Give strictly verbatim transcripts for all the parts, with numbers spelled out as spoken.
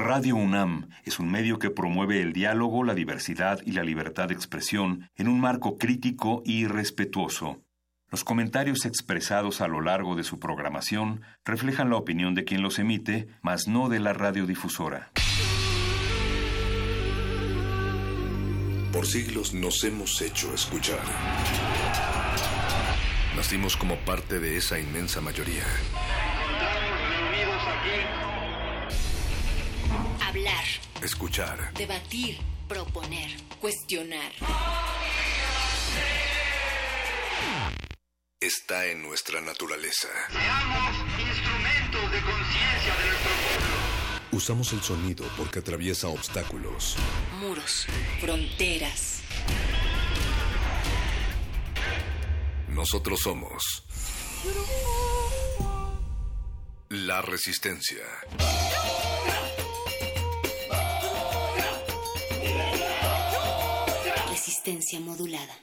Radio UNAM es un medio que promueve el diálogo, la diversidad y la libertad de expresión en un marco crítico y respetuoso. Los comentarios expresados a lo largo de su programación reflejan la opinión de quien los emite, mas no de la radiodifusora. Por siglos nos hemos hecho escuchar. Nacimos como parte de esa inmensa mayoría. Hablar. Escuchar. Debatir. Proponer. Cuestionar. Está en nuestra naturaleza. Seamos instrumentos de conciencia de nuestro pueblo. Usamos el sonido porque atraviesa obstáculos. Muros. Fronteras. Nosotros somos la Resistencia. Resistencia modulada.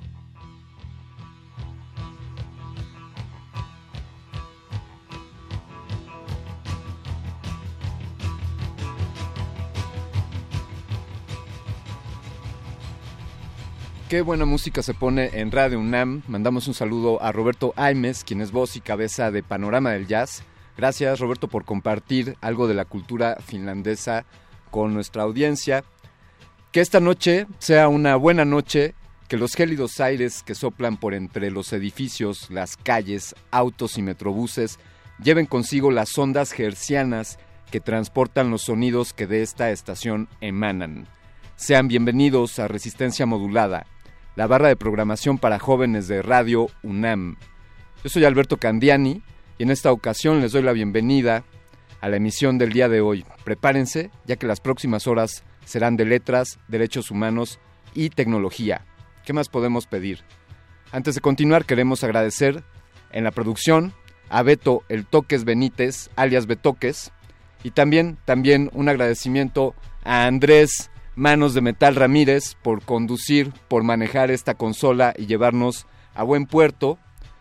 Qué buena música se pone en Radio UNAM. Mandamos un saludo a Roberto Aimes, quien es voz y cabeza de Panorama del Jazz. Gracias, Roberto, por compartir algo de la cultura finlandesa con nuestra audiencia. Que esta noche sea una buena noche, que los gélidos aires que soplan por entre los edificios, las calles, autos y metrobuses lleven consigo las ondas hertzianas que transportan los sonidos que de esta estación emanan. Sean bienvenidos a Resistencia Modulada, la barra de programación para jóvenes de Radio UNAM. Yo soy Alberto Candiani y en esta ocasión les doy la bienvenida a la emisión del día de hoy. Prepárense, ya que las próximas horas serán de letras, derechos humanos y tecnología. ¿Qué más podemos pedir? Antes de continuar, queremos agradecer en la producción a Beto El Toques Benítez, alias Betoques, y también, también un agradecimiento a Andrés Manos de Metal Ramírez por conducir, por manejar esta consola y llevarnos a buen puerto.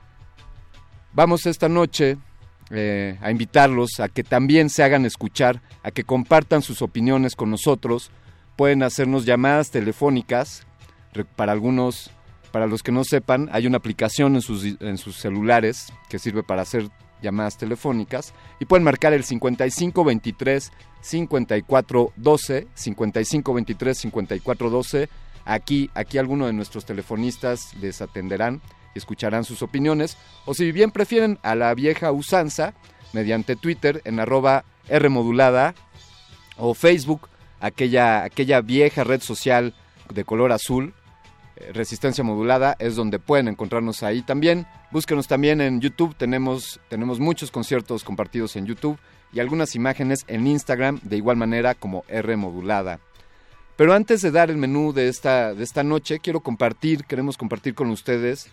Vamos esta noche eh, a invitarlos a que también se hagan escuchar, a que compartan sus opiniones con nosotros. Pueden hacernos llamadas telefónicas. Para algunos, para los que no sepan, hay una aplicación en sus, en sus celulares que sirve para hacer llamadas telefónicas y pueden marcar el cincuenta y cinco veintitrés cincuenta y cuatro doce, cincuenta y cinco veintitrés cincuenta y cuatro doce. Aquí, aquí alguno de nuestros telefonistas les atenderán y escucharán sus opiniones, o si bien prefieren a la vieja usanza, mediante Twitter en arroba Rmodulada o Facebook, aquella, aquella vieja red social de color azul, Resistencia Modulada, es donde pueden encontrarnos ahí también. Búsquenos también en YouTube, tenemos, tenemos muchos conciertos compartidos en YouTube y algunas imágenes en Instagram de igual manera como R Modulada. Pero antes de dar el menú de esta, de esta noche, quiero compartir, queremos compartir con ustedes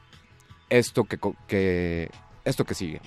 esto que, que, esto que sigue.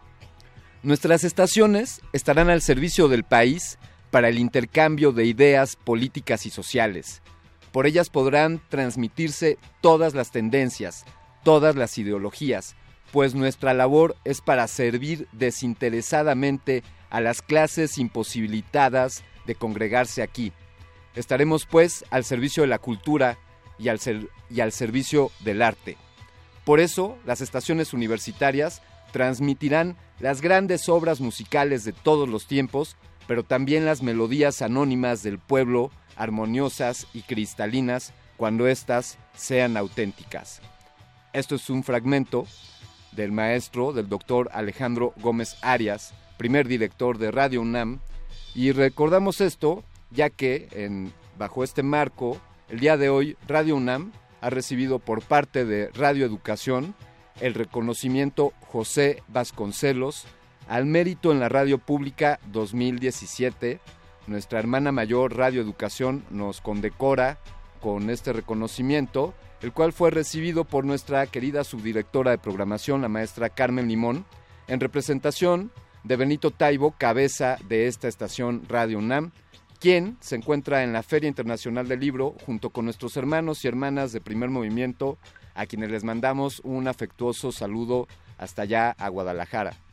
Nuestras estaciones estarán al servicio del país para el intercambio de ideas políticas y sociales. Por ellas podrán transmitirse todas las tendencias, todas las ideologías, pues nuestra labor es para servir desinteresadamente a las clases imposibilitadas de congregarse aquí. Estaremos, pues, al servicio de la cultura y al, ser, y al servicio del arte. Por eso, las estaciones universitarias transmitirán las grandes obras musicales de todos los tiempos, pero también las melodías anónimas del pueblo, armoniosas y cristalinas, cuando éstas sean auténticas. Esto es un fragmento del maestro, del doctor Alejandro Gómez Arias, primer director de Radio UNAM, y recordamos esto ya que en, bajo este marco, el día de hoy Radio UNAM ha recibido por parte de Radio Educación el reconocimiento José Vasconcelos al mérito en la radio pública dos mil diecisiete. Nuestra hermana mayor Radio Educación nos condecora con este reconocimiento, el cual fue recibido por nuestra querida subdirectora de programación, la maestra Carmen Limón, en representación de Benito Taibo, cabeza de esta estación Radio UNAM, quien se encuentra en la Feria Internacional del Libro junto con nuestros hermanos y hermanas de Primer Movimiento, a quienes les mandamos un afectuoso saludo hasta allá a Guadalajara.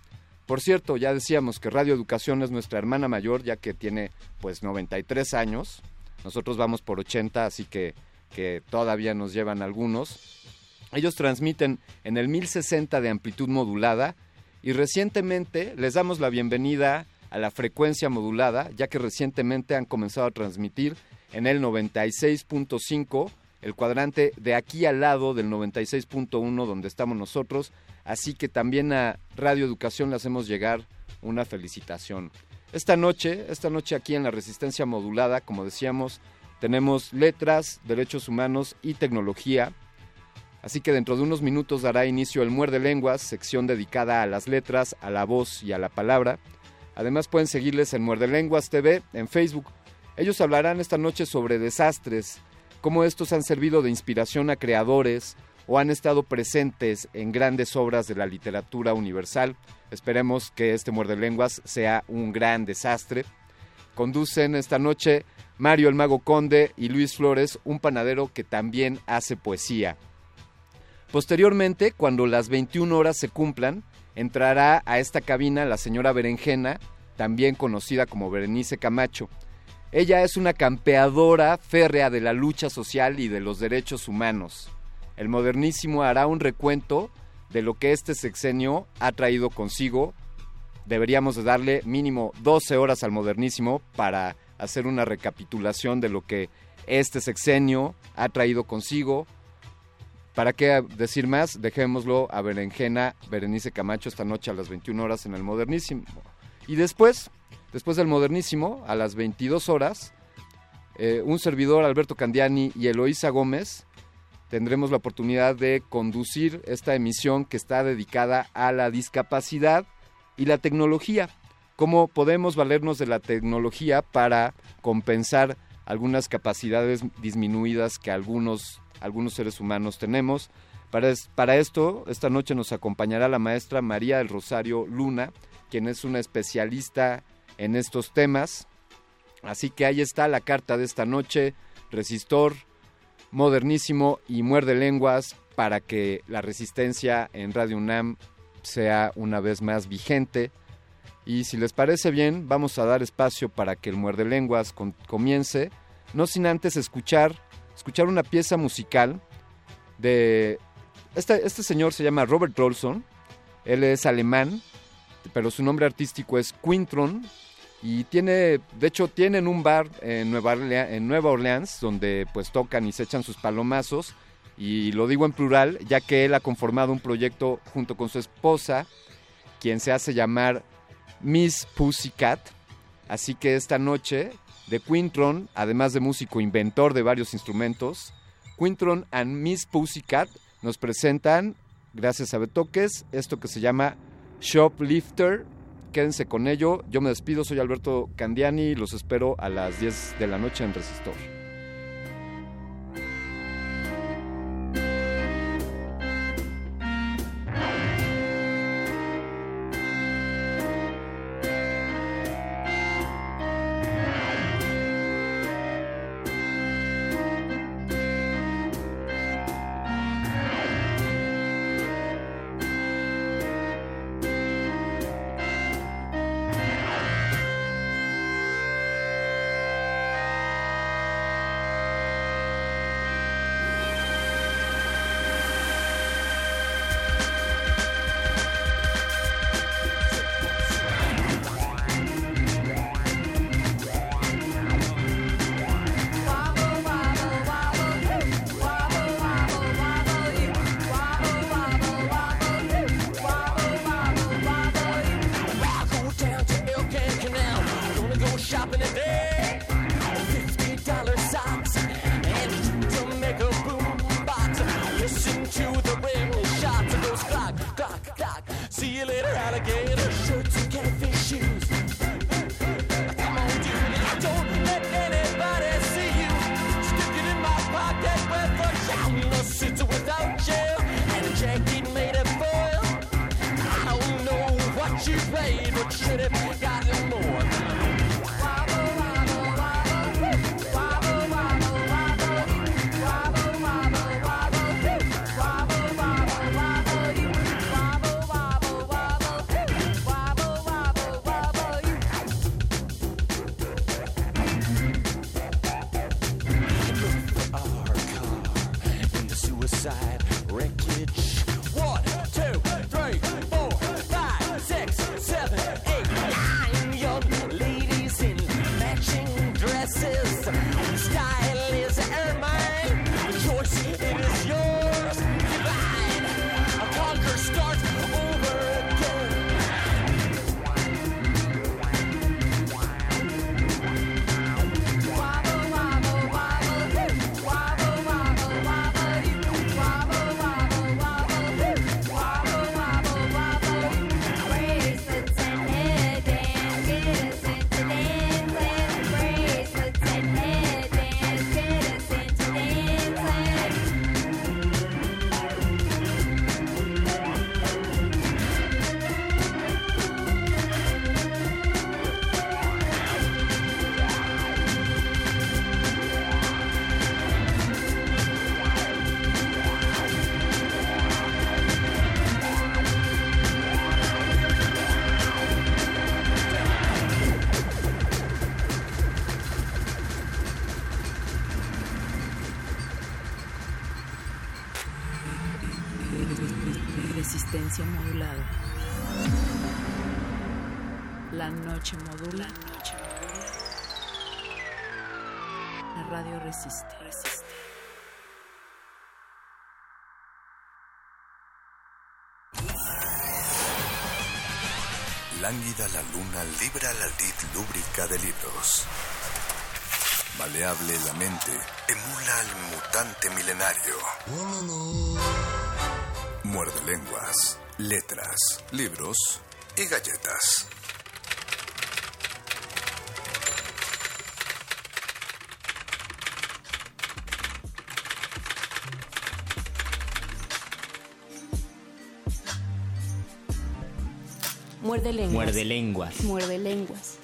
Por cierto, ya decíamos que Radio Educación es nuestra hermana mayor, ya que tiene pues noventa y tres años. Nosotros vamos por ochenta, así que, que todavía nos llevan algunos. Ellos transmiten en el mil sesenta de amplitud modulada y recientemente les damos la bienvenida a la frecuencia modulada, ya que recientemente han comenzado a transmitir en el noventa y seis punto cinco, el cuadrante de aquí al lado del noventa y seis punto uno donde estamos nosotros, así que también a Radio Educación le hacemos llegar una felicitación. Esta noche, esta noche aquí en la Resistencia Modulada, como decíamos, tenemos letras, derechos humanos y tecnología, así que dentro de unos minutos dará inicio el Muerde Lenguas, sección dedicada a las letras, a la voz y a la palabra. Además pueden seguirles en Muerde Lenguas T V en Facebook. Ellos hablarán esta noche sobre desastres, cómo estos han servido de inspiración a creadores o han estado presentes en grandes obras de la literatura universal. Esperemos que este Muerde Lenguas sea un gran desastre. Conducen esta noche Mario el Mago Conde y Luis Flores, un panadero que también hace poesía. Posteriormente, cuando las veintiuna horas se cumplan, entrará a esta cabina la señora Berenjena, también conocida como Berenice Camacho. Ella es una campeadora férrea de la lucha social y de los derechos humanos. El Modernísimo hará un recuento de lo que este sexenio ha traído consigo. Deberíamos de darle mínimo doce horas al Modernísimo para hacer una recapitulación de lo que este sexenio ha traído consigo. ¿Para qué decir más? Dejémoslo a Berenjena, Berenice Camacho, esta noche a las veintiuna horas en el Modernísimo. Y después, después del Modernísimo, a las veintidós horas, eh, un servidor, Alberto Candiani, y Eloísa Gómez, tendremos la oportunidad de conducir esta emisión que está dedicada a la discapacidad y la tecnología. Cómo podemos valernos de la tecnología para compensar algunas capacidades disminuidas que algunos, algunos seres humanos tenemos. Para, es, para esto, esta noche nos acompañará la maestra María del Rosario Luna, quien es una especialista en estos temas. Así que ahí está la carta de esta noche: Resistor, Modernísimo y Muerde Lenguas, para que la resistencia en Radio UNAM sea una vez más vigente. Y si les parece bien, vamos a dar espacio para que el Muerde Lenguas con, comience, no sin antes escuchar, escuchar una pieza musical de... Este, este señor se llama Robert Rolson, él es alemán, pero su nombre artístico es Quintron, y tiene, de hecho tienen un bar en Nueva Orleans, en Nueva Orleans, donde pues tocan y se echan sus palomazos, y lo digo en plural, ya que él ha conformado un proyecto junto con su esposa, quien se hace llamar Miss Pussycat. Así que esta noche, de Quintron, además de músico inventor de varios instrumentos, Quintron and Miss Pussycat nos presentan, gracias a Betoques, esto que se llama Shoplifter. Quédense con ello. Yo me despido, soy Alberto Candiani y los espero a las diez de la noche en Resistor. Wow. resistencia modulada. La noche modula. La noche modula. La radio resiste. Resiste. Lánguida la luna libra la lid lúbrica de libros. Maleable la mente emula al mutante milenario. Muerde lenguas, letras, libros y galletas. Muerde lenguas. Muerde lenguas. Muerde lenguas.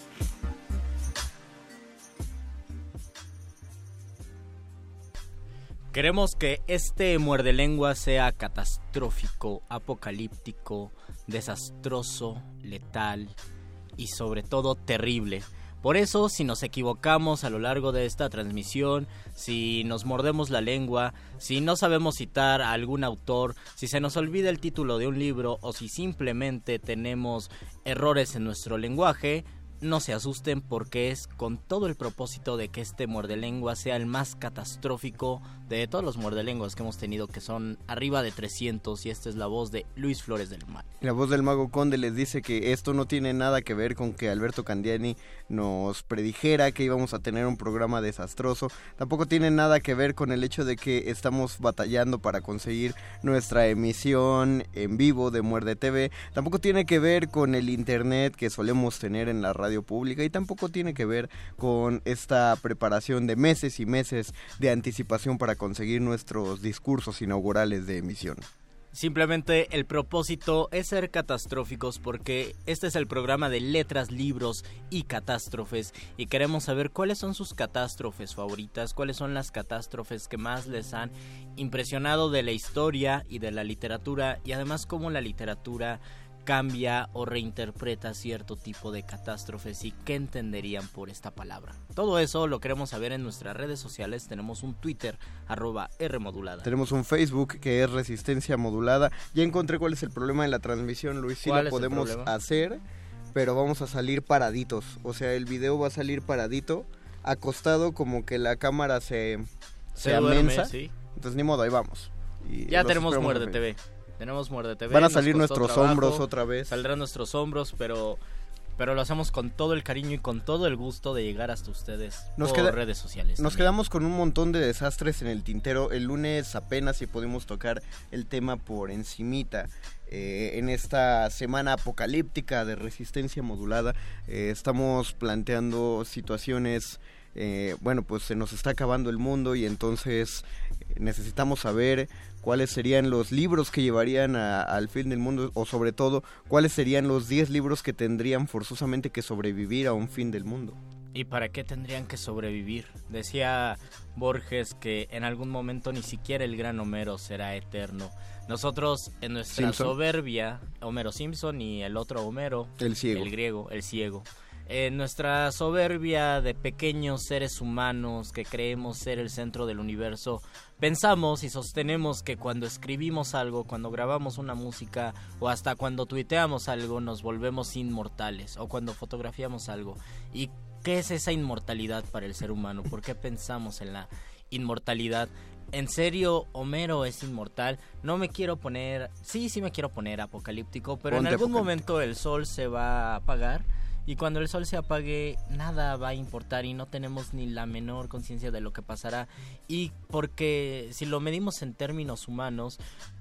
Queremos que este muerde lenguas sea catastrófico, apocalíptico, desastroso, letal y sobre todo terrible. Por eso, si nos equivocamos a lo largo de esta transmisión, si nos mordemos la lengua, si no sabemos citar a algún autor, si se nos olvida el título de un libro o si simplemente tenemos errores en nuestro lenguaje, no se asusten porque es con todo el propósito de que este muerdelengua sea el más catastrófico de todos los muerdelenguas que hemos tenido, que son arriba de trescientos, y esta es la voz de Luis Flores del Mal. La voz del Mago Conde les dice que esto no tiene nada que ver con que Alberto Candiani nos predijera que íbamos a tener un programa desastroso, tampoco tiene nada que ver con el hecho de que estamos batallando para conseguir nuestra emisión en vivo de Muerde T V, tampoco tiene que ver con el internet que solemos tener en la radio pública y tampoco tiene que ver con esta preparación de meses y meses de anticipación para conseguir nuestros discursos inaugurales de emisión. Simplemente el propósito es ser catastróficos porque este es el programa de letras, libros y catástrofes y queremos saber cuáles son sus catástrofes favoritas, cuáles son las catástrofes que más les han impresionado de la historia y de la literatura y además cómo la literatura cambia o reinterpreta cierto tipo de catástrofes y qué entenderían por esta palabra. Todo eso lo queremos saber en nuestras redes sociales. Tenemos un Twitter, arroba Rmodulada. Tenemos un Facebook que es Resistencia Modulada. Ya encontré cuál es el problema de la transmisión, Luis. Sí lo podemos hacer, pero vamos a salir paraditos. O sea, el video va a salir paradito, acostado, como que la cámara se, se, se amensa. Duerme, ¿sí? Entonces ni modo, ahí vamos. Y ya tenemos Muerde T V. Tenemos Muerde T V. Van a salir nuestros trabajo, hombros otra vez. Saldrán nuestros hombros, pero pero lo hacemos con todo el cariño y con todo el gusto de llegar hasta ustedes nos por queda, redes sociales. Nos también. Quedamos con un montón de desastres en el tintero. El lunes apenas si pudimos tocar el tema por encimita. Eh, en esta semana apocalíptica de Resistencia Modulada eh, estamos planteando situaciones... Eh, bueno, pues se nos está acabando el mundo y entonces eh, necesitamos saber cuáles serían los libros que llevarían a, al fin del mundo o sobre todo cuáles serían los diez libros que tendrían forzosamente que sobrevivir a un fin del mundo. ¿Y para qué tendrían que sobrevivir? Decía Borges que en algún momento ni siquiera el gran Homero será eterno. Nosotros en nuestra Simpson. soberbia, Homero Simpson y el otro Homero, el ciego, el griego, el ciego. En nuestra soberbia de pequeños seres humanos que creemos ser el centro del universo, pensamos y sostenemos que cuando escribimos algo, cuando grabamos una música o hasta cuando tuiteamos algo nos volvemos inmortales o cuando fotografiamos algo. ¿Y qué es esa inmortalidad para el ser humano? ¿Por qué pensamos en la inmortalidad? ¿En serio Homero es inmortal? No me quiero poner... Sí, sí me quiero poner apocalíptico, pero Ponte en algún momento el sol se va a apagar. Y cuando el sol se apague, nada va a importar y no tenemos ni la menor conciencia de lo que pasará. Y porque si lo medimos en términos humanos,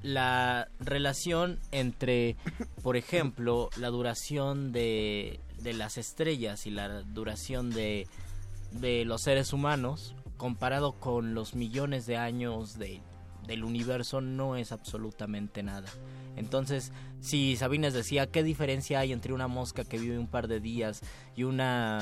la relación entre, por ejemplo, la duración de, de las estrellas y la duración de, de los seres humanos, comparado con los millones de años de, del universo, no es absolutamente nada. Entonces, si Sabines decía, ¿qué diferencia hay entre una mosca que vive un par de días y una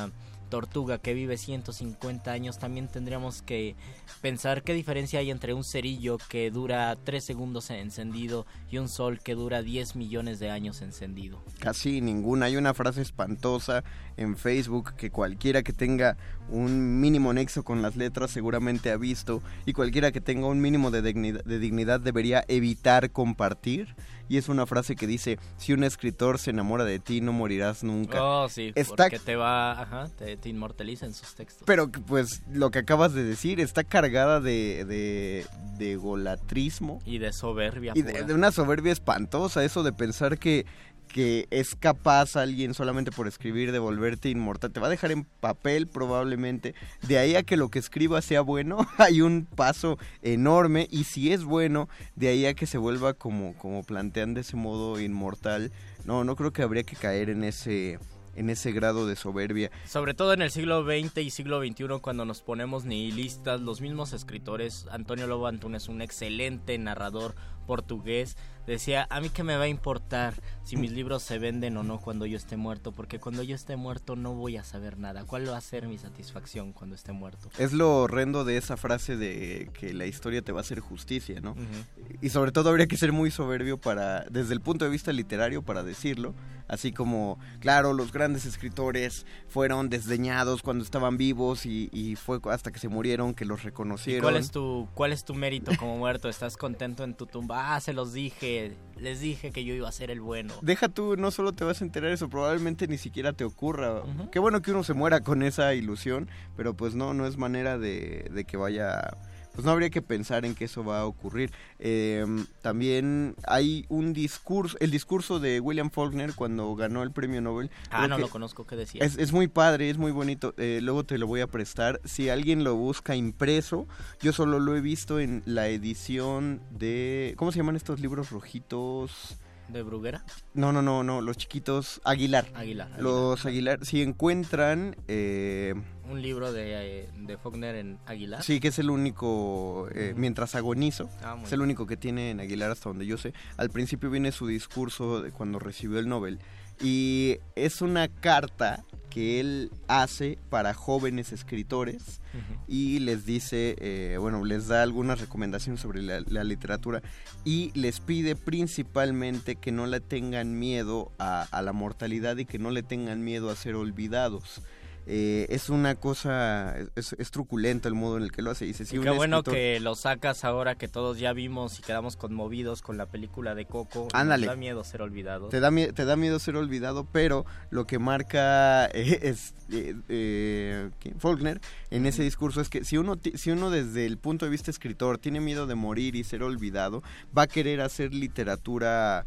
tortuga que vive ciento cincuenta años, también tendríamos que pensar qué diferencia hay entre un cerillo que dura tres segundos encendido y un sol que dura diez millones de años encendido. Casi ninguna. Hay una frase espantosa en Facebook que cualquiera que tenga un mínimo nexo con las letras seguramente ha visto, y cualquiera que tenga un mínimo de dignidad, de dignidad debería evitar compartir. Y es una frase que dice: si un escritor se enamora de ti, no morirás nunca. Oh, sí, está... porque te va, ajá, te, te inmortaliza en sus textos. Pero pues lo que acabas de decir está cargada de, de, de egolatrismo. Y de soberbia. Y de, de una soberbia espantosa, eso de pensar que, que es capaz alguien solamente por escribir de volverte inmortal. Te va a dejar en papel probablemente. De ahí a que lo que escriba sea bueno, hay un paso enorme. Y si es bueno, de ahí a que se vuelva como, como plantean de ese modo inmortal. No, no creo que habría que caer en ese... en ese grado de soberbia. Sobre todo en el siglo veinte y siglo veintiuno, cuando nos ponemos nihilistas, los mismos escritores. Antonio Lobo Antunes, un excelente narrador portugués, decía: a mí qué me va a importar si mis libros se venden o no cuando yo esté muerto, porque cuando yo esté muerto no voy a saber nada. ¿Cuál va a ser mi satisfacción cuando esté muerto? Es lo horrendo de esa frase de que la historia te va a hacer justicia, ¿no? Uh-huh. Y sobre todo habría que ser muy soberbio para, desde el punto de vista literario, para decirlo. Así como, claro, los grandes escritores fueron desdeñados cuando estaban vivos y, y fue hasta que se murieron que los reconocieron. ¿Y cuál es tu, cuál es tu mérito como muerto? ¿Estás contento en tu tumba? Ah, se los dije, les dije que yo iba a ser el bueno. Deja tú, no solo te vas a enterar eso, probablemente ni siquiera te ocurra. Uh-huh. Qué bueno que uno se muera con esa ilusión, pero pues no, no es manera de, de que vaya... Pues no habría que pensar en que eso va a ocurrir. Eh, también hay un discurso, el discurso de William Faulkner cuando ganó el premio Nobel. Ah, no lo conozco, ¿qué decía? Es, es muy padre, es muy bonito. Eh, luego te lo voy a prestar. Si alguien lo busca impreso, yo solo lo he visto en la edición de... ¿Cómo se llaman estos libros rojitos? ¿De Bruguera? No, no, no, no, los chiquitos, Aguilar. Aguilar. Aguilar. Los Aguilar, si encuentran... Eh, un libro de, de Faulkner en Aguilar. Sí, que es el único, eh, uh-huh. mientras agonizo, ah, es el único que tiene en Aguilar hasta donde yo sé. Al principio viene su discurso de cuando recibió el Nobel, y es una carta que él hace para jóvenes escritores, uh-huh. y les dice, eh, bueno, les da algunas recomendaciones sobre la, la literatura, y les pide principalmente que no le tengan miedo a, a la mortalidad y que no le tengan miedo a ser olvidados. Eh, es una cosa, es, es truculento el modo en el que lo hace. Dice, si y qué un bueno escritor... que lo sacas ahora que todos ya vimos y quedamos conmovidos con la película de Coco. Ándale. Nos da miedo ser olvidado. Te da, te da miedo ser olvidado, pero lo que marca eh, es, eh, eh, Faulkner en ese discurso es que si uno, si uno desde el punto de vista escritor tiene miedo de morir y ser olvidado, va a querer hacer literatura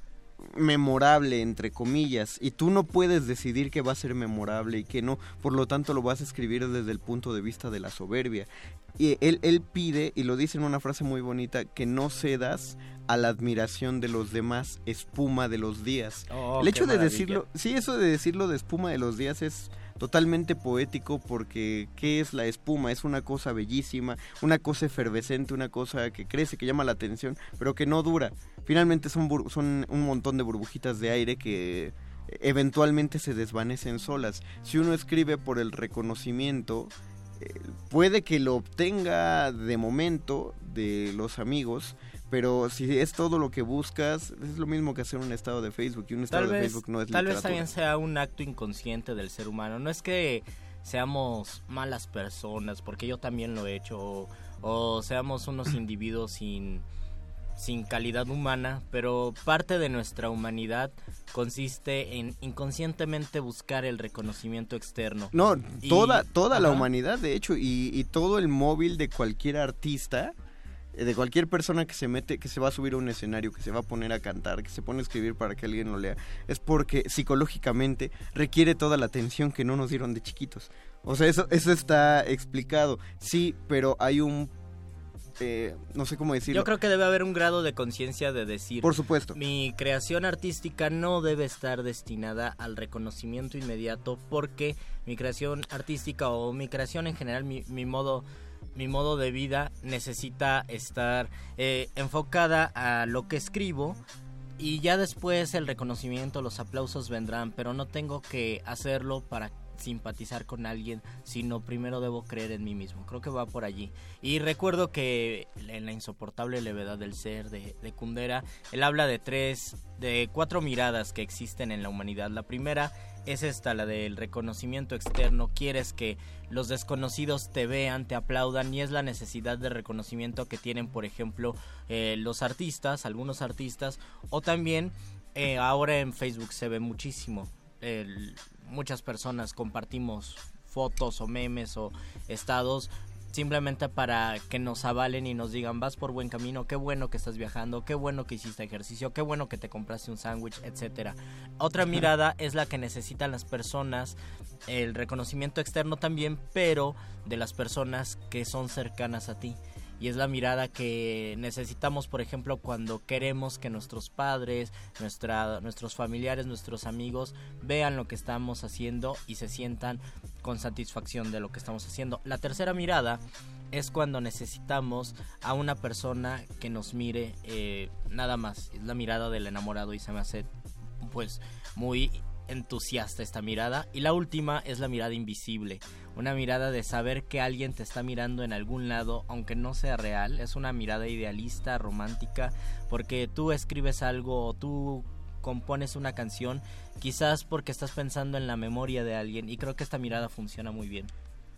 memorable, entre comillas, y tú no puedes decidir qué va a ser memorable y qué no, por lo tanto lo vas a escribir desde el punto de vista de la soberbia. Y él, él pide, y lo dice en una frase muy bonita, que no cedas a la admiración de los demás, espuma de los días. Oh, el hecho de maravilla. decirlo, sí, eso de decirlo de espuma de los días es totalmente poético, porque ¿qué es la espuma? Es una cosa bellísima, una cosa efervescente, una cosa que crece, que llama la atención, pero que no dura. Finalmente son, bur- son un montón de burbujitas de aire que eventualmente se desvanecen solas. Si uno escribe por el reconocimiento, eh, puede que lo obtenga de momento de los amigos, pero si es todo lo que buscas, es lo mismo que hacer un estado de Facebook, y un estado tal de vez, Facebook no es tal literatura. vez también sea un acto inconsciente del ser humano. No es que seamos malas personas, porque yo también lo he hecho, o, o seamos unos individuos sin, sin calidad humana, pero parte de nuestra humanidad consiste en inconscientemente buscar el reconocimiento externo. No, y, toda, toda la ajá. humanidad, de hecho, y, y todo el móvil de cualquier artista, de cualquier persona que se mete, que se va a subir a un escenario, que se va a poner a cantar, que se pone a escribir para que alguien lo lea, es porque psicológicamente requiere toda la atención que no nos dieron de chiquitos. O sea, eso, eso está explicado. Sí, pero hay un... Eh, no sé cómo decirlo. Yo creo que debe haber un grado de conciencia de decir... Por supuesto. Mi creación artística no debe estar destinada al reconocimiento inmediato, porque mi creación artística o mi creación en general, mi, mi modo... mi modo de vida necesita estar eh, enfocada a lo que escribo, y ya después el reconocimiento, los aplausos vendrán, pero no tengo que hacerlo para simpatizar con alguien, sino primero debo creer en mí mismo. Creo que va por allí. Y recuerdo que en La insoportable levedad del ser de, de Kundera, él habla de tres, de cuatro miradas que existen en la humanidad. La primera es esta, la del reconocimiento externo. Quieres que los desconocidos te vean, te aplaudan, y es la necesidad de reconocimiento que tienen, por ejemplo, eh, los artistas, algunos artistas, o también eh, ahora en Facebook se ve muchísimo. El, muchas personas compartimos fotos o memes o estados simplemente para que nos avalen y nos digan: vas por buen camino, qué bueno que estás viajando, qué bueno que hiciste ejercicio, qué bueno que te compraste un sándwich, etcétera. Otra mirada es la que necesitan las personas, el reconocimiento externo también, pero de las personas que son cercanas a ti. Y es la mirada que necesitamos, por ejemplo, cuando queremos que nuestros padres, nuestra, nuestros familiares, nuestros amigos vean lo que estamos haciendo y se sientan con satisfacción de lo que estamos haciendo. La tercera mirada es cuando necesitamos a una persona que nos mire, eh, nada más. Es la mirada del enamorado y se me hace pues muy entusiasta esta mirada. Y la última es la mirada invisible, una mirada de saber que alguien te está mirando en algún lado, aunque no sea real. Es una mirada idealista, romántica, porque tú escribes algo o tú compones una canción, quizás porque estás pensando en la memoria de alguien, y creo que esta mirada funciona muy bien.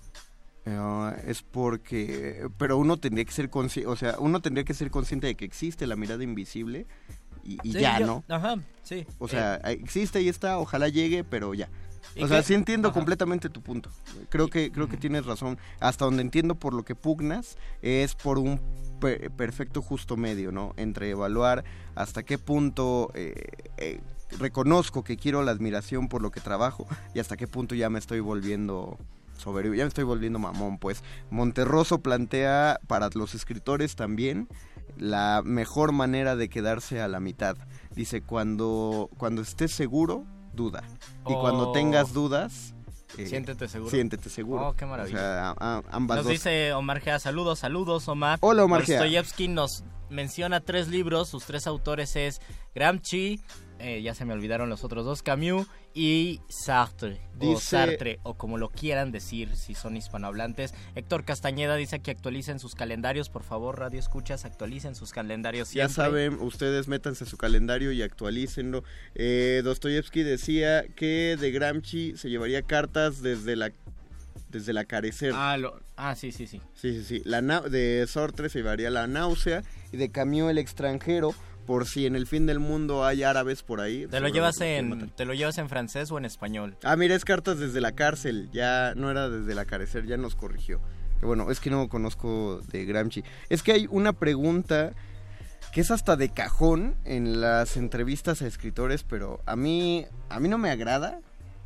Uh, es porque, pero uno tendría que ser consciente, o sea, uno tendría que ser consciente de que existe la mirada invisible y, y sí, ya, yo, ¿no? Ajá, sí. O sea, eh. existe y está, ojalá llegue, pero ya. O sea, sí entiendo Ajá. completamente tu punto. Creo que creo uh-huh. que tienes razón. Hasta donde entiendo por lo que pugnas es por un per- perfecto justo medio, ¿no? Entre evaluar hasta qué punto eh, eh, reconozco que quiero la admiración por lo que trabajo y hasta qué punto ya me estoy volviendo soberbio, ya me estoy volviendo mamón. Pues Monterroso plantea para los escritores también la mejor manera de quedarse a la mitad. Dice, cuando, cuando estés seguro, duda. Y oh. cuando tengas dudas, eh, siéntete seguro. Siéntete seguro. Oh, qué maravilla. O sea, a, a, ambas nos dos. Dice Omar Gea, saludos, saludos Omar. Hola Omar Gea. Dostoyevsky nos menciona tres libros, sus tres autores es Gramsci, eh, ya se me olvidaron los otros dos, Camus y Sartre, dice, o Sartre, o como lo quieran decir si son hispanohablantes. Héctor Castañeda dice que actualicen sus calendarios, por favor, Radio Escuchas, actualicen sus calendarios siempre. Ya saben, ustedes métanse su calendario y actualícenlo. Eh, Dostoyevsky decía que de Gramsci se llevaría cartas desde la desde la carecer. Ah, lo, ah sí, sí, sí. Sí, sí, sí. La na- de Sartre se llevaría la náusea y de Camus el extranjero, por si en el fin del mundo hay árabes por ahí. ¿Te lo llevas en te lo llevas en francés o en español? Ah, mira, es cartas desde la cárcel, ya no era desde la carecer, ya nos corrigió. Que bueno, es que no conozco de Gramsci. Es que hay una pregunta que es hasta de cajón en las entrevistas a escritores, pero a mí a mí no me agrada.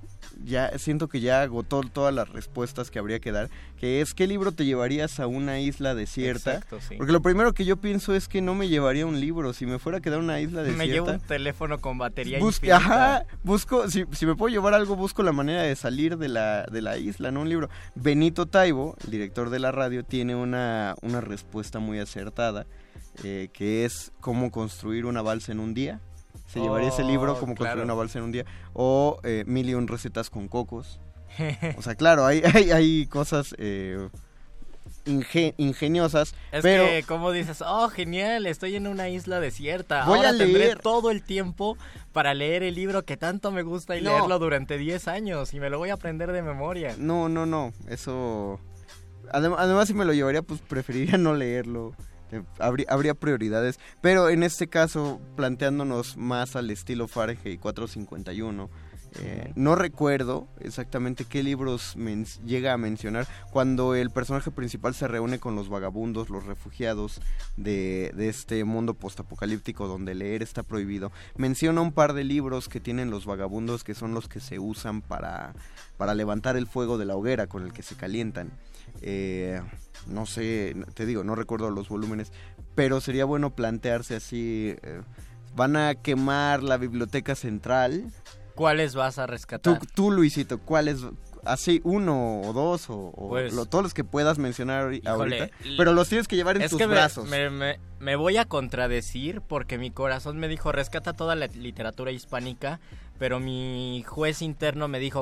Ya siento que ya agotó todas las respuestas que habría que dar, que es ¿qué libro te llevarías a una isla desierta? Exacto, sí. Porque lo primero que yo pienso es que no me llevaría un libro, si me fuera a quedar en una isla desierta. Me llevo un teléfono con batería bus- infinita. Ajá, busco, si, si me puedo llevar algo, busco la manera de salir de la, de la isla, no un libro. Benito Taibo, el director de la radio, tiene una, una respuesta muy acertada, eh, que es cómo construir una balsa en un día. Se oh, llevaría ese libro, como claro. construir una balsa en un día, o eh, Mil y un recetas con cocos. O sea, claro, hay, hay, hay cosas eh, inge- ingeniosas, es pero... que, como dices, oh, genial, estoy en una isla desierta, voy ahora a leer. tendré todo el tiempo para leer el libro que tanto me gusta y no. leerlo durante diez años, y me lo voy a aprender de memoria. No, no, no, eso... Adem- además, si me lo llevaría, pues preferiría no leerlo. Habría, habría prioridades, pero en este caso planteándonos más al estilo Fahrenheit cuatrocientos cincuenta y uno, eh, no recuerdo exactamente qué libros men- llega a mencionar cuando el personaje principal se reúne con los vagabundos, los refugiados de, de este mundo postapocalíptico donde leer está prohibido. Menciona un par de libros que tienen los vagabundos, que son los que se usan para, para levantar el fuego de la hoguera con el que se calientan. Eh, no sé, te digo, no recuerdo los volúmenes, pero sería bueno plantearse así, eh, van a quemar la biblioteca central. ¿Cuáles vas a rescatar? Tú, tú Luisito, ¿cuáles? Así, uno o dos, o, o pues, lo, todos los que puedas mencionar híjole, ahorita, pero los tienes que llevar en es tus que me, brazos. Me, me, me voy a contradecir porque mi corazón me dijo, rescata toda la literatura hispánica, pero mi juez interno me dijo...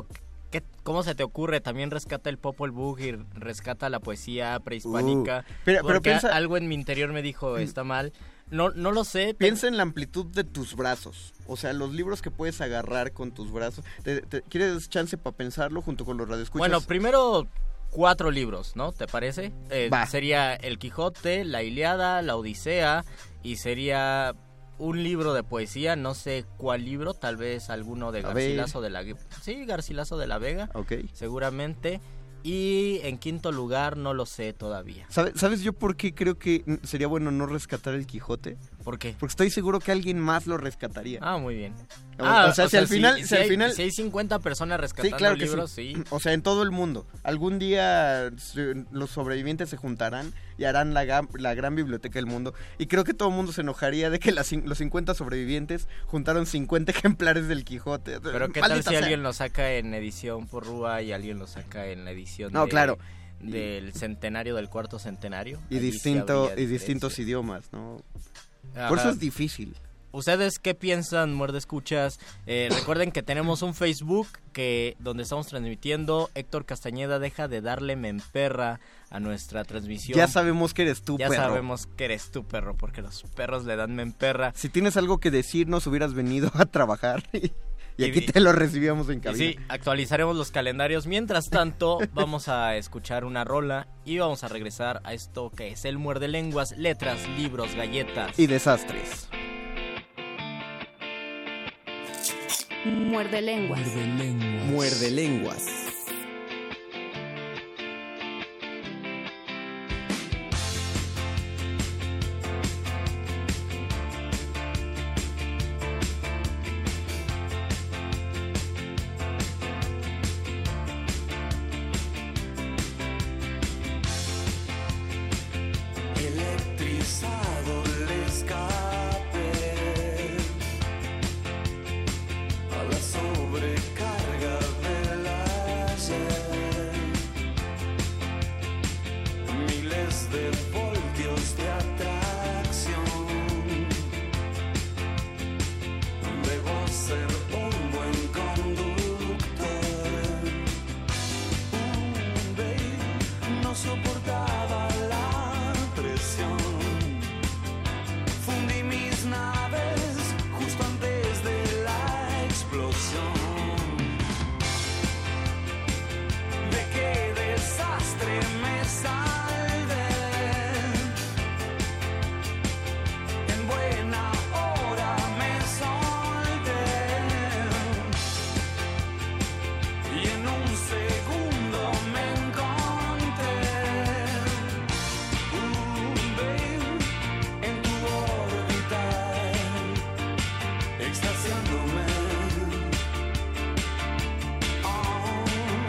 ¿qué, ¿cómo se te ocurre? También rescata el Popol Vuh y rescata la poesía prehispánica. Uh, pero, pero piensa... algo en mi interior me dijo, está mal. No, no lo sé. Piensa pero... en la amplitud de tus brazos. O sea, los libros que puedes agarrar con tus brazos. ¿Te, te, ¿Quieres chance para pensarlo junto con los radioescuchas? Bueno, primero cuatro libros, ¿no? ¿Te parece? Eh, sería El Quijote, La Ilíada, La Odisea y sería un libro de poesía, no sé cuál libro, tal vez alguno de Garcilaso de la Vega. Sí, Garcilaso de la Vega. Ok. Seguramente. Y en quinto lugar no lo sé todavía. ¿Sabes, ¿Sabes yo por qué creo que sería bueno no rescatar el Quijote? ¿Por qué? Porque estoy seguro que alguien más lo rescataría. Ah, muy bien. O, ah, o sea, o si sea, al final... Si, si, al hay, final... si hay cincuenta personas rescatando sí, claro el que libro, sí. sí. O sea, en todo el mundo. Algún día los sobrevivientes se juntarán y harán la, la gran biblioteca del mundo. Y creo que todo el mundo se enojaría de que las, los cincuenta sobrevivientes juntaron cincuenta ejemplares del Quijote. Pero ¿qué tal si sea? Alguien lo saca en edición por Rúa y alguien lo saca en la edición no, de... claro. del centenario, del cuarto centenario. Y, distinto, y distintos idiomas, ¿no? Ajá. Por eso es difícil. ¿Ustedes qué piensan, Muerde Escuchas? Eh, recuerden que tenemos un Facebook que donde estamos transmitiendo. Héctor Castañeda, deja de darle memperra a nuestra transmisión. Ya sabemos que eres tú, ya perro. Ya sabemos que eres tú, perro, porque los perros le dan memperra. Si tienes algo que decirnos, hubieras venido a trabajar y, y aquí y, te lo recibíamos en cabina. Sí, actualizaremos los calendarios. Mientras tanto, vamos a escuchar una rola y vamos a regresar a esto que es el Muerde Lenguas, letras, libros, galletas y desastres. Muerde lenguas. Muerde lenguas. Muerde lenguas. Electrizado el escape a la sobrecarga del ayer, miles de voltios de atracción. Debo ser un buen conductor. Un babe no soportaba la presión. Fundí mis naves justo antes de la explosión. ¿De qué desastre me salvé? En buena hora me solté y en un segundo me encontré. Un babe en tu órbita, extasiándome. Oh.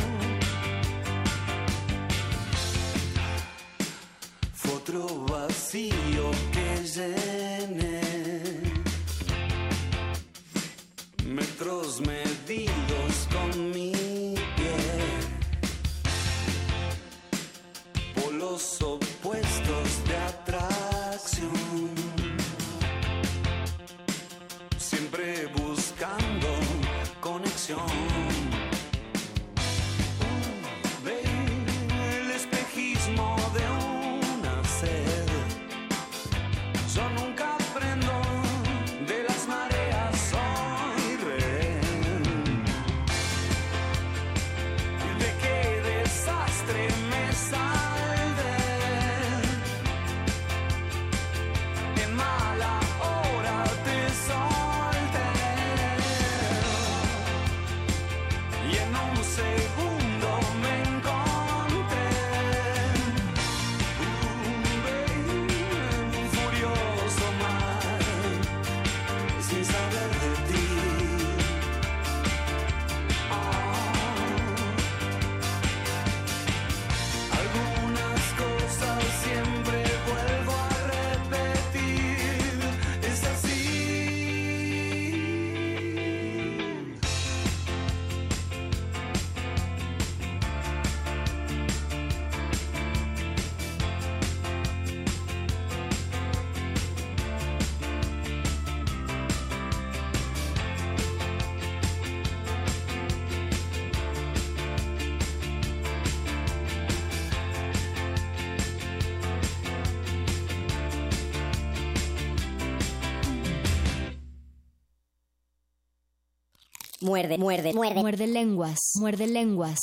Fue otro vacío que llené, metros medidos con mi pie, polos opuestos de atracción, siempre buscando conexión. Ve el espejismo de una sed, son un Muerde, muerde, muerde. Muerde lenguas, muerde lenguas.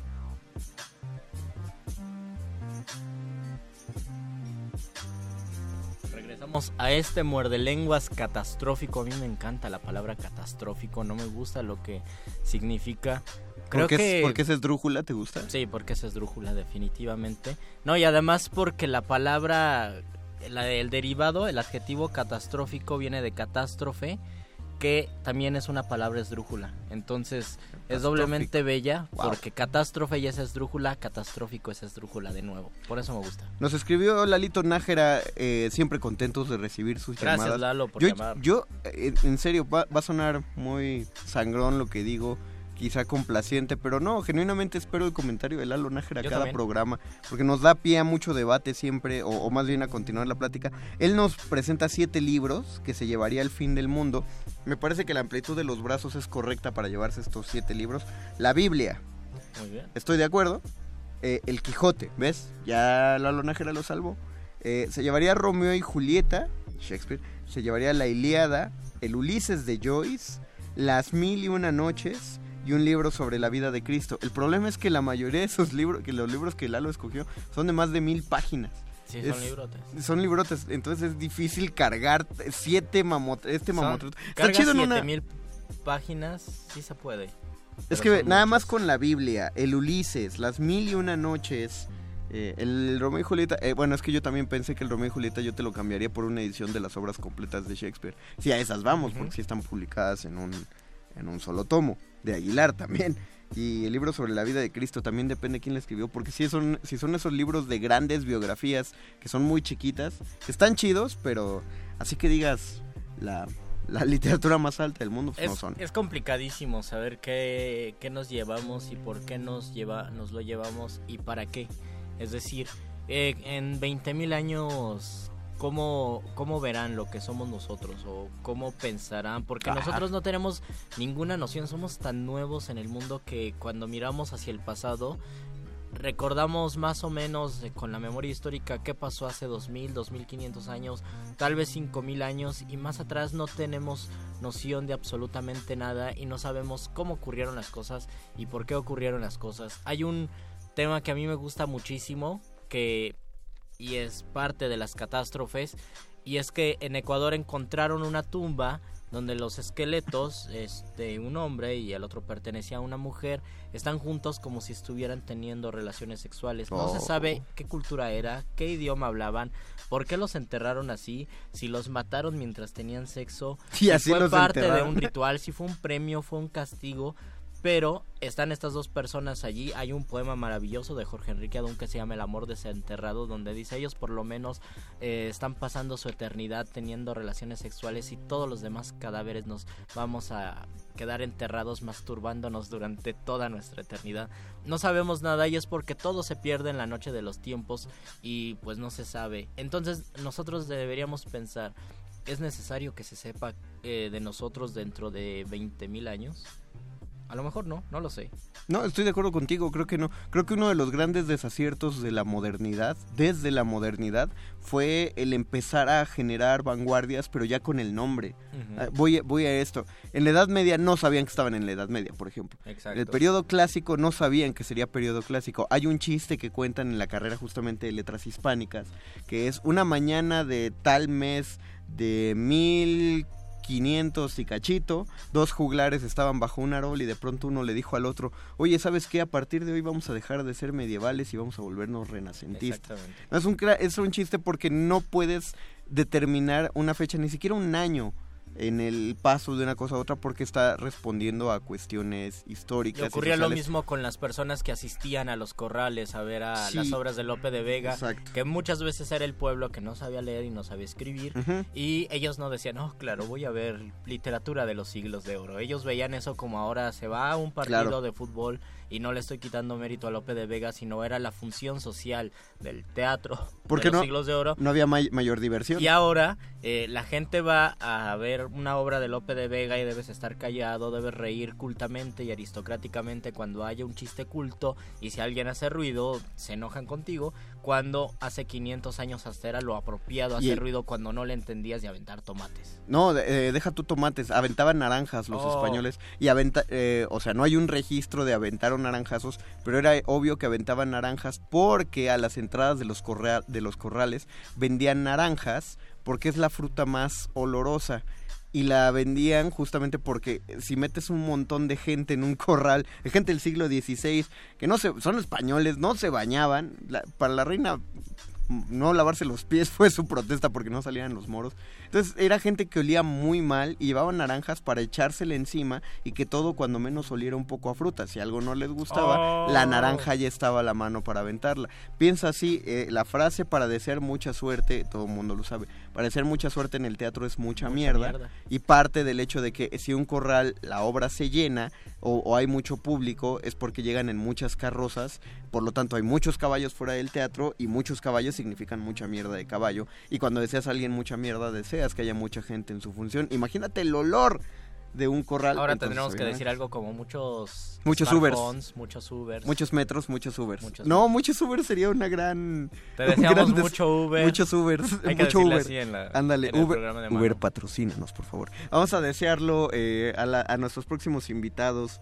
Regresamos a este muerde lenguas catastrófico. A mí me encanta la palabra catastrófico, no me gusta lo que significa. Creo ¿Por qué, que... es, ¿Por qué es esdrújula? ¿Te gusta? Sí, porque es esdrújula, definitivamente. No, y además porque la palabra, la, el derivado, el adjetivo catastrófico viene de catástrofe, que también es una palabra esdrújula. Entonces es doblemente bella, wow. Porque catástrofe ya es esdrújula, catastrófico es esdrújula de nuevo. Por eso me gusta. Nos escribió Lalito Nájera, eh, siempre contentos de recibir sus Gracias, llamadas. Gracias, Lalo, por yo, llamar. Yo, eh, en serio, va, va a sonar muy sangrón lo que digo, quizá complaciente, pero no, genuinamente espero el comentario de Lalo Nájera a cada también. programa, porque nos da pie a mucho debate siempre, o, o más bien a continuar la plática. Él nos presenta siete libros que se llevaría al fin del mundo. Me parece que la amplitud de los brazos es correcta para llevarse estos siete libros. La Biblia. Muy bien. Estoy de acuerdo. Eh, el Quijote, ¿ves? Ya Lalo Nájera lo salvó. Eh, se llevaría Romeo y Julieta, Shakespeare. Se llevaría la Ilíada, el Ulises de Joyce, Las Mil y Una Noches y un libro sobre la vida de Cristo. El problema es que la mayoría de esos libros, que los libros que Lalo escogió, son de más de mil páginas. Sí, es, son librotes. Son librotes, entonces es difícil cargar siete mamot este mamotreto. Está chido en una... siete mil páginas, sí se puede. Es que nada muchos. Más con la Biblia, el Ulises, Las Mil y Una Noches, eh, el Romeo y Julieta. Eh, bueno, es que yo también pensé que el Romeo y Julieta yo te lo cambiaría por una edición de las obras completas de Shakespeare. Sí, a esas vamos, uh-huh. Porque sí están publicadas en un, en un solo tomo. De Aguilar también. Y el libro sobre la vida de Cristo también depende de quién la escribió, porque si son, si son esos libros de grandes biografías que son muy chiquitas, están chidos, pero así que digas la, la literatura más alta del mundo, pues es, no son. Es complicadísimo saber qué, qué nos llevamos y por qué nos, lleva, nos lo llevamos y para qué. Es decir, eh, en veinte mil años... ¿Cómo, ¿Cómo verán lo que somos nosotros? ¿O cómo pensarán? Porque Ajá. nosotros no tenemos ninguna noción. Somos tan nuevos en el mundo que cuando miramos hacia el pasado recordamos más o menos eh, con la memoria histórica qué pasó hace dos mil, dos mil quinientos años, tal vez cinco mil años, y más atrás no tenemos noción de absolutamente nada y no sabemos cómo ocurrieron las cosas y por qué ocurrieron las cosas. Hay un tema que a mí me gusta muchísimo, que... y es parte de las catástrofes, y es que en Ecuador encontraron una tumba donde los esqueletos, este, un hombre y el otro pertenecía a una mujer, están juntos como si estuvieran teniendo relaciones sexuales. No oh. se sabe qué cultura era, qué idioma hablaban, por qué los enterraron así, si los mataron mientras tenían sexo, sí, así si fue los parte enterraron. de un ritual, si fue un premio, fue un castigo. Pero están estas dos personas allí. Hay un poema maravilloso de Jorge Enrique Adún que se llama El amor desenterrado, donde dice: ellos por lo menos eh, están pasando su eternidad teniendo relaciones sexuales y todos los demás cadáveres nos vamos a quedar enterrados masturbándonos durante toda nuestra eternidad. No sabemos nada y es porque todo se pierde en la noche de los tiempos y pues no se sabe. Entonces nosotros deberíamos pensar, ¿es necesario que se sepa eh, de nosotros dentro de veinte mil años? A lo mejor no, no lo sé. No, estoy de acuerdo contigo, creo que no. Creo que uno de los grandes desaciertos de la modernidad, desde la modernidad, fue el empezar a generar vanguardias, pero ya con el nombre. Uh-huh. Uh, voy, voy a esto. En la Edad Media no sabían que estaban en la Edad Media, por ejemplo. Exacto. En el periodo clásico no sabían que sería periodo clásico. Hay un chiste que cuentan en la carrera justamente de letras hispánicas, que es una mañana de tal mes de mil... quinientos y cachito, dos juglares estaban bajo un árbol y de pronto uno le dijo al otro: oye, ¿sabes qué? A partir de hoy vamos a dejar de ser medievales y vamos a volvernos renacentistas. No, es un es un chiste porque no puedes determinar una fecha, ni siquiera un año, en el paso de una cosa a otra, porque está respondiendo a cuestiones históricas. Y ocurría y lo mismo con las personas que asistían a los corrales a ver a sí, las obras de Lope de Vega, exacto, que muchas veces era el pueblo que no sabía leer y no sabía escribir, uh-huh, y ellos no decían: oh, claro, voy a ver literatura de los siglos de oro. Ellos veían eso como ahora se va a un partido claro. de fútbol y no le estoy quitando mérito a Lope de Vega, sino era la función social del teatro Porque de los no, siglos de oro. No había may- mayor diversión. Y ahora eh, la gente va a ver una obra de Lope de Vega y debes estar callado, debes reír cultamente y aristocráticamente cuando haya un chiste culto, y si alguien hace ruido se enojan contigo, cuando hace quinientos años hasta era lo apropiado hacer Y- ruido cuando no le entendías y aventar tomates. No, eh, deja tú tomates, aventaban naranjas los Oh. españoles y aventa, eh, o sea, no hay un registro de aventaron naranjazos, pero era obvio que aventaban naranjas porque a las entradas de los correa, de los corrales vendían naranjas porque es la fruta más olorosa. Y la vendían justamente porque si metes un montón de gente en un corral, de gente del siglo dieciséis, que no se, son españoles, no se bañaban, la, para la reina no lavarse los pies fue su protesta porque no salían los moros. Entonces era gente que olía muy mal y llevaban naranjas para echársele encima y que todo cuando menos oliera un poco a fruta. Si algo no les gustaba, Oh. la naranja ya estaba a la mano para aventarla. Piensa así, eh, la frase para desear mucha suerte, todo el mundo lo sabe, para desear mucha suerte en el teatro es mucha, Mucha mierda, mierda. y parte del hecho de que si un corral, la obra se llena o, o hay mucho público es porque llegan en muchas carrozas, por lo tanto hay muchos caballos fuera del teatro y muchos caballos significan mucha mierda de caballo, y cuando deseas a alguien mucha mierda deseas que haya mucha gente en su función. Imagínate el olor de un corral. Ahora Entonces, tendremos que obviamente, decir algo como muchos Muchos Ubers. smartphones, muchos Ubers. Muchos metros, muchos Ubers. Muchos no, muchos Ubers sería una gran... Te un deseamos gran des- mucho Uber. Muchos Ubers. Hay que mucho decirle Uber. así en la- Ándale, en el Uber, programa de Uber Manu. patrocínanos, por favor. Vamos a desearlo eh, a, la- a nuestros próximos invitados.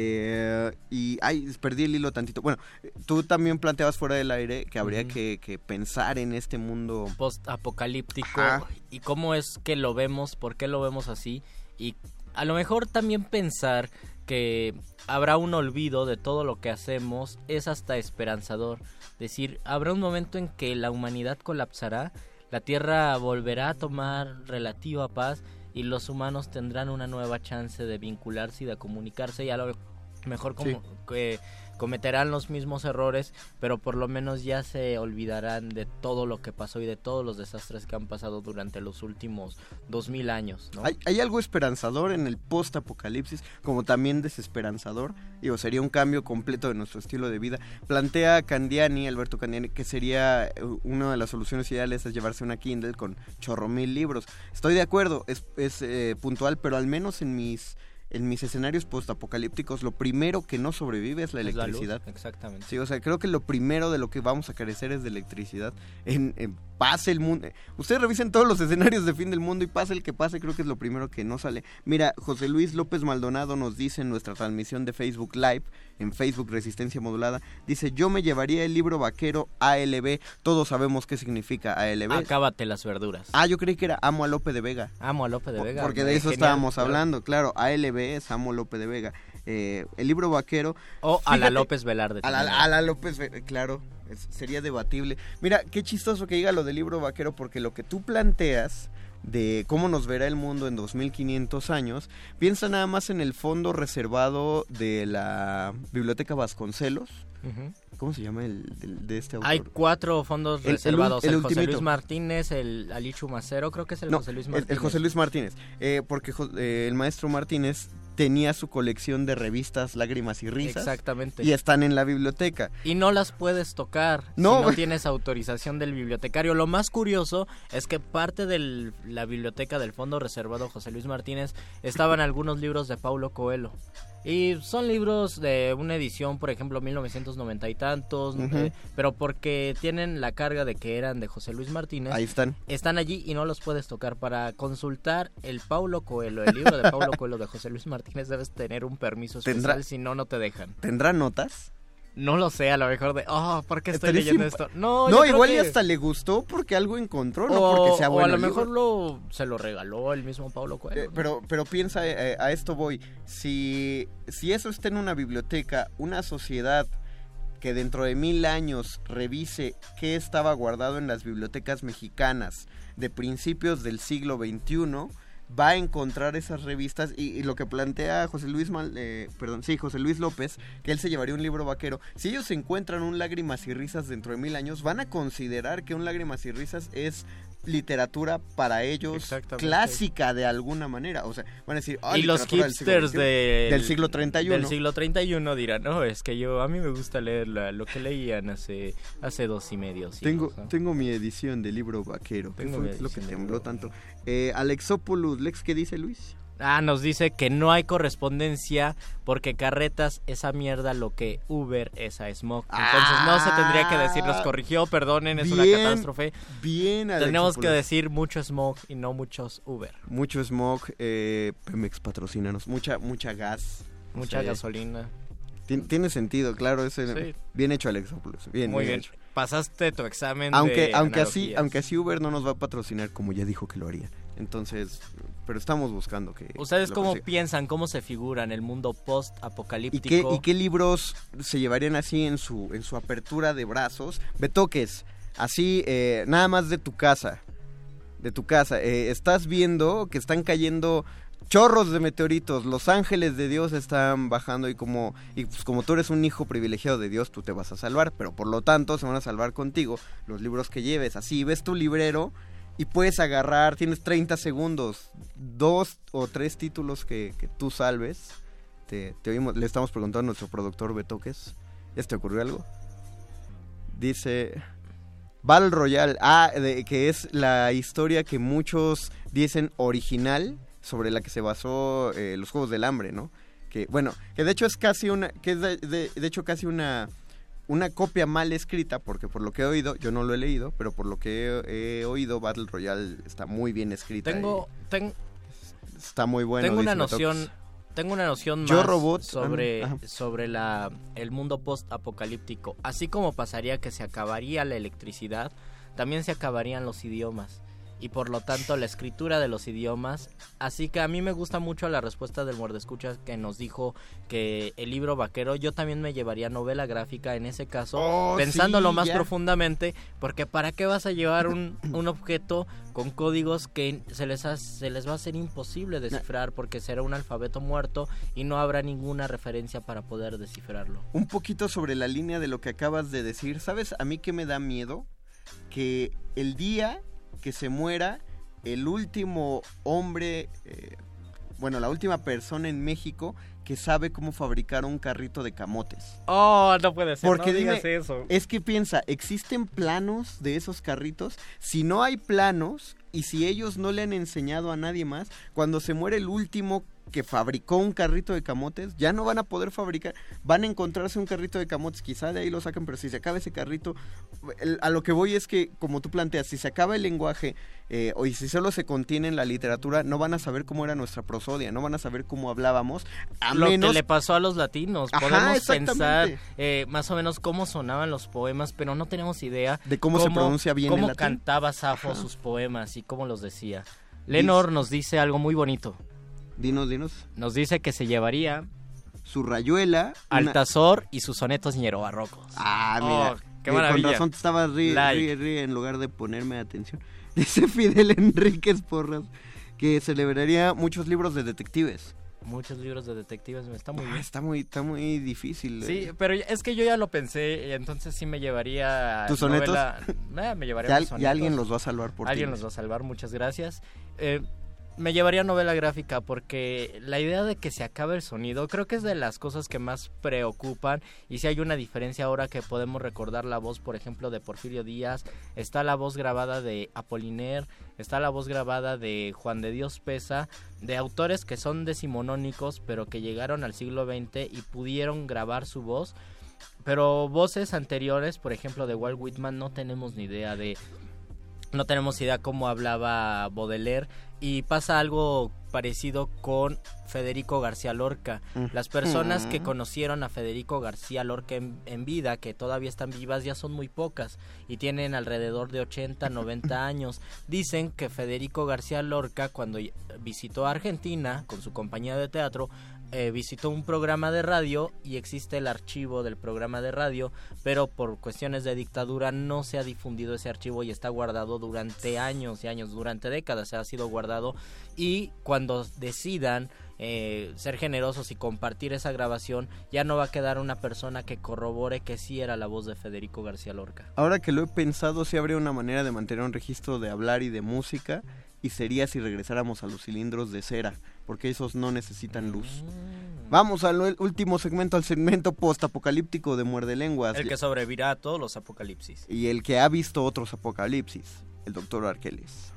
Eh, y, ay, perdí el hilo tantito. Bueno, tú también planteabas fuera del aire que habría Ujú. que, que pensar en este mundo Post-apocalíptico Ajá. y cómo es que lo vemos, por qué lo vemos así, y a lo mejor también pensar que habrá un olvido de todo lo que hacemos es hasta esperanzador. Decir, habrá un momento en que la humanidad colapsará, la Tierra volverá a tomar relativa paz y los humanos tendrán una nueva chance de vincularse y de comunicarse, y a lo mejor como Sí. que cometerán los mismos errores, pero por lo menos ya se olvidarán de todo lo que pasó y de todos los desastres que han pasado durante los últimos dos mil años, ¿no? Hay, hay algo esperanzador en el post-apocalipsis, como también desesperanzador. Digo, sería un cambio completo de nuestro estilo de vida. Plantea Candiani, Alberto Candiani, que sería eh, una de las soluciones ideales es llevarse una Kindle con chorro mil libros. Estoy de acuerdo, es, es eh, puntual, pero al menos en mis... En mis escenarios postapocalípticos, lo primero que no sobrevive es la Es la luz, electricidad. exactamente. Sí, o sea, creo que lo primero de lo que vamos a carecer es de electricidad. En, en pase el mundo. Ustedes revisen todos los escenarios de fin del mundo y pase el que pase, creo que es lo primero que no sale. Mira, José Luis López Maldonado nos dice en nuestra transmisión de Facebook Live, en Facebook Resistencia Modulada, dice, yo me llevaría el libro vaquero A L B. Todos sabemos qué significa A L B. Acábate las verduras. Ah, yo creí que era Amo a Lope de Vega. Amo a Lope de Por- Vega. Porque de eh, eso genial, estábamos claro. hablando, claro. A L B es Amo Lope de Vega. Eh, el libro vaquero. O a la Fíjate, López Velarde. A la, también. a la López, Ve- claro, es- sería debatible. Mira, qué chistoso que diga lo del libro vaquero, porque lo que tú planteas de cómo nos verá el mundo en dos mil quinientos años, piensa nada más en el fondo reservado de la Biblioteca Vasconcelos. Ujú. ¿Cómo se llama el del- de este autor? Hay cuatro fondos El- el reservados. ul- El, el José ultimito. Luis Martínez, el Alichu Macero, creo que es el No, José Luis el- Martínez. el José Luis Martínez, eh, porque jo- eh, el maestro Martínez tenía su colección de revistas Lágrimas y Risas. Exactamente. Y están en la biblioteca. Y no las puedes tocar No. si no tienes autorización del bibliotecario. Lo más curioso es que parte de la biblioteca del Fondo Reservado José Luis Martínez estaban algunos libros de Paulo Coelho. Y son libros de una edición, por ejemplo, mil novecientos noventa y tantos, Ujú. eh, pero porque tienen la carga de que eran de José Luis Martínez. Ahí están. Están allí y no los puedes tocar. Para consultar el Paulo Coelho, el libro de Paulo Coelho de José Luis Martínez, debes tener un permiso especial, ¿Tendrá- si no, no te dejan. ¿Tendrá notas? No lo sé, a lo mejor de, oh, ¿por qué estoy Estaría leyendo simpa- esto? No, No, yo creo igual y que- hasta le gustó porque algo encontró, no o, porque sea o bueno. a lo el mejor libro. lo se lo regaló el mismo Paulo Coelho. Eh, ¿no? pero, pero piensa, eh, a esto voy. Si, si eso está en una biblioteca, una sociedad que dentro de mil años revise qué estaba guardado en las bibliotecas mexicanas de principios del siglo veintiuno, va a encontrar esas revistas y, y lo que plantea José Luis Mal, eh, perdón, sí, José Luis López, que él se llevaría un libro vaquero. Si ellos encuentran un Lágrimas y Risas dentro de mil años, van a considerar que un Lágrimas y Risas es literatura para ellos clásica de alguna manera, o sea, van a decir, oh, y los hipsters del, del siglo treinta y uno del siglo treinta y uno dirán, no, es que yo a mí me gusta leer la, lo que leían hace hace dos y medio siglos, tengo ¿no? tengo mi edición de libro vaquero, tengo fue lo que tembló tanto. eh, Alexopoulos, Lex, ¿qué dice Luis? Ah, nos dice que no hay correspondencia porque carretas esa mierda lo que Uber es a Smog. Entonces ah, no se tendría que decir, nos corrigió, perdonen, es bien, una catástrofe. Bien, Alex, tenemos que decir mucho Smog y no muchos Uber. Mucho Smog, eh, Pemex patrocínanos, mucha mucha gas. Mucha o sea, gasolina. Tiene, tiene sentido, claro, ese sí. Bien hecho, Alexopoulos. Bien, muy bien, bien. Hecho. Pasaste tu examen aunque, de aunque así, analogías. aunque así Uber no nos va a patrocinar como ya dijo que lo haría. Entonces, pero estamos buscando que... ¿Ustedes cómo consiga. piensan, cómo se figuran el mundo post-apocalíptico? ¿Y qué, ¿Y qué libros se llevarían así en su en su apertura de brazos? Betoques, así, eh, nada más de tu casa, de tu casa. Eh, estás viendo que están cayendo chorros de meteoritos, los ángeles de Dios están bajando y como y pues como tú eres un hijo privilegiado de Dios, tú te vas a salvar, pero por lo tanto se van a salvar contigo los libros que lleves. Así ves tu librero y puedes agarrar, tienes treinta segundos, dos o tres títulos que, que tú salves. Te, te oímos, le estamos preguntando a nuestro productor Betoques, ¿ya se te ocurrió algo? Dice Battle Royale, ah, de, que es la historia que muchos dicen original, sobre la que se basó eh, los Juegos del Hambre, ¿no? Que bueno, que de hecho es casi una, que es de, de, de hecho casi una una copia mal escrita, porque por lo que he oído, yo no lo he leído, pero por lo que he, he oído, Battle Royale está muy bien escrita. Tengo, ten, está muy bueno. Tengo una dice noción, Betoques. tengo una noción Yo más Robot, sobre ajá. sobre la el mundo post-apocalíptico. Así como pasaría que se acabaría la electricidad, también se acabarían los idiomas. Y por lo tanto la escritura de los idiomas. Así que a mí me gusta mucho la respuesta del Muerdescuchas que nos dijo que el libro vaquero, yo también me llevaría novela gráfica en ese caso, oh, pensándolo sí, más ya. profundamente, porque ¿para qué vas a llevar un, un objeto con códigos que se les, ha, se les va a hacer imposible descifrar porque será un alfabeto muerto y no habrá ninguna referencia para poder descifrarlo? Un poquito sobre la línea de lo que acabas de decir, ¿sabes a mí qué me da miedo? Que el día que se muera el último hombre, eh, bueno, la última persona en México que sabe cómo fabricar un carrito de camotes. Oh, no puede ser, Porque no digas dime, eso. Es que piensa, ¿existen planos de esos carritos? Si no hay planos y si ellos no le han enseñado a nadie más, cuando se muere el último que fabricó un carrito de camotes, ya no van a poder fabricar, van a encontrarse un carrito de camotes, quizá de ahí lo sacan, pero si se acaba ese carrito, el, a lo que voy es que, como tú planteas, si se acaba el lenguaje, eh, o y si solo se contiene en la literatura, no van a saber cómo era nuestra prosodia, no van a saber cómo hablábamos, a lo menos... que le pasó a los latinos. Ajá, podemos pensar exactamente. eh, más o menos cómo sonaban los poemas, pero no tenemos idea de cómo, se pronuncia bien cómo el latín. cantaba Safo Ajá. sus poemas y cómo los decía. Lenor nos dice algo muy bonito. Dinos, dinos. Nos dice que se llevaría su rayuela, Altazor una... y sus sonetos ñerobarrocos. Ah, mira. Oh, qué maravilla. Con razón te estabas ríe, like. ríe, ríe en lugar de ponerme atención. Dice Fidel Enríquez Porras que celebraría muchos libros de detectives. Muchos libros de detectives, está muy ah, bien. Está muy, está muy difícil. Sí, eh. pero es que yo ya lo pensé y entonces sí me llevaría... ¿Tus sonetos? Novela... Eh, me llevaría ya, mis sonetos. Ya alguien los va a salvar por Alguien ti. los va a salvar, muchas gracias. Eh... Me llevaría novela gráfica porque la idea de que se acabe el sonido creo que es de las cosas que más preocupan, y si hay una diferencia ahora que podemos recordar la voz, por ejemplo, de Porfirio Díaz, está la voz grabada de Apollinaire, está la voz grabada de Juan de Dios Pesa, de autores que son decimonónicos pero que llegaron al siglo veinte y pudieron grabar su voz, pero voces anteriores, por ejemplo de Walt Whitman, no tenemos ni idea de... No tenemos idea cómo hablaba Baudelaire, y pasa algo parecido con Federico García Lorca. Las personas que conocieron a Federico García Lorca en, en vida, que todavía están vivas, ya son muy pocas y tienen alrededor de ochenta, noventa años. Dicen que Federico García Lorca, cuando visitó Argentina con su compañía de teatro, eh, visitó un programa de radio y existe el archivo del programa de radio, pero por cuestiones de dictadura no se ha difundido ese archivo y está guardado durante años y años, durante décadas se ha sido guardado, y cuando decidan eh, ser generosos y compartir esa grabación, ya no va a quedar una persona que corrobore que sí era la voz de Federico García Lorca. Ahora que lo he pensado, sí habría una manera de mantener un registro de hablar y de música, y sería si regresáramos a los cilindros de cera, porque esos no necesitan luz. Mm. Vamos al último segmento, al segmento postapocalíptico de Muerde Lenguas. El que sobrevivirá a todos los apocalipsis. Y el que ha visto otros apocalipsis, el doctor Arqueles.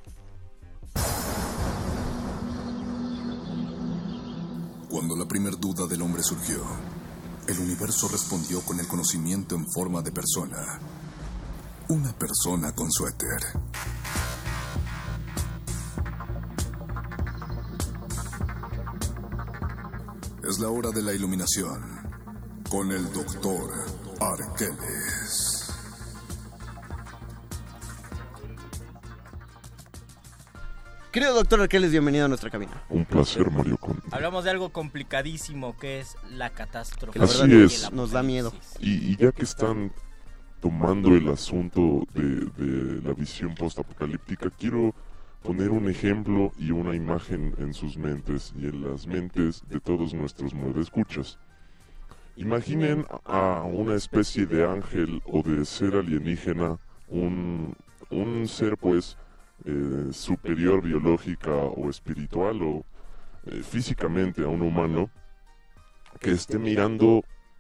Cuando la primer duda del hombre surgió, el universo respondió con el conocimiento en forma de persona. Una persona con suéter. Es la hora de la iluminación con el doctor Arqueles. Querido doctor Arqueles, bienvenido a nuestra cabina. Un placer, Mario Conde. Hablamos de algo complicadísimo que es la catástrofe. Así es. Nos da miedo. Y, y ya que están tomando el asunto de, de la visión postapocalíptica, quiero poner un ejemplo y una imagen en sus mentes y en las mentes de todos nuestros muerdescuchas. Imaginen a una especie de ángel o de ser alienígena, un, un ser pues eh, superior biológica o espiritual o eh, físicamente a un humano, que esté mirando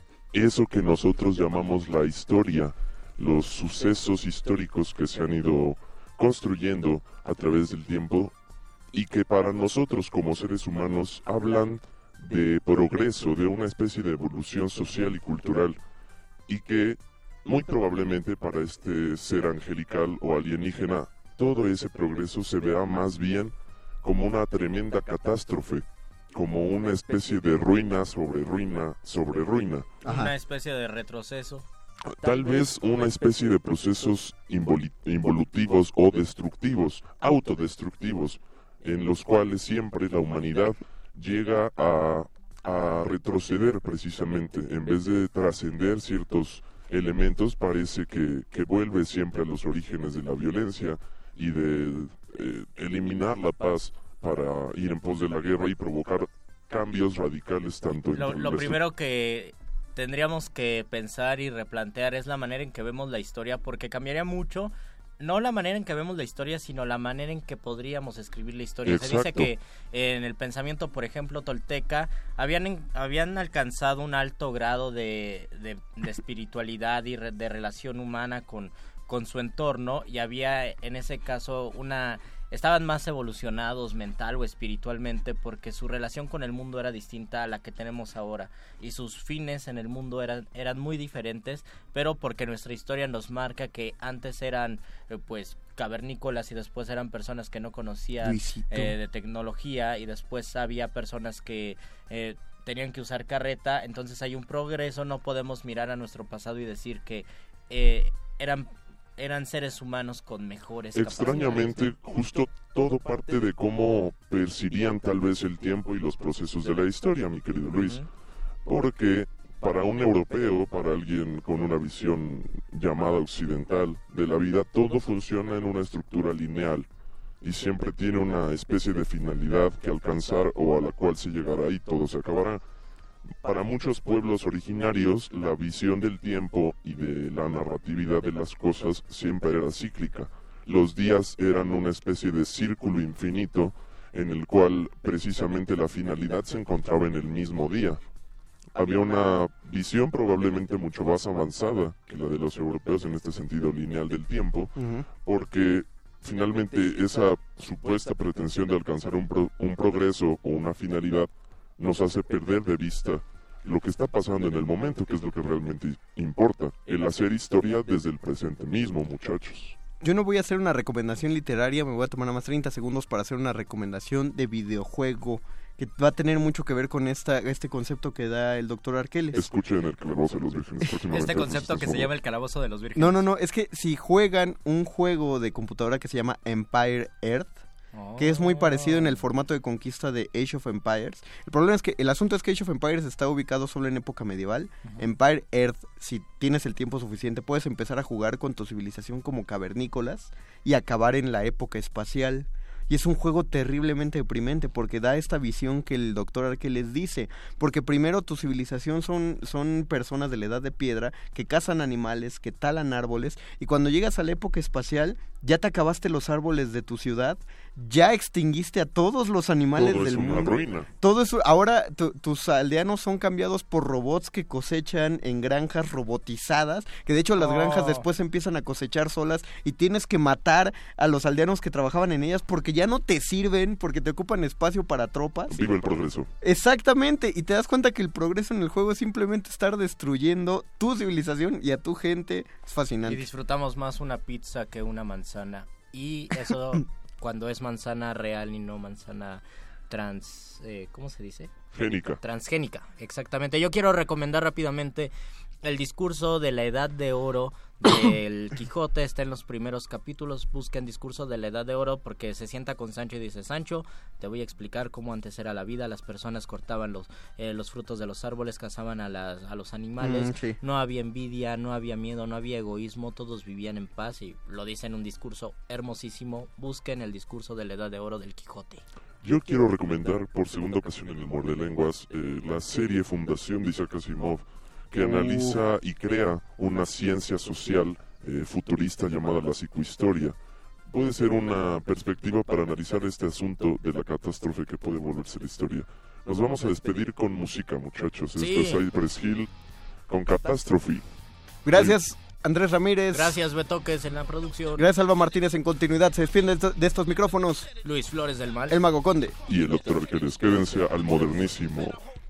eso que nosotros llamamos la historia, los sucesos históricos que se han ido construyendo a través del tiempo y que para nosotros como seres humanos hablan de progreso, de una especie de evolución social y cultural, y que muy probablemente para este ser angelical o alienígena todo ese progreso se vea más bien como una tremenda catástrofe, como una especie de ruina sobre ruina sobre ruina. Ajá. Una especie de retroceso. Tal vez una especie de procesos involu- involutivos o destructivos, autodestructivos, en los cuales siempre la humanidad llega a, a retroceder precisamente. En vez de trascender ciertos elementos, parece que, que vuelve siempre a los orígenes de la violencia y de eh, eliminar la paz para ir en pos de la guerra y provocar cambios radicales tanto en lo, lo primero que tendríamos que pensar y replantear es la manera en que vemos la historia, porque cambiaría mucho, no la manera en que vemos la historia, sino la manera en que podríamos escribir la historia. Exacto. Se dice que eh, en el pensamiento, por ejemplo, tolteca, habían en, habían alcanzado un alto grado de, de, de espiritualidad y re, de relación humana con, con su entorno, y había en ese caso una... estaban más evolucionados mental o espiritualmente porque su relación con el mundo era distinta a la que tenemos ahora y sus fines en el mundo eran, eran muy diferentes, pero porque nuestra historia nos marca que antes eran eh, pues cavernícolas y después eran personas que no conocían eh, de tecnología y después había personas que eh, tenían que usar carreta, entonces hay un progreso, no podemos mirar a nuestro pasado y decir que eh, eran eran seres humanos con mejores Extrañamente, justo todo parte de cómo percibían tal vez el tiempo y los procesos de la historia, mi querido Luis. Porque para un europeo, para alguien con una visión llamada occidental de la vida, todo funciona en una estructura lineal y siempre tiene una especie de finalidad que alcanzar o a la cual se llegará y todo se acabará. Para muchos pueblos originarios, la visión del tiempo y de la narratividad de las cosas siempre era cíclica. Los días eran una especie de círculo infinito en el cual precisamente la finalidad se encontraba en el mismo día. Había una visión probablemente mucho más avanzada que la de los europeos en este sentido lineal del tiempo, uh-huh. porque finalmente esa supuesta pretensión de alcanzar un, pro- un progreso o una finalidad nos hace perder de vista lo que está pasando en el momento, que es lo que realmente importa, el hacer historia desde el presente mismo, muchachos. Yo no voy a hacer una recomendación literaria, me voy a tomar nada más treinta segundos para hacer una recomendación de videojuego que va a tener mucho que ver con esta este concepto que da el doctor Arqueles. Escuchen el Calabozo de los Vírgenes. Este concepto que se llama el Calabozo de los Vírgenes. No, no, no, es que si juegan un juego de computadora que se llama Empire Earth, oh. que es muy parecido en el formato de conquista de Age of Empires. El problema es que el asunto es que Age of Empires está ubicado solo en época medieval. Uh-huh. Empire Earth, si tienes el tiempo suficiente, puedes empezar a jugar con tu civilización como cavernícolas y acabar en la época espacial. Y es un juego terriblemente deprimente porque da esta visión que el doctor Arqueles dice. Porque primero tu civilización son, son personas de la edad de piedra que cazan animales, que talan árboles. Y cuando llegas a la época espacial, ya te acabaste los árboles de tu ciudad, ya extinguiste a todos los animales Todo del es una mundo. ruina. Todo eso, ahora tu, tus aldeanos son cambiados por robots que cosechan en granjas robotizadas, que de hecho las Oh. granjas después empiezan a cosechar solas y tienes que matar a los aldeanos que trabajaban en ellas porque ya no te sirven, porque te ocupan espacio para tropas. Viva el progreso. Exactamente, y te das cuenta que el progreso en el juego es simplemente estar destruyendo tu civilización y a tu gente. Es fascinante. Y disfrutamos más una pizza que una manzana. Y eso cuando es manzana real y no manzana trans... Eh, ¿Cómo se dice? Génica. Transgénica, exactamente. Yo quiero recomendar rápidamente el discurso de la Edad de Oro del Quijote. Está en los primeros capítulos. Busquen Discurso de la Edad de Oro porque se sienta con Sancho y dice: Sancho, te voy a explicar cómo antes era la vida. Las personas cortaban los eh, los frutos de los árboles, cazaban a, las, a los animales. Mm, sí. No había envidia, no había miedo, no había egoísmo. Todos vivían en paz y lo dice en un discurso hermosísimo. Busquen el Discurso de la Edad de Oro del Quijote. Yo quiero recomendar por segunda ocasión en el Muerde Lenguas eh, la serie Fundación de Isaac Asimov, que analiza y crea una ciencia social eh, futurista llamada la psicohistoria. Puede ser una perspectiva para analizar este asunto de la catástrofe que puede volverse la historia. Nos vamos a despedir con música, muchachos. Sí. Esto es Cypress Hill con Catástrofe. Gracias, Andrés Ramírez. Gracias, Betoques, en la producción. Gracias, Alba Martínez, en continuidad. Se despiden de, esto- de estos micrófonos Luis Flores del Mal. el Mago Conde. Y el doctor Arqueles. Quédense al modernísimo.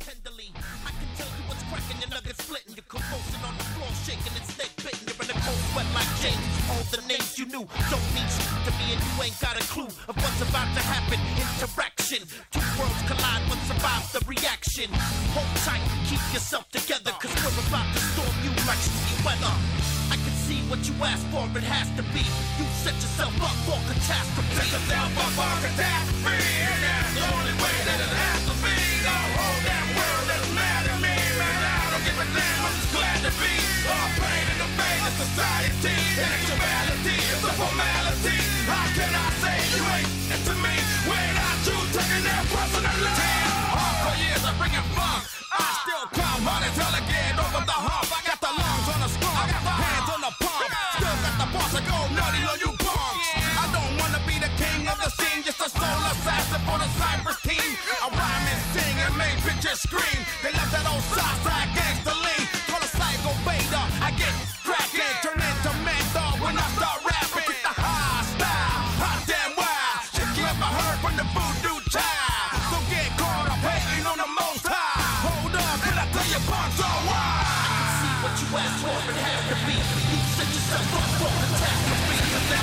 Sweat like James, all the names you knew don't mean shit to me, and you ain't got a clue of what's about to happen. Interaction, two worlds collide, one survives the reaction. Hold tight, keep yourself together, cause we're about to storm you like shitty weather. I can see what you asked for, it has to be. You set yourself up for catastrophe. Set yourself up for catastrophe, and that's the only way that it has to be. The whole damn world is mad at me, man. I don't give a damn, I'm just glad to be. All pain in the vein of society, actuality is a formality. How can I say you ain't into me without you taking that personality? All for years I bring it funk, I still come hard as hell again over the hump. I got the lungs on the skunk, I got the hands on the pump, still got the boss to go nutty on you punks. I don't wanna be the king of the scene, just a soul assassin for the Cypress team. I rhyme and sing and make bitches scream. They love that old Southside gangster lean. Call a psycho beta, I get cracking, turn into menthol when I start rapping. With the high style, hot damn wild, shit you ever heard from the voodoo child. Don't get caught up hating on the most high. Hold up, till I tell you punch so wide. I can see what you asked for, it has to be. You set yourself up for catastrophe.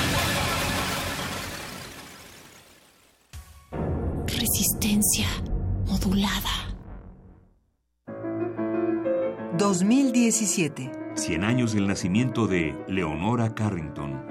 Resistencia modulada. dos mil diecisiete. cien años del nacimiento de Leonora Carrington.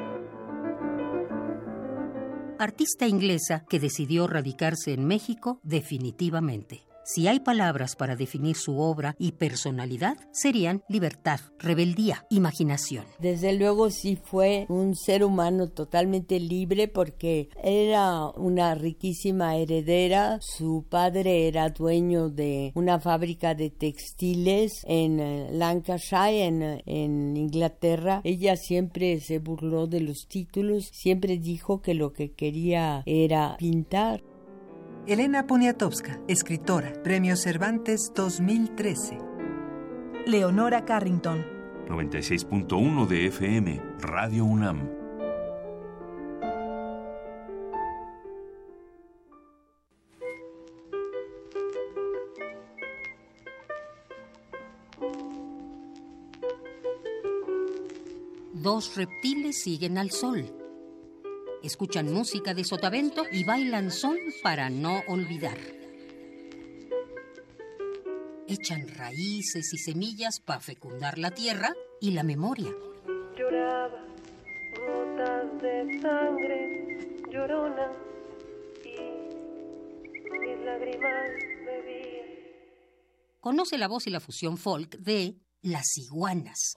Artista inglesa que decidió radicarse en México definitivamente. Si hay palabras para definir su obra y personalidad, serían libertad, rebeldía, imaginación. Desde luego sí fue un ser humano totalmente libre porque era una riquísima heredera. Su padre era dueño de una fábrica de textiles en Lancashire, en, en Inglaterra. Ella siempre se burló de los títulos, siempre dijo que lo que quería era pintar. Elena Poniatowska, escritora, Premio Cervantes dos mil trece. Leonora Carrington. noventa y seis punto uno de F M, Radio UNAM. Dos reptiles siguen al sol. Escuchan música de sotavento y bailan son para no olvidar. Echan raíces y semillas para fecundar la tierra y la memoria. Lloraba gotas de sangre, llorona, lagrimal bebía. Conoce la voz y la fusión folk de Las Iguanas.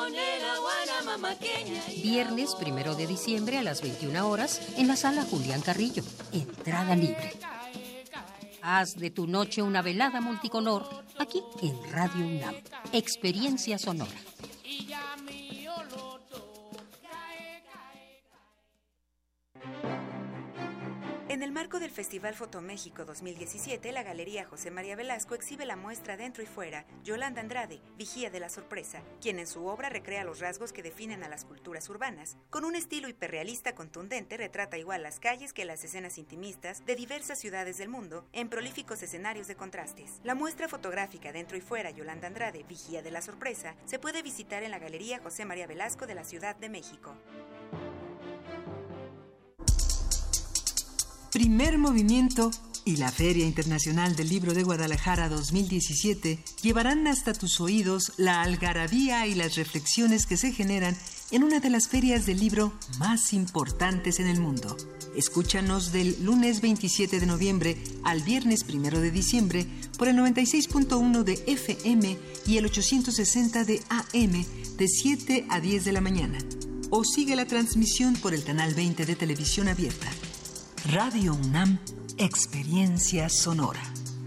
Viernes primero de diciembre a las veintiuna horas en la sala Julián Carrillo. Entrada libre. Haz de tu noche una velada multicolor aquí en Radio UNAM. Experiencia sonora. En el marco del Festival Fotoméxico dos mil diecisiete, la Galería José María Velasco exhibe la muestra Dentro y Fuera, Yolanda Andrade, Vigía de la Sorpresa, quien en su obra recrea los rasgos que definen a las culturas urbanas. Con un estilo hiperrealista contundente, retrata igual las calles que las escenas intimistas de diversas ciudades del mundo, en prolíficos escenarios de contrastes. La muestra fotográfica Dentro y Fuera, Yolanda Andrade, Vigía de la Sorpresa, se puede visitar en la Galería José María Velasco de la Ciudad de México. Primer Movimiento y la Feria Internacional del Libro de Guadalajara dos mil diecisiete llevarán hasta tus oídos la algarabía y las reflexiones que se generan en una de las ferias del libro más importantes en el mundo. Escúchanos del lunes veintisiete de noviembre al viernes primero de diciembre por el noventa y seis punto uno de F M y el ochocientos sesenta de A M de siete a diez de la mañana. O sigue la transmisión por el canal veinte de Televisión Abierta. Radio UNAM, Experiencia Sonora.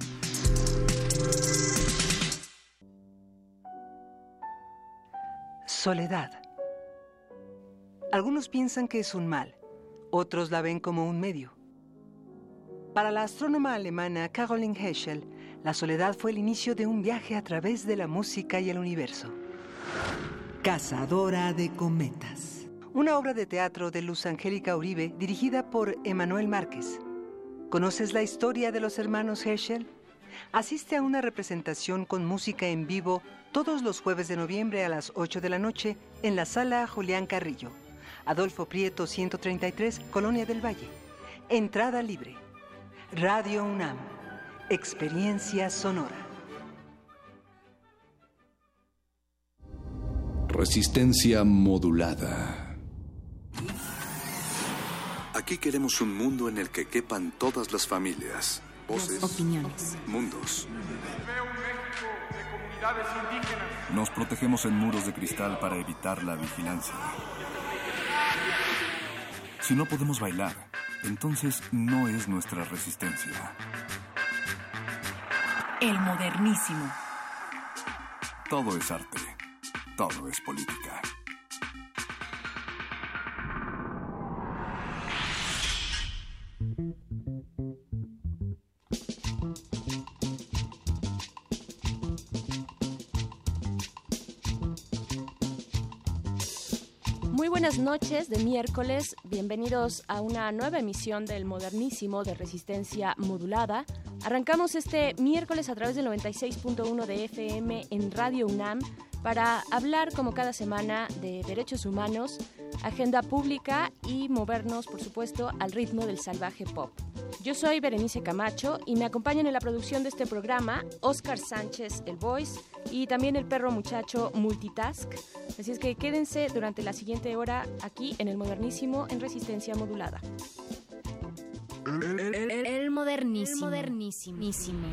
Soledad. Algunos piensan que es un mal, otros la ven como un medio. Para la astrónoma alemana Caroline Herschel, la soledad fue el inicio de un viaje a través de la música y el universo. Cazadora de cometas. Una obra de teatro de Luz Angélica Uribe dirigida por Emanuel Márquez. ¿Conoces la historia de los hermanos Herschel? Asiste a una representación con música en vivo todos los jueves de noviembre a las ocho de la noche en la sala Julián Carrillo, Adolfo Prieto ciento treinta y tres, Colonia del Valle. Entrada libre. Radio UNAM. Experiencia sonora. Resistencia modulada. Aquí queremos un mundo en el que quepan todas las familias, voces, opiniones, mundos. Veo un México de comunidades indígenas. Nos protegemos en muros de cristal para evitar la vigilancia. Si no podemos bailar, entonces no es nuestra resistencia. El modernísimo. Todo es arte, todo es política. Muy buenas noches de miércoles, bienvenidos a una nueva emisión del Modernísimo de Resistencia Modulada. Arrancamos este miércoles a través del noventa y seis punto uno de F M en Radio UNAM para hablar como cada semana de derechos humanos, agenda pública y movernos, por supuesto, al ritmo del salvaje pop. Yo soy Berenice Camacho y me acompañan en la producción de este programa Oscar Sánchez, el Voice, y también el perro muchacho Multitask. Así es que quédense durante la siguiente hora aquí en el Modernísimo en Resistencia Modulada. El, el, el, el modernísimo. El modernísimo.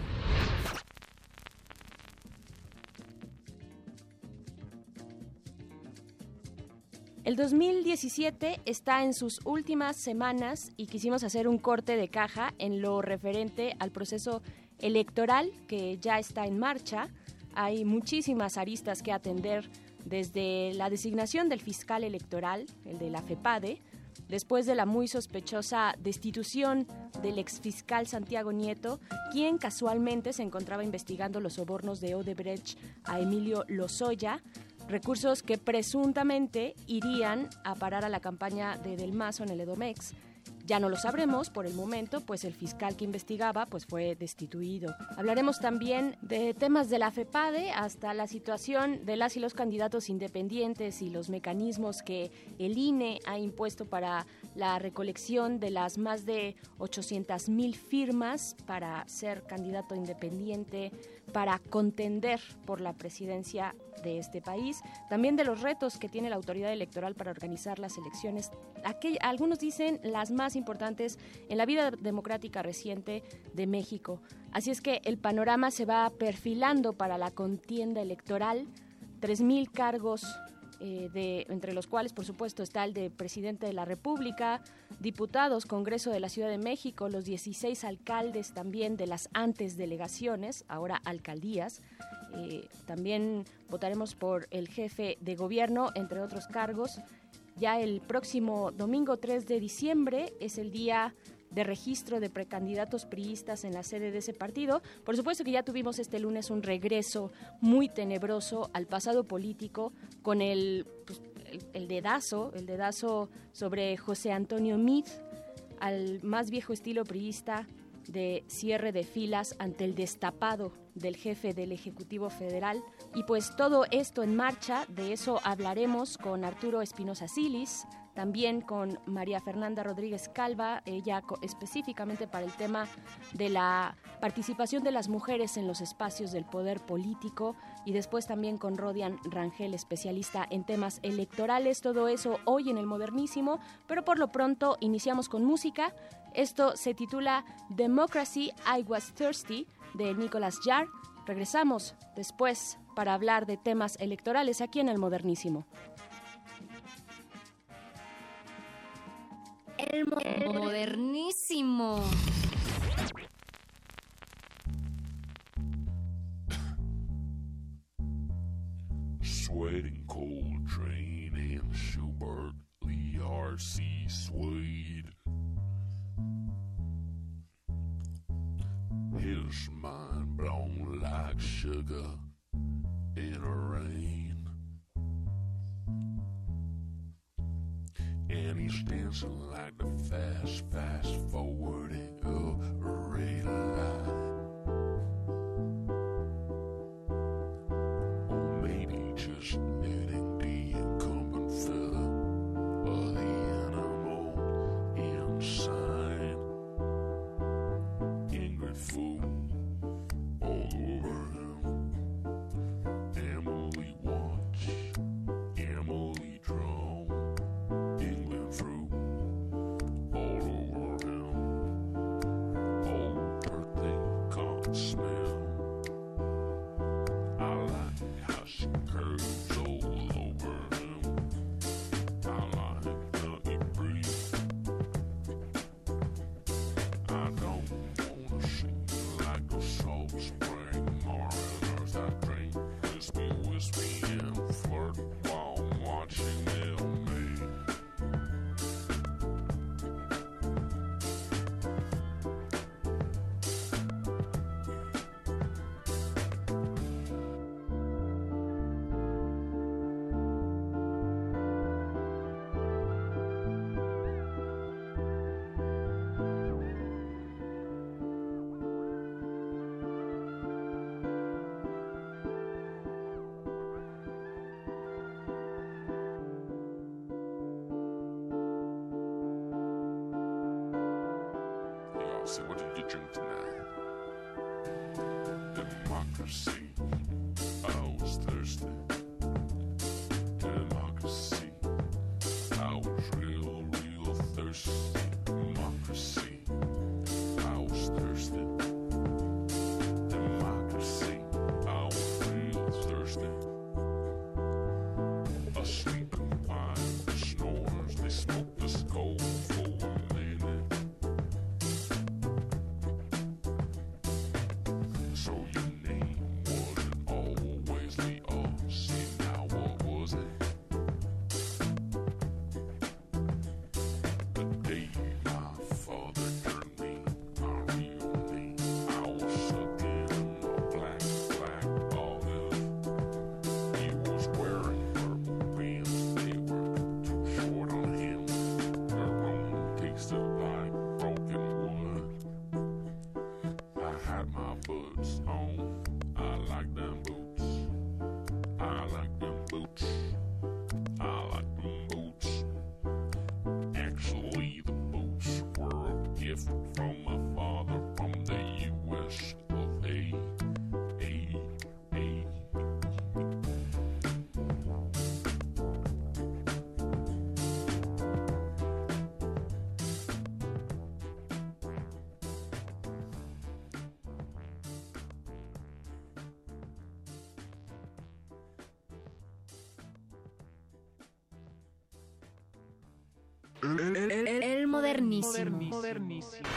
El dos mil diecisiete está en sus últimas semanas y quisimos hacer un corte de caja en lo referente al proceso electoral que ya está en marcha. Hay muchísimas aristas que atender, desde la designación del fiscal electoral, el de la FEPADE, después de la muy sospechosa destitución del exfiscal Santiago Nieto, quien casualmente se encontraba investigando los sobornos de Odebrecht a Emilio Lozoya, recursos que presuntamente irían a parar a la campaña de Del Mazo en el Edomex. Ya no lo sabremos por el momento, pues el fiscal que investigaba pues fue destituido. Hablaremos también de temas de la FEPADE hasta la situación de las y los candidatos independientes y los mecanismos que el I N E ha impuesto para la recolección de las más de ochocientas mil firmas para ser candidato independiente, para contender por la presidencia de este país, también de los retos que tiene la autoridad electoral para organizar las elecciones, aquel, algunos dicen las más importantes en la vida democrática reciente de México. Así es que el panorama se va perfilando para la contienda electoral, tres mil cargos, Eh, de, entre los cuales, por supuesto, está el de presidente de la República, diputados, Congreso de la Ciudad de México, los dieciséis alcaldes también de las antes delegaciones, ahora alcaldías. Eh, también votaremos por el jefe de gobierno, entre otros cargos. Ya el próximo domingo tres de diciembre es el día de registro de precandidatos priistas en la sede de ese partido. Por supuesto que ya tuvimos este lunes un regreso muy tenebroso al pasado político con el, pues, el, el dedazo, el dedazo sobre José Antonio Meade, al más viejo estilo priista de cierre de filas ante el destapado del jefe del Ejecutivo Federal. Y pues todo esto en marcha, de eso hablaremos con Arturo Espinosa Silis, también con María Fernanda Rodríguez Calva, ella específicamente para el tema de la participación de las mujeres en los espacios del poder político, y después también con Rodian Rangel, especialista en temas electorales. Todo eso hoy en el Modernísimo, pero por lo pronto iniciamos con música. Esto se titula Democracy, I Was Thirsty, de Nicolas Jarre. Regresamos después para hablar de temas electorales aquí en el Modernísimo. El, mo- el Modernísimo. Sweating Coltrane and Schubert, Lee R C Swede. His mind blown like sugar in a rain. And he's dancing like the fast, fast forwarding of a red light. Or maybe just knitting the incumbent feather of the animal inside. Ingrid Fool all over him. Emily Watch, Emily Draw. England through all over him. Old birthday can't smell. I like how she curves all over him. I like how he breathes. I don't wanna sing like a salt spring mariners. I drink whiskey, whiskey and flirt while watching them make. Yeah, so what did you drink tonight? Democracy. I was thirsty. Democracy. I was real, real thirsty. Democracy. I was thirsty. Democracy. I was real thirsty. Asleep and wine, the snores, they smoke the skull for a minute. So your name wasn't always the Aussie, now what was it? The day my father turned me my real name, I was sucking a black, black olive. He was wearing purple pants, they were too short on him. Their own tasted like broken wood. I had my boots on, I like them boots. I like them boots. I like them boots. Actually, the boots were a gift from my father from the U S of A. A. El, el, el modernísimo. modernísimo.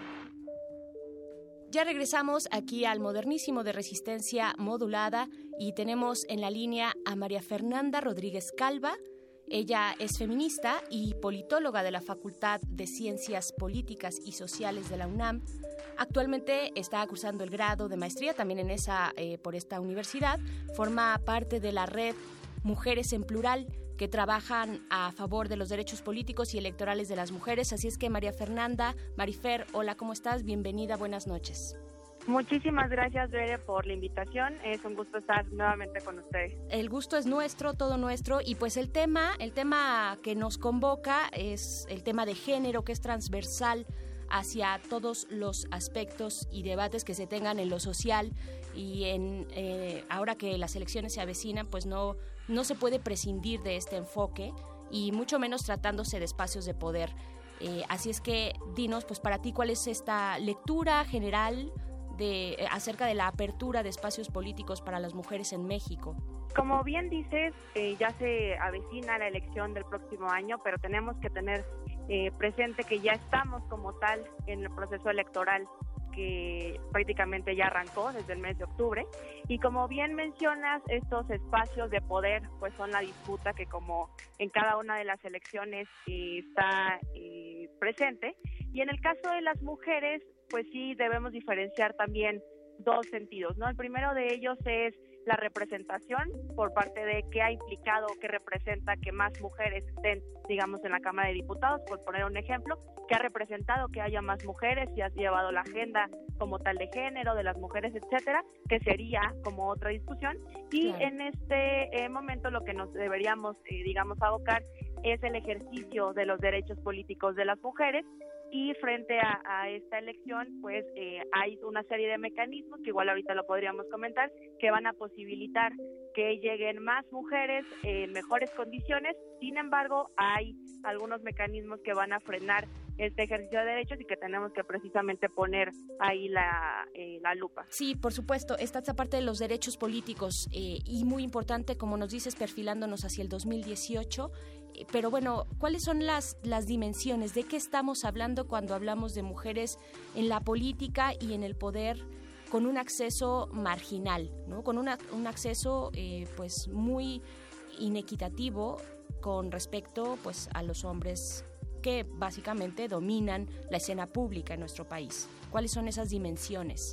Ya regresamos aquí al modernísimo de Resistencia Modulada y tenemos en la línea a María Fernanda Rodríguez Calva. Ella es feminista y politóloga de la Facultad de Ciencias Políticas y Sociales de la UNAM. Actualmente está cursando el grado de maestría también en esa, eh, por esta universidad. Forma parte de la red Mujeres en Plural, que trabajan a favor de los derechos políticos y electorales de las mujeres. Así es que María Fernanda, Marifer, hola, ¿cómo estás? Bienvenida, buenas noches. Muchísimas gracias, Bere, por la invitación. Es un gusto estar nuevamente con ustedes. El gusto es nuestro, todo nuestro. Y pues el tema, el tema que nos convoca es el tema de género, que es transversal hacia todos los aspectos y debates que se tengan en lo social y en eh, ahora que las elecciones se avecinan, pues no, no se puede prescindir de este enfoque y mucho menos tratándose de espacios de poder. Eh, así es que dinos, pues para ti, ¿cuál es esta lectura general de eh, acerca de la apertura de espacios políticos para las mujeres en México? Como bien dices, eh, ya se avecina la elección del próximo año, pero tenemos que tener eh, presente que ya estamos como tal en el proceso electoral que prácticamente ya arrancó desde el mes de octubre. Y como bien mencionas, estos espacios de poder pues son la disputa que como en cada una de las elecciones eh, está eh, presente. Y en el caso de las mujeres, pues sí debemos diferenciar también dos sentidos, ¿no? El primero de ellos es la representación por parte de qué ha implicado, qué representa que más mujeres estén, digamos, en la Cámara de Diputados, por poner un ejemplo, qué ha representado que haya más mujeres, si has llevado la agenda como tal de género, de las mujeres, etcétera, que sería como otra discusión. Y claro, en este eh, momento lo que nos deberíamos, eh, digamos, abocar es el ejercicio de los derechos políticos de las mujeres. Y frente a, a esta elección, pues eh, hay una serie de mecanismos, que igual ahorita lo podríamos comentar, que van a posibilitar que lleguen más mujeres en mejores condiciones. Sin embargo, hay algunos mecanismos que van a frenar este ejercicio de derechos y que tenemos que precisamente poner ahí la, eh, la lupa. Sí, por supuesto, esta parte de los derechos políticos eh, y muy importante, como nos dices, perfilándonos hacia el dos mil dieciocho. Eh, pero bueno, ¿cuáles son las, las dimensiones? ¿De qué estamos hablando cuando hablamos de mujeres en la política y en el poder con un acceso marginal, ¿no? Con una, un acceso eh, pues muy inequitativo con respecto pues a los hombres que básicamente dominan la escena pública en nuestro país? ¿Cuáles son esas dimensiones?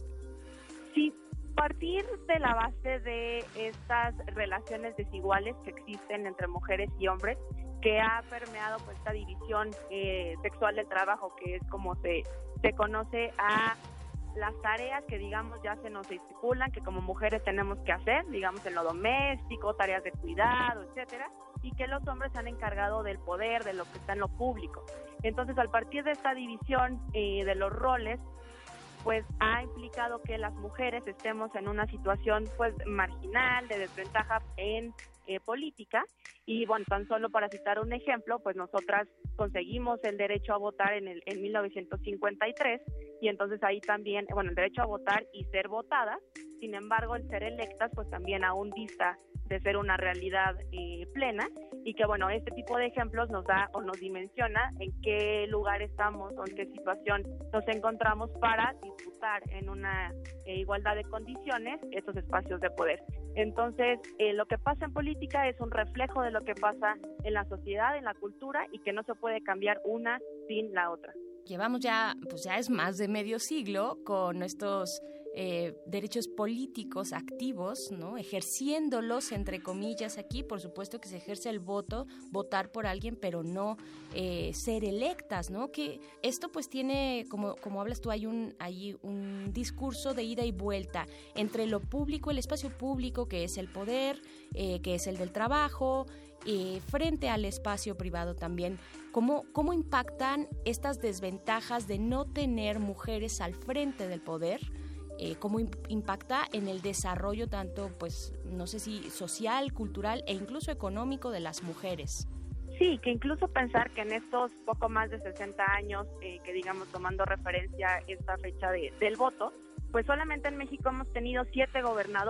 Sí, partir de la base de estas relaciones desiguales que existen entre mujeres y hombres, que ha permeado pues esta división eh, sexual del trabajo, que es como se, se conoce a las tareas que, digamos, ya se nos estipulan que como mujeres tenemos que hacer, digamos, en lo doméstico, tareas de cuidado, etcétera, y que los hombres se han encargado del poder, de lo que está en lo público. Entonces, al partir de esta división eh, de los roles, pues ha implicado que las mujeres estemos en una situación pues marginal, de desventaja en eh, política. Y bueno, tan solo para citar un ejemplo, pues nosotras conseguimos el derecho a votar en el en mil novecientos cincuenta y tres, y entonces ahí también, bueno, el derecho a votar y ser votadas. Sin embargo, el ser electas pues también aún dista de ser una realidad eh, plena, y que bueno, este tipo de ejemplos nos da o nos dimensiona en qué lugar estamos o en qué situación nos encontramos para disputar en una eh, igualdad de condiciones estos espacios de poder. Entonces, eh, lo que pasa en política es un reflejo de lo que pasa en la sociedad, en la cultura, y que no se puede cambiar una sin la otra. Llevamos ya, pues ya es más de medio siglo con estos eh, derechos políticos activos, ¿no? Ejerciéndolos, entre comillas, aquí. Por supuesto que se ejerce el voto, votar por alguien, pero no eh, ser electas, ¿no? Que esto pues tiene, como, como hablas tú, hay un, hay un discurso de ida y vuelta entre lo público, el espacio público, que es el poder, eh, que es el del trabajo, Eh, frente al espacio privado también. ¿Cómo, cómo impactan estas desventajas de no tener mujeres al frente del poder? Eh, ¿Cómo imp- impacta en el desarrollo tanto, pues, no sé si social, cultural e incluso económico de las mujeres? Sí, que incluso pensar que en estos poco más de sesenta años, eh, que digamos tomando referencia esta fecha de, del voto, pues solamente en México hemos tenido siete gobernadoras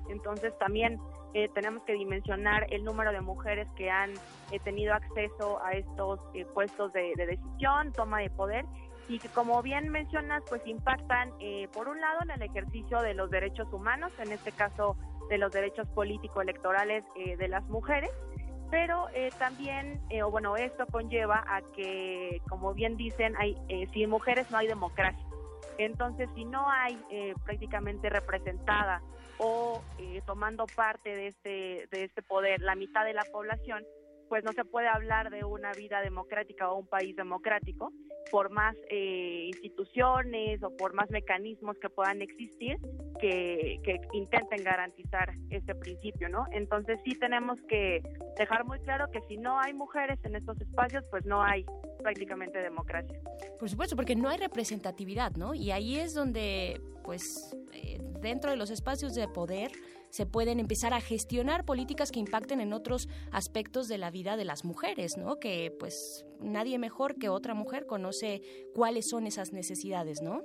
Entonces también eh, tenemos que dimensionar el número de mujeres que han eh, tenido acceso a estos eh, puestos de, de decisión, toma de poder, y que, como bien mencionas, pues impactan eh, por un lado en el ejercicio de los derechos humanos, en este caso de los derechos político-electorales eh, de las mujeres, pero eh, también, eh, o bueno, esto conlleva a que, como bien dicen, hay eh, sin mujeres no hay democracia. Entonces, si no hay eh, prácticamente representada o eh, tomando parte de este de este poder la mitad de la población, pues no se puede hablar de una vida democrática o un país democrático, por más eh, instituciones o por más mecanismos que puedan existir que, que intenten garantizar este principio, ¿no? Entonces sí tenemos que dejar muy claro que si no hay mujeres en estos espacios, pues no hay prácticamente democracia. Por supuesto, porque no hay representatividad, ¿no? Y ahí es donde, pues, eh, dentro de los espacios de poder se pueden empezar a gestionar políticas que impacten en otros aspectos de la vida de las mujeres, ¿no? Que, pues, nadie mejor que otra mujer conoce cuáles son esas necesidades, ¿no?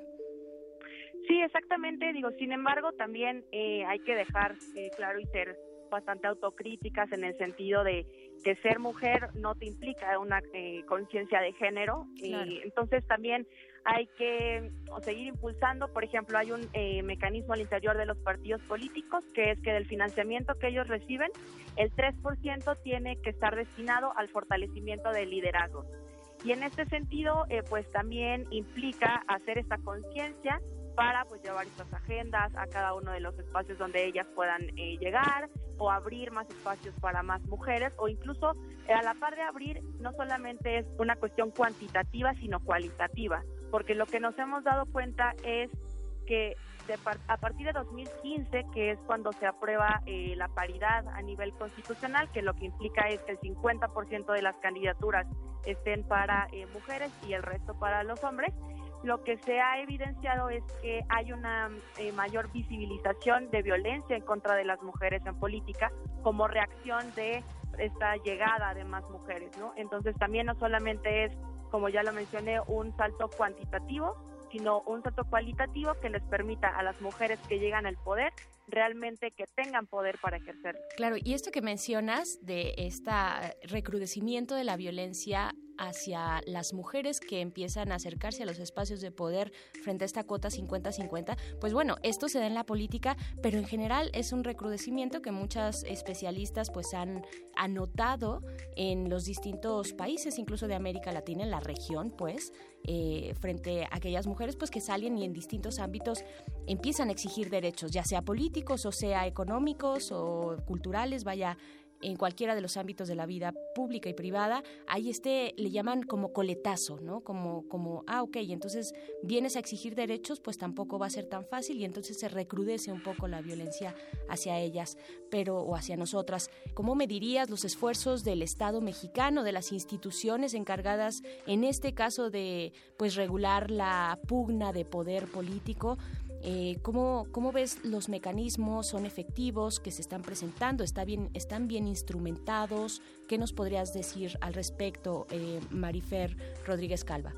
Sí, exactamente. Digo, sin embargo, también eh, hay que dejar eh, claro y ser bastante autocríticas en el sentido de que ser mujer no te implica una eh, conciencia de género. Claro. Y entonces también hay que o, seguir impulsando. Por ejemplo, hay un eh, mecanismo al interior de los partidos políticos, que es que del financiamiento que ellos reciben, el tres por ciento tiene que estar destinado al fortalecimiento del liderazgo. Y en este sentido, eh, pues también implica hacer esta conciencia para pues llevar estas agendas a cada uno de los espacios donde ellas puedan eh, llegar, o abrir más espacios para más mujeres, o incluso eh, a la par de abrir, no solamente es una cuestión cuantitativa, sino cualitativa, porque lo que nos hemos dado cuenta es que de par- a partir de dos mil quince, que es cuando se aprueba eh, la paridad a nivel constitucional, que lo que implica es que el cincuenta por ciento de las candidaturas estén para eh, mujeres y el resto para los hombres, lo que se ha evidenciado es que hay una eh, mayor visibilización de violencia en contra de las mujeres en política como reacción de esta llegada de más mujeres, ¿no? Entonces también no solamente es, como ya lo mencioné, un salto cuantitativo, sino un salto cualitativo que les permita a las mujeres que llegan al poder realmente que tengan poder para ejercerlo. Claro, y esto que mencionas de este recrudecimiento de la violencia hacia las mujeres que empiezan a acercarse a los espacios de poder frente a esta cuota cincuenta cincuenta, pues bueno, esto se da en la política, pero en general es un recrudecimiento que muchas especialistas pues han anotado en los distintos países, incluso de América Latina, en la región, pues, eh, frente a aquellas mujeres pues que salen y en distintos ámbitos empiezan a exigir derechos, ya sea políticos o sea económicos o culturales, vaya, en cualquiera de los ámbitos de la vida pública y privada, hay este, le llaman como coletazo, ¿no? Como, como, ah, ok, entonces vienes a exigir derechos, pues tampoco va a ser tan fácil y entonces se recrudece un poco la violencia hacia ellas, pero, o hacia nosotras. ¿Cómo medirías los esfuerzos del Estado mexicano, de las instituciones encargadas, en este caso de, pues, regular la pugna de poder político? Eh, ¿cómo, ¿Cómo ves los mecanismos? ¿Son efectivos que se están presentando? ¿Está bien, ¿Están bien instrumentados? ¿Qué nos podrías decir al respecto, eh, Marifer Rodríguez Calva?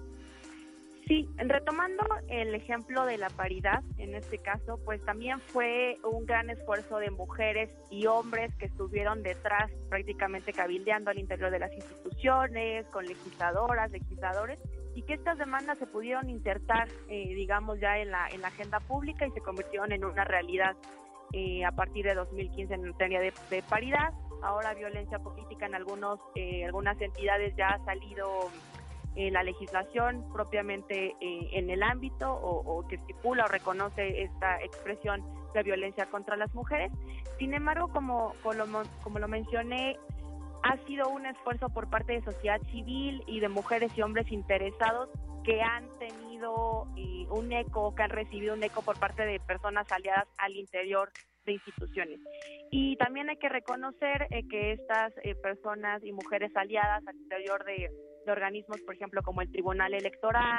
Sí, retomando el ejemplo de la paridad, en este caso, pues también fue un gran esfuerzo de mujeres y hombres que estuvieron detrás, prácticamente cabildeando al interior de las instituciones, con legisladoras, legisladores, y que estas demandas se pudieron insertar, eh, digamos, ya en la en la agenda pública y se convirtieron en una realidad eh, a partir de dos mil quince en materia de, de paridad. Ahora violencia política en algunos eh, algunas entidades ya ha salido eh, la legislación propiamente eh, en el ámbito o, o que estipula o reconoce esta expresión de violencia contra las mujeres. Sin embargo, como, como, lo, como lo mencioné, ha sido un esfuerzo por parte de sociedad civil y de mujeres y hombres interesados que han tenido eh, un eco, que han recibido un eco por parte de personas aliadas al interior de instituciones. Y también hay que reconocer eh, que estas eh, personas y mujeres aliadas al interior de, de organismos, por ejemplo, como el Tribunal Electoral,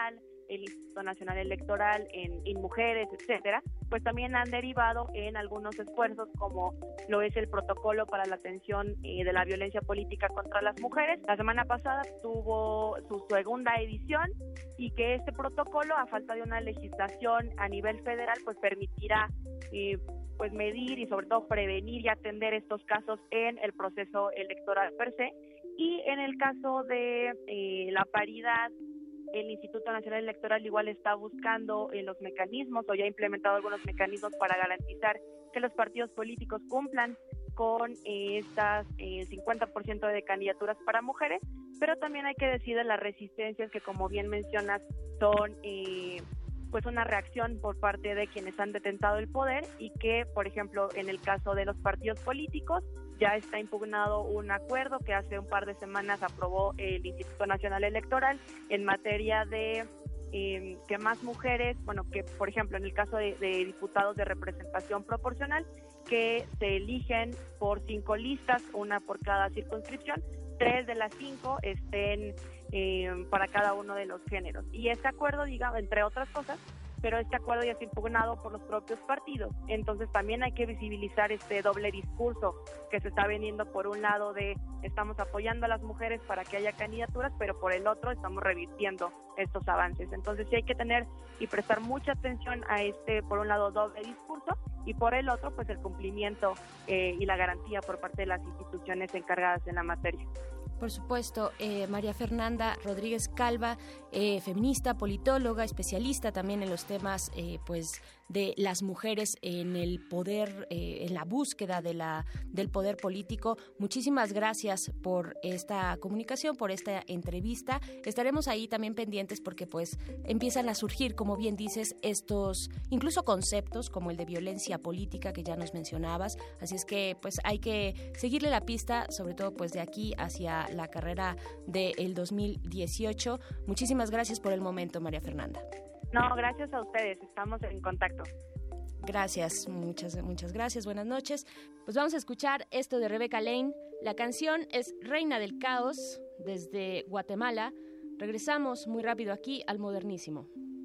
el Instituto Nacional Electoral en InMujeres, etcétera, pues también han derivado en algunos esfuerzos como lo es el protocolo para la atención eh, de la violencia política contra las mujeres. La semana pasada tuvo su segunda edición y que este protocolo, a falta de una legislación a nivel federal, pues permitirá eh, pues medir y sobre todo prevenir y atender estos casos en el proceso electoral per se. Y en el caso de eh, la paridad, el Instituto Nacional Electoral igual está buscando eh, los mecanismos o ya ha implementado algunos mecanismos para garantizar que los partidos políticos cumplan con eh, estas eh, cincuenta por ciento de candidaturas para mujeres, pero también hay que decir de las resistencias que, como bien mencionas, son eh, pues una reacción por parte de quienes han detentado el poder y que, por ejemplo, en el caso de los partidos políticos, ya está impugnado un acuerdo que hace un par de semanas aprobó el Instituto Nacional Electoral en materia de eh, que más mujeres, bueno, que por ejemplo en el caso de, de diputados de representación proporcional, que se eligen por cinco listas, una por cada circunscripción, tres de las cinco estén eh, para cada uno de los géneros. Y este acuerdo, digamos, entre otras cosas, pero este acuerdo ya está impugnado por los propios partidos. Entonces también hay que visibilizar este doble discurso que se está vendiendo por un lado de estamos apoyando a las mujeres para que haya candidaturas, pero por el otro estamos revirtiendo estos avances. Entonces sí hay que tener y prestar mucha atención a este, por un lado, doble discurso y por el otro, pues el cumplimiento eh, y la garantía por parte de las instituciones encargadas en la materia. Por supuesto, eh, María Fernanda Rodríguez Calva, eh, feminista, politóloga, especialista también en los temas eh, pues de las mujeres en el poder, eh, en la búsqueda de la del poder político. Muchísimas gracias por esta comunicación, por esta entrevista. Estaremos ahí también pendientes porque pues empiezan a surgir, como bien dices, estos incluso conceptos como el de violencia política que ya nos mencionabas. Así es que pues hay que seguirle la pista, sobre todo pues de aquí hacia la carrera del dos mil dieciocho. Muchísimas gracias por el momento, María Fernanda. No, gracias a ustedes, estamos en contacto. Gracias, muchas, muchas gracias, buenas noches. Pues vamos a escuchar esto de Rebecca Lane. La canción es Reina del Caos, desde Guatemala. Regresamos muy rápido aquí al Modernísimo.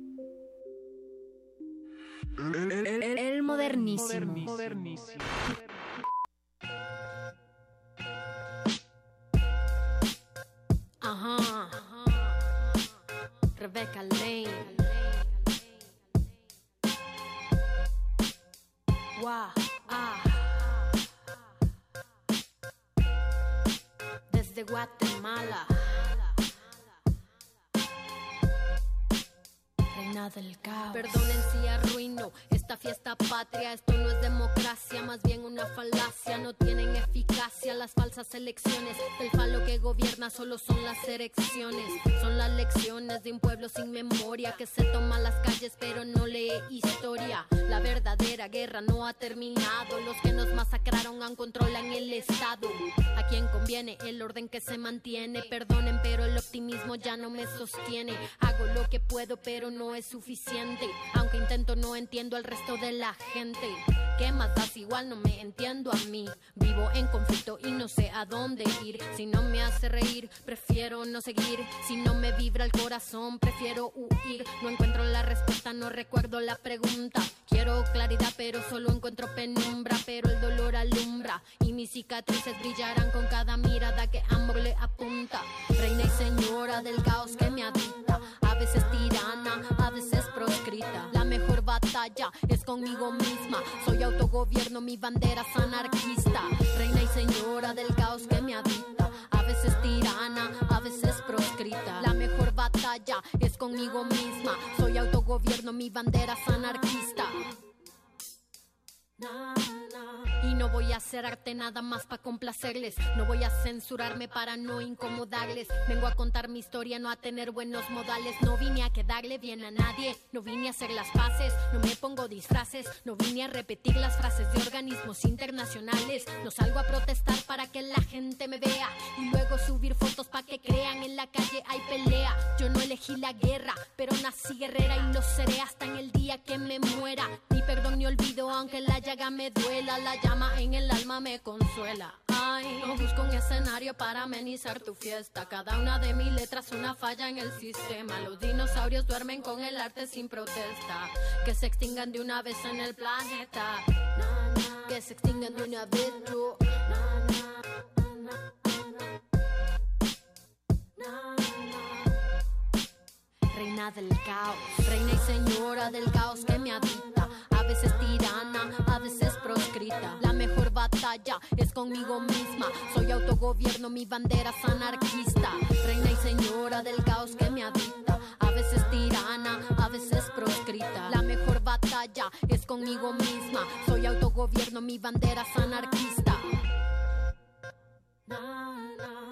El, el, el, el Modernísimo. Modernísimo. Modernísimo. Ajá. Rebecca Lane. Wow. Ah. Desde Guatemala. Reina del caos. Perdonen si arruino esta fiesta patria. Esto no es democracia, más bien una falacia. No tienen eficacia las falsas elecciones. Del falo que gobierna solo son las erecciones. Son las lecciones de un pueblo sin memoria que se toma las calles pero no lee historia. La verdadera guerra no ha terminado. Los que nos masacraron aún controlan el estado. A quien conviene el orden que se mantiene. Perdonen pero el optimismo ya no me sostiene. Hago lo que puedo pero no es suficiente. Aunque intento no entiendo al resto de la gente. ¿Qué más das? Igual no me entiendo a mí. Vivo en conflicto y no sé a dónde ir. Si no me hace reír, prefiero no seguir. Si no me vibra el corazón, prefiero huir. No encuentro la respuesta, no recuerdo la pregunta. Quiero claridad, pero solo encuentro penumbra. Pero el dolor alumbra y mis cicatrices brillarán con cada mirada que amor le apunta. Reina y señora del caos que me habita. A veces tirana, a veces proscrita. La mejor batalla es conmigo misma. Soy autogobierno, mi bandera es anarquista. Reina y señora del caos que me habita. A veces tirana, a veces proscrita. La mejor batalla es conmigo misma. Soy autogobierno, mi bandera es anarquista. Y no voy a hacer arte nada más para complacerles. No voy a censurarme para no incomodarles. Vengo a contar mi historia, no a tener buenos modales. No vine a quedarle bien a nadie. No vine a hacer las paces. No me pongo disfraces. No vine a repetir las frases de organismos internacionales. No salgo a protestar para que la gente me vea y luego subir fotos para que crean en la calle hay pelea. Yo no elegí la guerra, pero nací guerrera y lo seré hasta en el día que me muera. Ni perdón ni olvido aunque la llaga me duela. La llama calma en el alma me consuela. Ay, no busco un escenario para amenizar tu fiesta. Cada una de mis letras una falla en el sistema. Los dinosaurios duermen con el arte sin protesta. Que se extingan de una vez en el planeta. Na, na. Que se extingan de una vez, yo. Na, na, na, na, na. Reina del caos, reina y señora del caos que me adicta. A veces tirana, a veces proscrita. La mejor batalla es conmigo misma. Soy autogobierno, mi bandera es anarquista. Reina y señora del caos que me adicta. A veces tirana, a veces proscrita. La mejor batalla es conmigo misma. Soy autogobierno, mi bandera es anarquista. Na, na.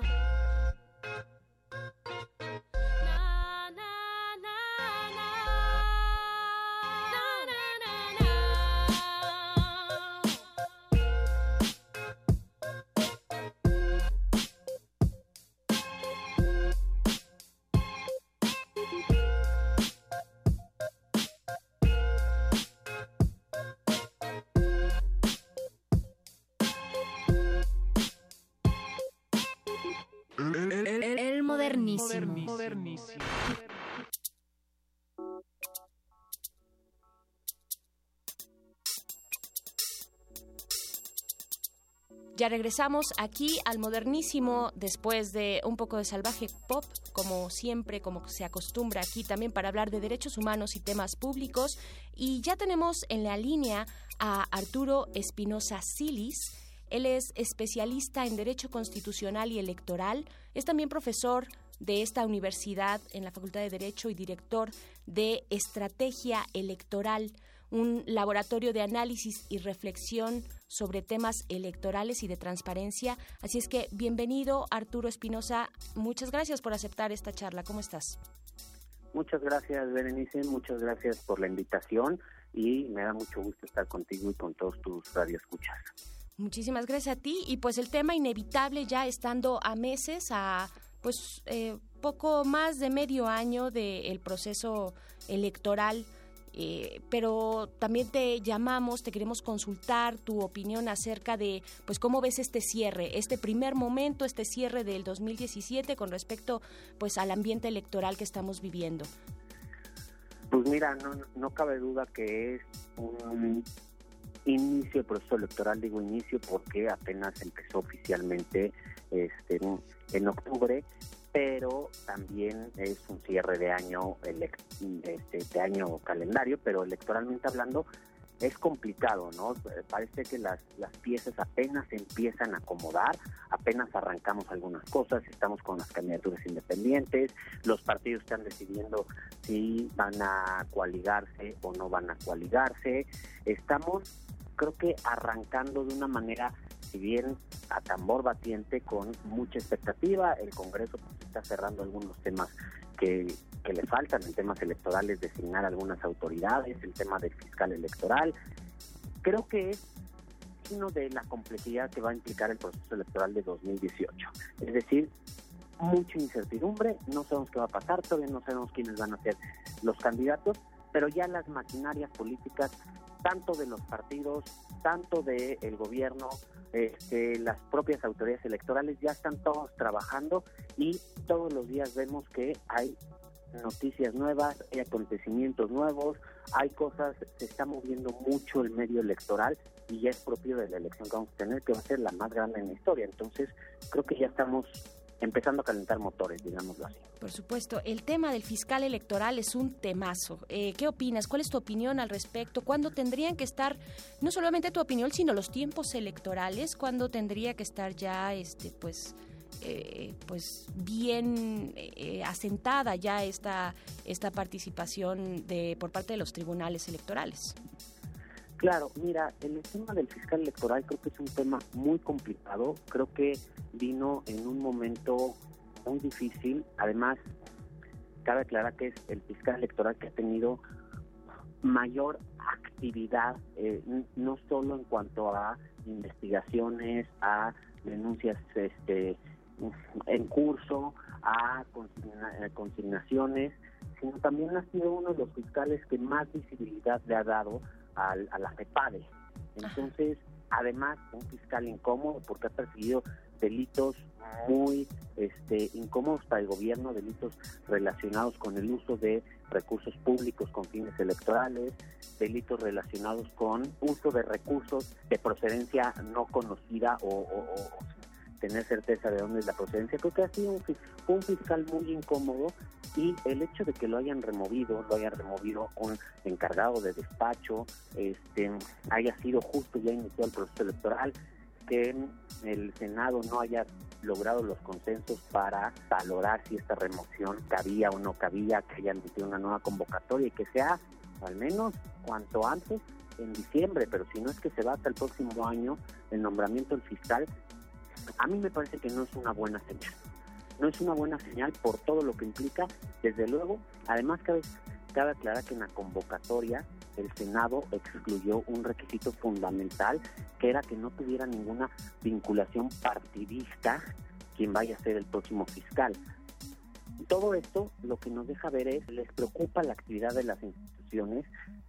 El, el, el, el modernísimo. Modernísimo. Ya regresamos aquí al modernísimo después de un poco de salvaje pop, como siempre, como se acostumbra aquí también para hablar de derechos humanos y temas públicos. Y ya tenemos en la línea a Arturo Espinosa Silis. Él es especialista en Derecho Constitucional y Electoral, es también profesor de esta universidad en la Facultad de Derecho y director de Estrategia Electoral, un laboratorio de análisis y reflexión sobre temas electorales y de transparencia. Así es que bienvenido, Arturo Espinosa, muchas gracias por aceptar esta charla. ¿Cómo estás? Muchas gracias, Berenice, muchas gracias por la invitación y me da mucho gusto estar contigo y con todos tus radioescuchas. Muchísimas gracias a ti. Y pues el tema inevitable, ya estando a meses, a pues eh, poco más de medio año del proceso electoral, eh, pero también te llamamos, te queremos consultar tu opinión acerca de pues cómo ves este cierre, este primer momento, este cierre del dos mil diecisiete con respecto pues al ambiente electoral que estamos viviendo. Pues mira, no, no cabe duda que es un inicio del proceso electoral. Digo inicio porque apenas empezó oficialmente este, en, en octubre, pero también es un cierre de año elect, este, de año calendario, pero electoralmente hablando es complicado, ¿no? Parece que las, las piezas apenas se empiezan a acomodar, apenas arrancamos algunas cosas, estamos con las candidaturas independientes, los partidos están decidiendo si van a coaligarse o no van a coaligarse. Estamos, creo que arrancando de una manera, si bien a tambor batiente, con mucha expectativa. El Congreso pues, está cerrando algunos temas que, que le faltan, en temas electorales, designar algunas autoridades, el tema del fiscal electoral. Creo que es signo de la complejidad que va a implicar el proceso electoral de dos mil dieciocho. Es decir, mucha incertidumbre, no sabemos qué va a pasar, todavía no sabemos quiénes van a ser los candidatos, pero ya las maquinarias políticas, tanto de los partidos, tanto del gobierno, este, las propias autoridades electorales, ya están todos trabajando y todos los días vemos que hay noticias nuevas, hay acontecimientos nuevos, hay cosas, se está moviendo mucho el medio electoral y ya es propio de la elección que vamos a tener, que va a ser la más grande en la historia. Entonces, creo que ya estamos empezando a calentar motores, digámoslo así. Por supuesto, el tema del fiscal electoral es un temazo. Eh, ¿Qué opinas? ¿Cuál es tu opinión al respecto? ¿Cuándo tendrían que estar, no solamente tu opinión, sino los tiempos electorales? ¿Cuándo tendría que estar ya, este, pues, eh, pues, bien eh, asentada ya esta esta participación de por parte de los tribunales electorales? Claro, mira, el tema del fiscal electoral creo que es un tema muy complicado, creo que vino en un momento muy difícil. Además, cabe aclarar que es el fiscal electoral que ha tenido mayor actividad, eh, no solo en cuanto a investigaciones, a denuncias este, en curso, a consigna- consignaciones, sino también ha sido uno de los fiscales que más visibilidad le ha dado Al, a la FEPADE. Entonces, Además, un fiscal incómodo porque ha perseguido delitos muy este, incómodos para el gobierno, delitos relacionados con el uso de recursos públicos con fines electorales, delitos relacionados con uso de recursos de procedencia no conocida o, o, o tener certeza de dónde es la procedencia. Creo que ha sido un, un fiscal muy incómodo, y el hecho de que lo hayan removido, lo hayan removido un encargado de despacho, este, haya sido justo ya iniciado el proceso electoral, que el Senado no haya logrado los consensos para valorar si esta remoción cabía o no cabía, que hayan metido una nueva convocatoria y que sea al menos cuanto antes en diciembre, pero si no es que se va hasta el próximo año el nombramiento del fiscal, a mí me parece que no es una buena señal. No es una buena señal por todo lo que implica, desde luego. Además, cabe, cabe aclarar que en la convocatoria el Senado excluyó un requisito fundamental, que era que no tuviera ninguna vinculación partidista quien vaya a ser el próximo fiscal. Todo esto lo que nos deja ver es, les preocupa la actividad de las instituciones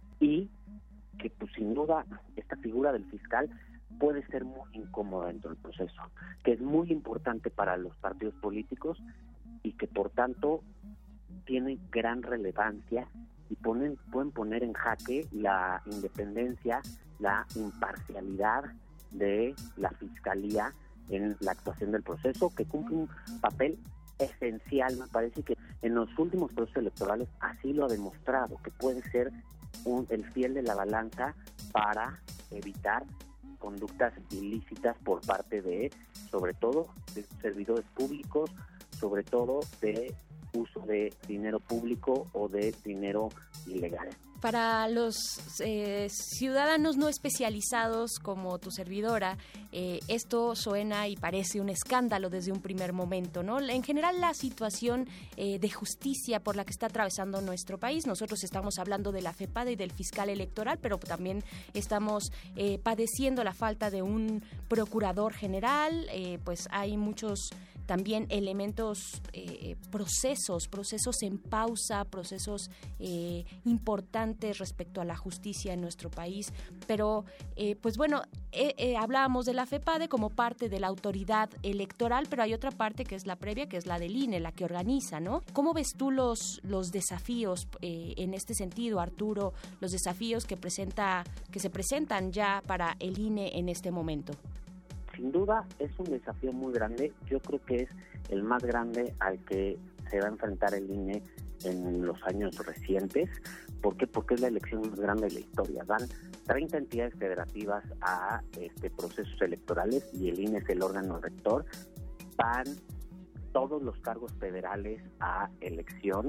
y que pues sin duda esta figura del fiscal puede ser muy incómoda dentro del proceso, que es muy importante para los partidos políticos y que por tanto tiene gran relevancia y ponen, pueden poner en jaque la independencia, la imparcialidad de la Fiscalía en la actuación del proceso, que cumple un papel esencial. Me parece que en los últimos procesos electorales así lo ha demostrado, que puede ser un, el fiel de la balanza para evitar conductas ilícitas por parte de, sobre todo, de servidores públicos, sobre todo de uso de dinero público o de dinero ilegal. Para los eh, ciudadanos no especializados como tu servidora, eh, esto suena y parece un escándalo desde un primer momento, ¿no? En general, la situación eh, de justicia por la que está atravesando nuestro país, nosotros estamos hablando de la FEPADE y del fiscal electoral, pero también estamos eh, padeciendo la falta de un procurador general, eh, pues hay muchos también elementos, eh, procesos, procesos en pausa, procesos eh, importantes respecto a la justicia en nuestro país. Pero, eh, pues bueno, eh, eh, hablábamos de la FEPADE como parte de la autoridad electoral, pero hay otra parte que es la previa, que es la del I N E, la que organiza, ¿no? ¿Cómo ves tú los, los desafíos eh, en este sentido, Arturo, los desafíos que presenta, que se presentan ya para el I N E en este momento? Sin duda es un desafío muy grande, yo creo que es el más grande al que se va a enfrentar el I N E en los años recientes. ¿Por qué? Porque es la elección más grande de la historia. Van treinta entidades federativas a este procesos electorales y el I N E es el órgano rector. Van todos los cargos federales a elección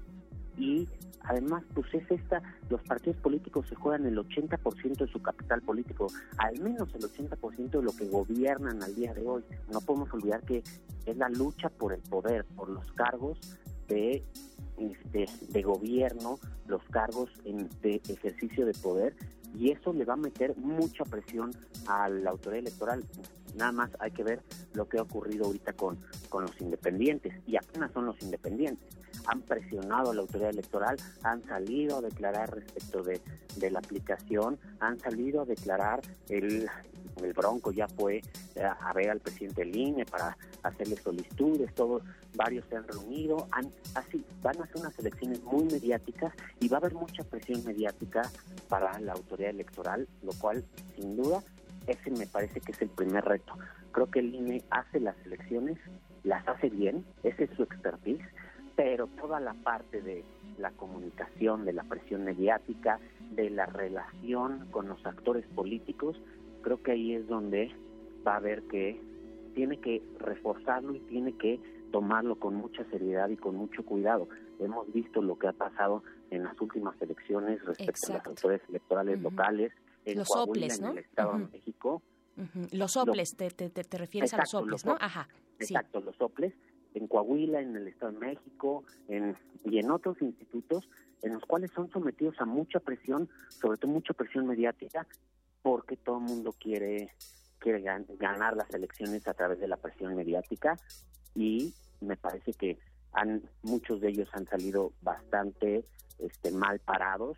y además pues es esta, los partidos políticos se juegan el ochenta por ciento de su capital político, al menos el ochenta por ciento de lo que gobiernan al día de hoy. No podemos olvidar que es la lucha por el poder, por los cargos de, de, de gobierno, los cargos en, de ejercicio de poder, y eso le va a meter mucha presión a la autoridad electoral. Nada más hay que ver lo que ha ocurrido ahorita con, con los independientes, y apenas son los independientes. Han presionado a la autoridad electoral, han salido a declarar respecto de, de la aplicación, han salido a declarar, el, el Bronco ya fue a ver al presidente del I N E para hacerle solicitudes, todos, varios se han reunido, han, así van a ser unas elecciones muy mediáticas y va a haber mucha presión mediática para la autoridad electoral, lo cual sin duda ese me parece que es el primer reto. Creo que el I N E hace las elecciones, las hace bien, ese es su expertise, pero toda la parte de la comunicación, de la presión mediática, de la relación con los actores políticos, creo que ahí es donde va a haber que, tiene que reforzarlo y tiene que tomarlo con mucha seriedad y con mucho cuidado. Hemos visto lo que ha pasado en las últimas elecciones respecto Exacto. a las autoridades electorales uh-huh. locales, en los Coahuila, soples, ¿no? en el Estado uh-huh. de México. Uh-huh. Los soples, los, te, te, te refieres exacto, a los soples, ¿no? Ajá. Exacto, sí. Los soples. En Coahuila, en el Estado de México, en, y en otros institutos en los cuales son sometidos a mucha presión, sobre todo mucha presión mediática, porque todo el mundo quiere, quiere gan- ganar las elecciones a través de la presión mediática, y me parece que han, muchos de ellos han salido bastante este, mal parados,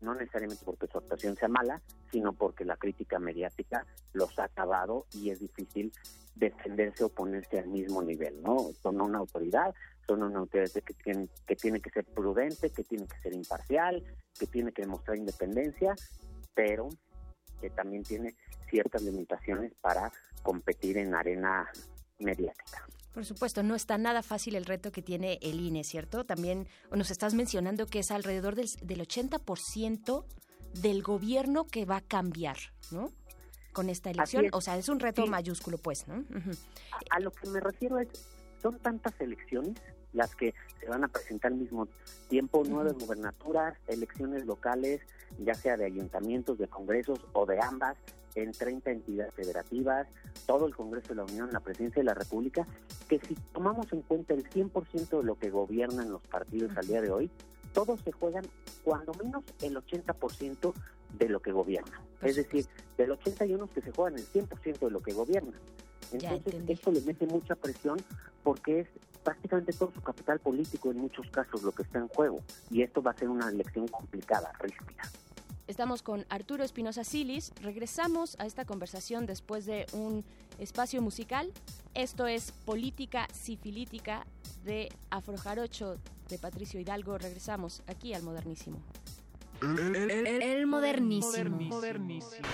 no necesariamente porque su actuación sea mala, sino porque la crítica mediática los ha acabado y es difícil defenderse o ponerse al mismo nivel, ¿no? Son una autoridad, son una autoridad que tiene, que tiene que ser prudente, que tiene que ser imparcial, que tiene que demostrar independencia, pero que también tiene ciertas limitaciones para competir en arena mediática. Por supuesto, no está nada fácil el reto que tiene el I N E, ¿cierto? También nos estás mencionando que es alrededor del, del ochenta por ciento del gobierno que va a cambiar, ¿no? Con esta elección. O sea, es un reto sí. mayúsculo, pues, ¿no? Uh-huh. A, a lo que me refiero es, son tantas elecciones las que se van a presentar al mismo tiempo, nueve uh-huh. gubernaturas, elecciones locales, ya sea de ayuntamientos, de congresos o de ambas, en treinta entidades federativas, todo el Congreso de la Unión, la Presidencia de la República, que si tomamos en cuenta el cien por ciento de lo que gobiernan los partidos uh-huh. al día de hoy, todos se juegan cuando menos el ochenta por ciento de lo que gobiernan. Es decir, del ochenta y uno que se juegan el cien por ciento de lo que gobiernan. Entonces, esto le mete mucha presión porque es prácticamente todo su capital político en muchos casos lo que está en juego. Y esto va a ser una elección complicada, ríspida. Estamos con Arturo Espinosa Silis. Regresamos a esta conversación después de un espacio musical. Esto es Política Sifilítica de Afrojarocho de Patricio Hidalgo. Regresamos aquí al Modernísimo. El, el, el, el Modernísimo. El Modernísimo.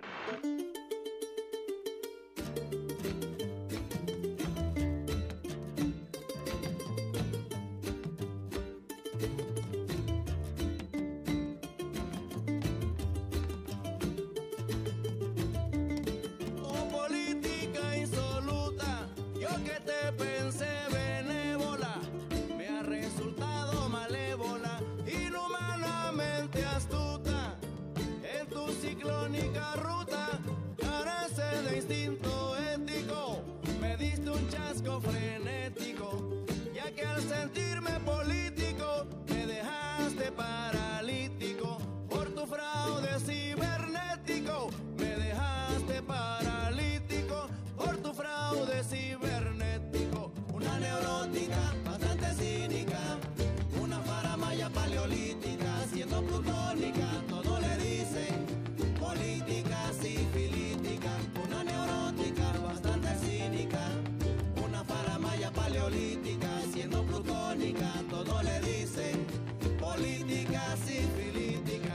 Frenético, ya que al sentirme político me dejaste paralítico por tu fraude cibernético, me dejaste paralítico por tu fraude cibernético. Una neurótica bastante cínica, una faramaya paleolítica, siendo plutónica, todo le dicen política sifilítica. Una neurótica bastante cínica, paleolítica, siendo plutónica, todo le dicen política sifilítica.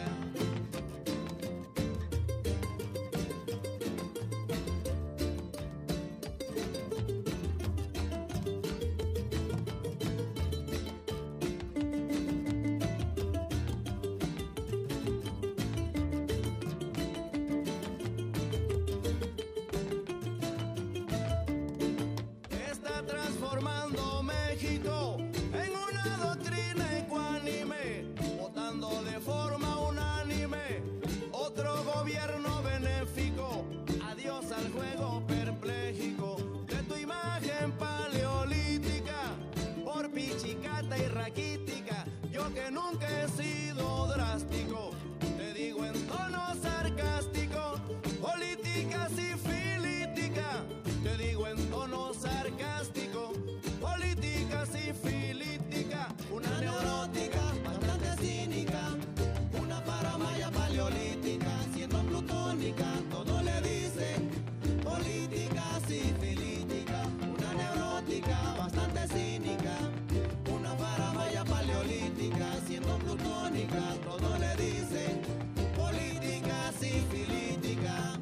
Transformando México en una doctrina ecuánime, votando de forma unánime otro gobierno benéfico. Adiós al juego perpléjico de tu imagen paleolítica, por pichicata y raquítica. Yo que nunca he sido drástico, te digo en tono sarcástico, política sifilítica. Te digo en tono sarcástico, política sifilítica. Una neurótica bastante cínica, una paramaya paleolítica, siendo plutónica, todo le dicen política sifilítica. Una neurótica bastante cínica, una paramaya paleolítica, siendo plutónica, todo le dicen política sifilítica.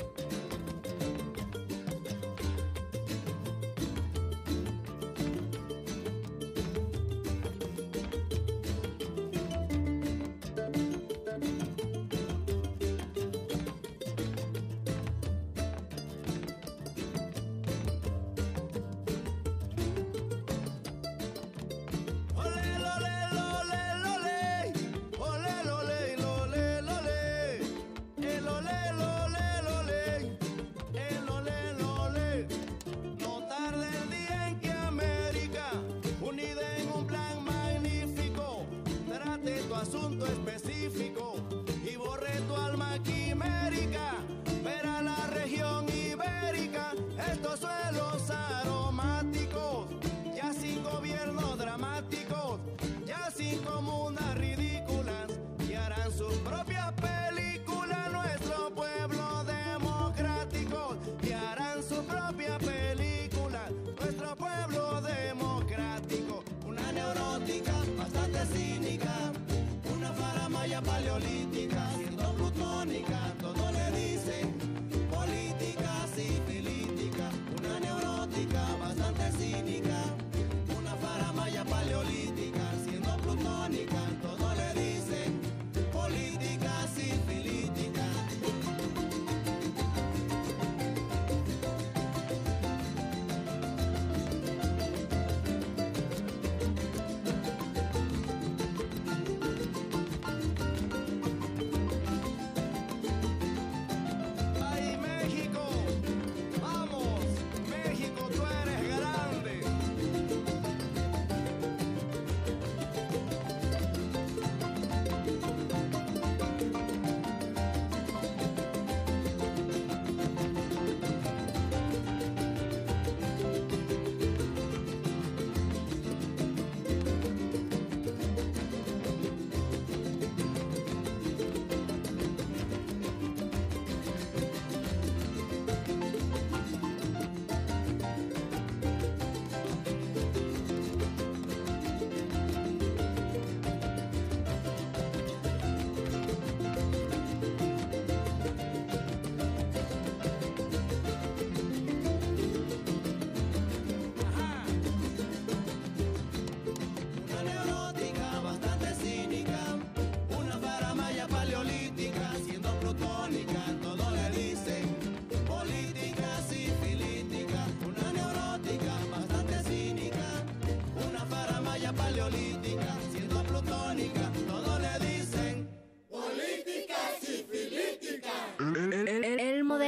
Asunto específico y borré tu alma quimérica. Ver a la región ibérica, estos suelos aromáticos, ya sin gobiernos dramáticos, ya sin comunas ridículas, y harán sus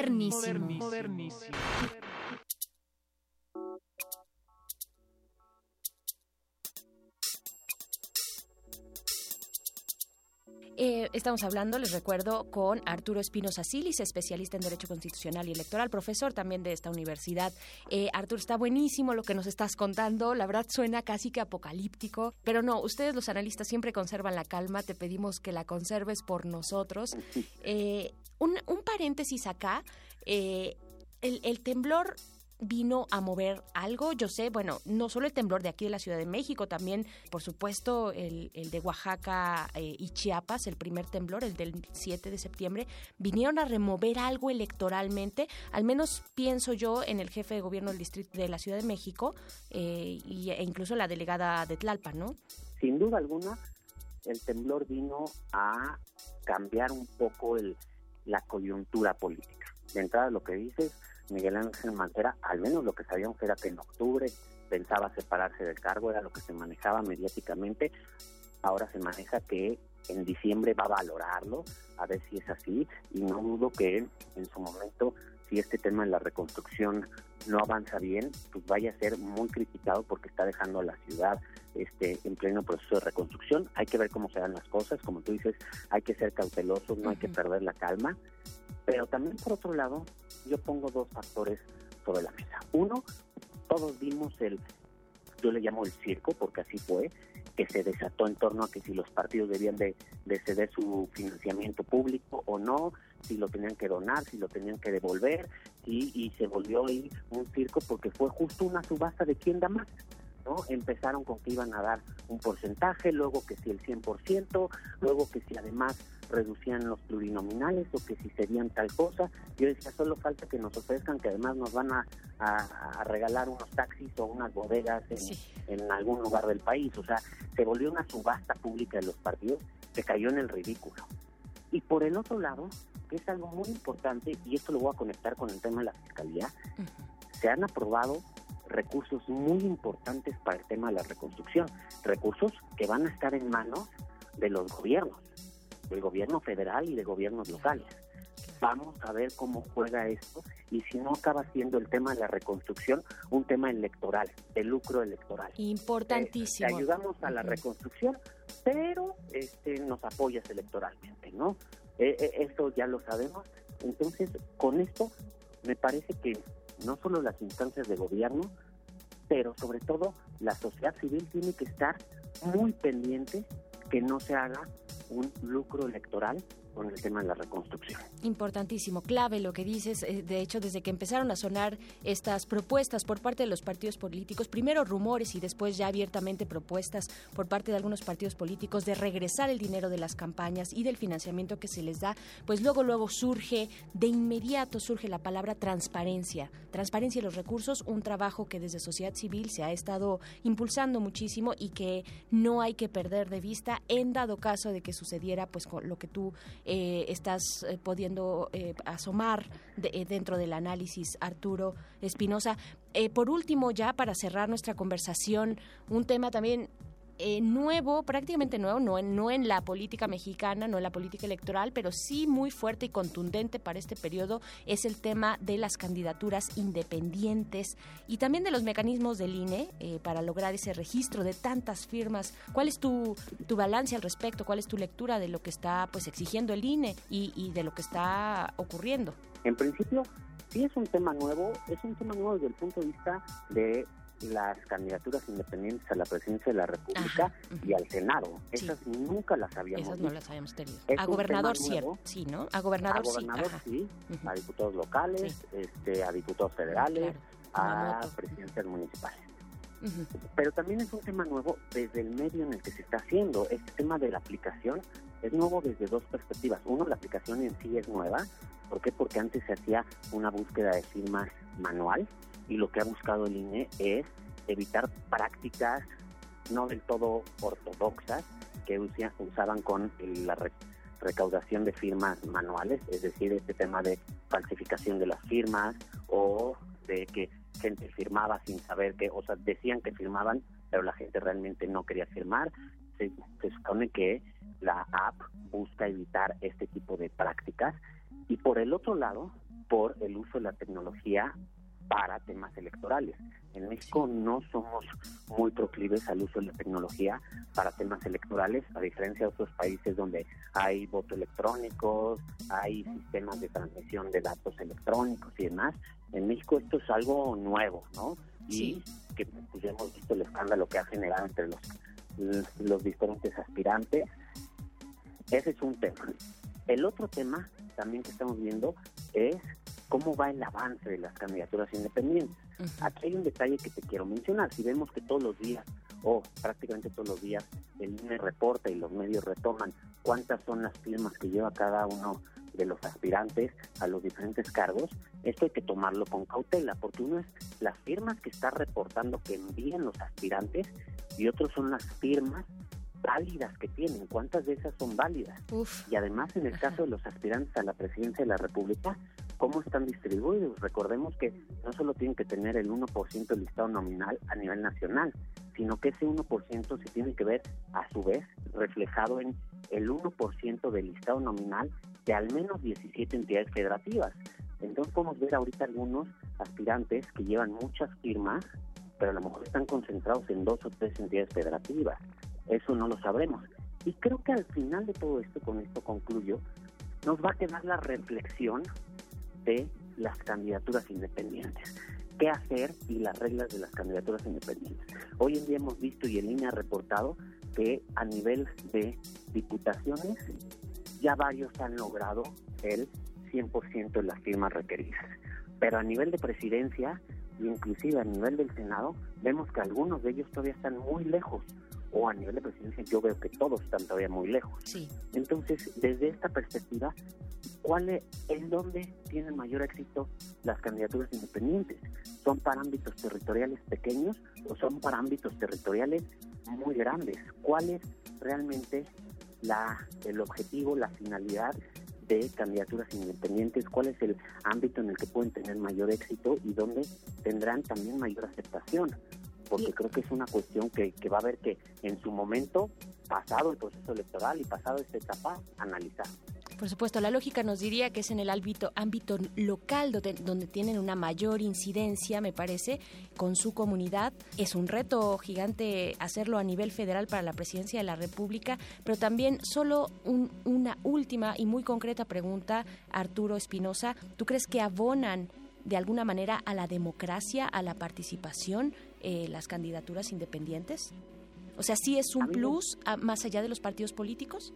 modernísimo. Modernísimo. Eh, estamos hablando, les recuerdo, con Arturo Espinosa Silis, especialista en Derecho Constitucional y Electoral, profesor también de esta universidad. Eh, Arturo, está buenísimo lo que nos estás contando, la verdad suena casi que apocalíptico, pero no, ustedes los analistas siempre conservan la calma, te pedimos que la conserves por nosotros. Eh, un, un paréntesis acá, eh, el, el temblor vino a mover algo, yo sé, bueno, no solo el temblor de aquí de la Ciudad de México, también, por supuesto, el, el de Oaxaca eh, y Chiapas, el primer temblor, el del siete de septiembre, vinieron a remover algo electoralmente, al menos pienso yo en el jefe de gobierno del distrito de la Ciudad de México eh, y, e incluso la delegada de Tlalpan, ¿no? Sin duda alguna, el temblor vino a cambiar un poco el, la coyuntura política. De entrada, lo que dices, Miguel Ángel Mancera, al menos lo que sabíamos era que en octubre pensaba separarse del cargo, era lo que se manejaba mediáticamente. Ahora se maneja que en diciembre va a valorarlo, a ver si es así, y no dudo que en su momento, si este tema de la reconstrucción no avanza bien, pues vaya a ser muy criticado porque está dejando a la ciudad este en pleno proceso de reconstrucción. Hay que ver cómo se dan las cosas, como tú dices, hay que ser cautelosos, no hay que perder la calma, pero también por otro lado, yo pongo dos factores sobre la mesa. Uno, todos vimos el, yo le llamo el circo, porque así fue, que se desató en torno a que si los partidos debían de, de ceder su financiamiento público o no, si lo tenían que donar, si lo tenían que devolver, y, y se volvió ahí un circo porque fue justo una subasta de quién da más, ¿no? Empezaron con que iban a dar un porcentaje, luego que si el cien por ciento, luego que si además reducían los plurinominales o que si serían tal cosa. Yo decía, solo falta que nos ofrezcan que además nos van a, a, a regalar unos taxis o unas bodegas en, sí. en algún lugar del país. O sea, se volvió una subasta pública de los partidos que cayó en el ridículo. Y por el otro lado, que es algo muy importante, y esto lo voy a conectar con el tema de la fiscalía, uh-huh. se han aprobado recursos muy importantes para el tema de la reconstrucción, recursos que van a estar en manos de los gobiernos, del gobierno federal y de gobiernos locales. Vamos a ver cómo juega esto y si no acaba siendo el tema de la reconstrucción un tema electoral, de lucro electoral. Importantísimo. Eh, te ayudamos a la reconstrucción, pero este nos apoyas electoralmente, ¿no? Eh, eh, esto ya lo sabemos. Entonces, con esto me parece que no solo las instancias de gobierno, pero sobre todo la sociedad civil tiene que estar muy pendiente que no se haga un lucro electoral con el tema de la reconstrucción. Importantísimo, clave lo que dices. De hecho, desde que empezaron a sonar estas propuestas por parte de los partidos políticos, primero rumores y después ya abiertamente propuestas por parte de algunos partidos políticos de regresar el dinero de las campañas y del financiamiento que se les da, pues luego luego surge, de inmediato surge la palabra transparencia. Transparencia de los recursos, un trabajo que desde sociedad civil se ha estado impulsando muchísimo y que no hay que perder de vista en dado caso de que sucediera pues con lo que tú Eh, estás eh, pudiendo eh, asomar de, eh, dentro del análisis, Arturo Espinosa. Eh, por último, ya para cerrar nuestra conversación, un tema también eh, nuevo, prácticamente nuevo, no en, no en la política mexicana, no en la política electoral, pero sí muy fuerte y contundente para este periodo, es el tema de las candidaturas independientes y también de los mecanismos del I N E eh, para lograr ese registro de tantas firmas. ¿Cuál es tu, tu balance al respecto? ¿Cuál es tu lectura de lo que está pues exigiendo el I N E y, y de lo que está ocurriendo? En principio, sí es un tema nuevo, es un tema nuevo desde el punto de vista de las candidaturas independientes a la presidencia de la República. Ajá, uh-huh. y al Senado. Esas sí. nunca las habíamos Esas visto. no las habíamos tenido. Es a gobernador cierto, sí, ¿no? A gobernador, a gobernador sí, sí uh-huh. a diputados locales, sí. este, a diputados federales, claro. a presidencias municipales. Uh-huh. Pero también es un tema nuevo desde el medio en el que se está haciendo. Este tema de la aplicación es nuevo desde dos perspectivas. Uno, la aplicación en sí es nueva. ¿Por qué? Porque antes se hacía una búsqueda de firmas manual y lo que ha buscado el I N E es evitar prácticas no del todo ortodoxas que usaban con la re- recaudación de firmas manuales, es decir, este tema de falsificación de las firmas o de que gente firmaba sin saber que, o sea, decían que firmaban, pero la gente realmente no quería firmar. Se, se supone que la app busca evitar este tipo de prácticas. Y por el otro lado, por el uso de la tecnología para temas electorales. En México no somos muy proclives al uso de la tecnología para temas electorales, a diferencia de otros países donde hay voto electrónico, hay sistemas de transmisión de datos electrónicos y demás. En México esto es algo nuevo, ¿no? Y que pues, hemos visto el escándalo que ha generado entre los, los diferentes aspirantes. Ese es un tema. El otro tema también que estamos viendo es cómo va el avance de las candidaturas independientes. Uh-huh. Aquí hay un detalle que te quiero mencionar. Si vemos que todos los días, o prácticamente todos los días, el I N E reporta y los medios retoman cuántas son las firmas que lleva cada uno de los aspirantes a los diferentes cargos, esto hay que tomarlo con cautela, porque uno es las firmas que está reportando que envían los aspirantes y otros son las firmas válidas que tienen, cuántas de esas son válidas. Uf. Y además en el caso de los aspirantes a la presidencia de la República, ¿cómo están distribuidos? Recordemos que no solo tienen que tener el uno por ciento del listado nominal a nivel nacional, sino que ese uno por ciento se tiene que ver a su vez reflejado en el uno por ciento del listado nominal de al menos diecisiete entidades federativas. Entonces podemos ver ahorita algunos aspirantes que llevan muchas firmas, pero a lo mejor están concentrados en dos o tres entidades federativas. Eso no lo sabremos. Y creo que al final de todo esto, con esto concluyo, nos va a quedar la reflexión de las candidaturas independientes. ¿Qué hacer? Y las reglas de las candidaturas independientes. Hoy en día hemos visto, y el I N E ha reportado, que a nivel de diputaciones ya varios han logrado el cien por ciento de las firmas requeridas. Pero a nivel de presidencia, e inclusive a nivel del Senado, vemos que algunos de ellos todavía están muy lejos. O a nivel de presidencia yo veo que todos están todavía muy lejos. Sí. Entonces, desde esta perspectiva, ¿cuál es, en dónde tienen mayor éxito las candidaturas independientes? ¿Son para ámbitos territoriales pequeños o son para ámbitos territoriales muy grandes? ¿Cuál es realmente la, el objetivo, la finalidad de candidaturas independientes? ¿Cuál es el ámbito en el que pueden tener mayor éxito y dónde tendrán también mayor aceptación? Porque creo que es una cuestión que, que va a haber que en su momento, pasado el proceso electoral y pasado esta etapa, analizar. Por supuesto, la lógica nos diría que es en el ámbito, ámbito local donde, donde tienen una mayor incidencia, me parece, con su comunidad. Es un reto gigante hacerlo a nivel federal para la presidencia de la República, pero también solo un, una última y muy concreta pregunta, Arturo Espinosa. ¿Tú crees que abonan de alguna manera a la democracia, a la participación, eh, las candidaturas independientes? O sea, ¿sí es un plus a, más allá de los partidos políticos?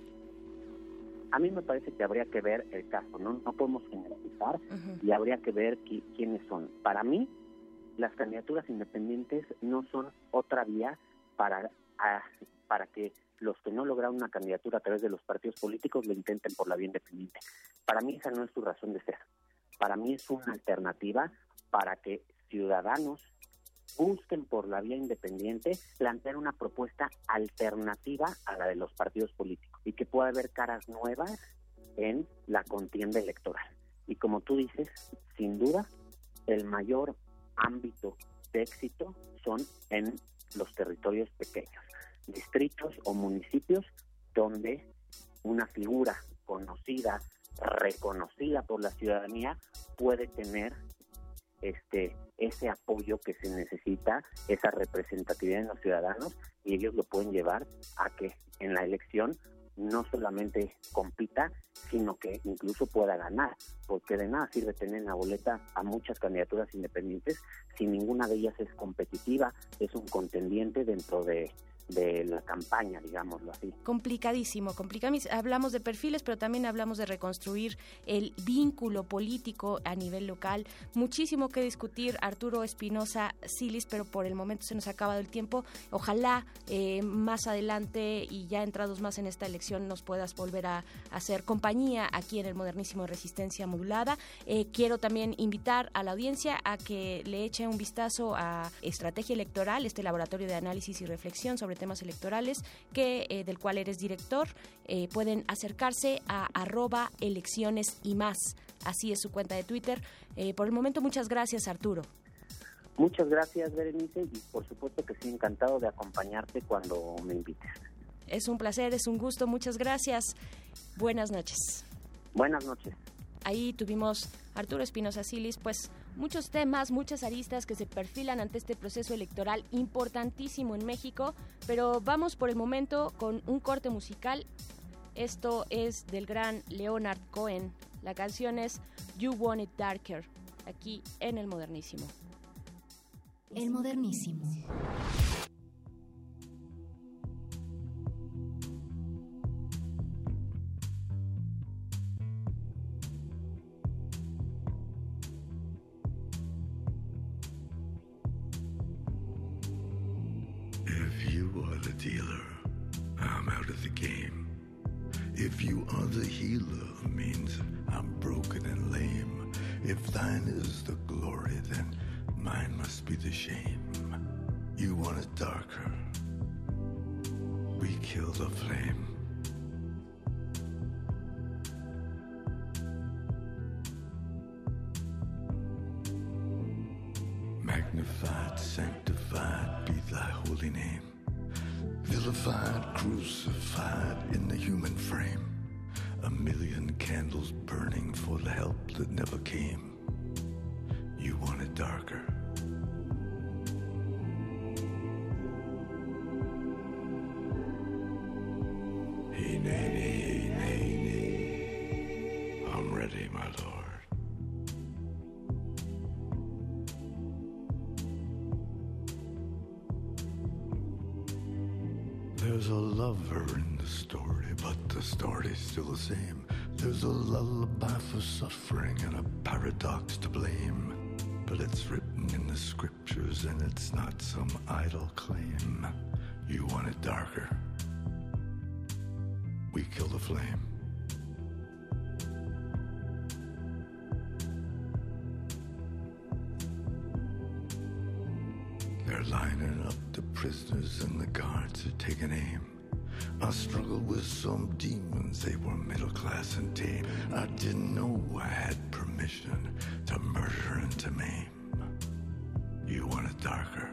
A mí me parece que habría que ver el caso, no, no podemos generalizar. Uh-huh. Y habría que ver qui, quiénes son. Para mí, las candidaturas independientes no son otra vía para, a, para que los que no lograron una candidatura a través de los partidos políticos lo intenten por la vía independiente. Para mí esa no es su razón de ser. Para mí es una alternativa para que ciudadanos busquen por la vía independiente plantear una propuesta alternativa a la de los partidos políticos y que pueda haber caras nuevas en la contienda electoral. Y como tú dices, sin duda, el mayor ámbito de éxito son en los territorios pequeños, distritos o municipios donde una figura conocida, reconocida por la ciudadanía puede tener este ese apoyo que se necesita, esa representatividad en los ciudadanos, y ellos lo pueden llevar a que en la elección no solamente compita, sino que incluso pueda ganar, porque de nada sirve tener en la boleta a muchas candidaturas independientes si ninguna de ellas es competitiva, es un contendiente dentro de de la campaña, digámoslo así. Complicadísimo, complicadísimo. Hablamos de perfiles, pero también hablamos de reconstruir el vínculo político a nivel local. Muchísimo que discutir, Arturo Espinosa Silis, pero por el momento se nos ha acabado el tiempo. Ojalá eh, más adelante y ya entrados más en esta elección nos puedas volver a, a hacer compañía aquí en el Modernísimo de Resistencia Modulada. Eh, quiero también invitar a la audiencia a que le eche un vistazo a Estrategia Electoral, este laboratorio de análisis y reflexión sobre temas electorales, que eh, del cual eres director. Eh, pueden acercarse a arroba elecciones y más, así es su cuenta de Twitter. Eh, por el momento, muchas gracias, Arturo. Muchas gracias, Berenice, y por supuesto que estoy encantado de acompañarte cuando me invites. Es un placer, es un gusto, muchas gracias. Buenas noches. Buenas noches. ahí tuvimos Arturo Espinosa Silis, pues muchos temas, muchas aristas que se perfilan ante este proceso electoral importantísimo en México, pero vamos por el momento con un corte musical. Esto es del gran Leonard Cohen. La canción es You Want It Darker, aquí en El Modernísimo. El Modernísimo. If you are the dealer, I'm out of the game. If you are the healer, means I'm broken and lame. If thine is the glory, then mine must be the shame. You want it darker, we kill the flame. Magnified, sanctified be thy holy name. Vilified, crucified in the human frame. A million candles burning for the help that never came. You want it darker. Hey, nay, nay, nay, nay. I'm ready, my lord. There's a lover in the story, but the story's still the same. There's a lullaby for suffering and a paradox to blame. But it's written in the scriptures and it's not some idle claim. You want it darker, we kill the flame. They're lining up the prisoners and the guards are taking aim. I struggled with some demons, they were middle class and tame. I didn't know I had permission to murder and to maim. You want it darker,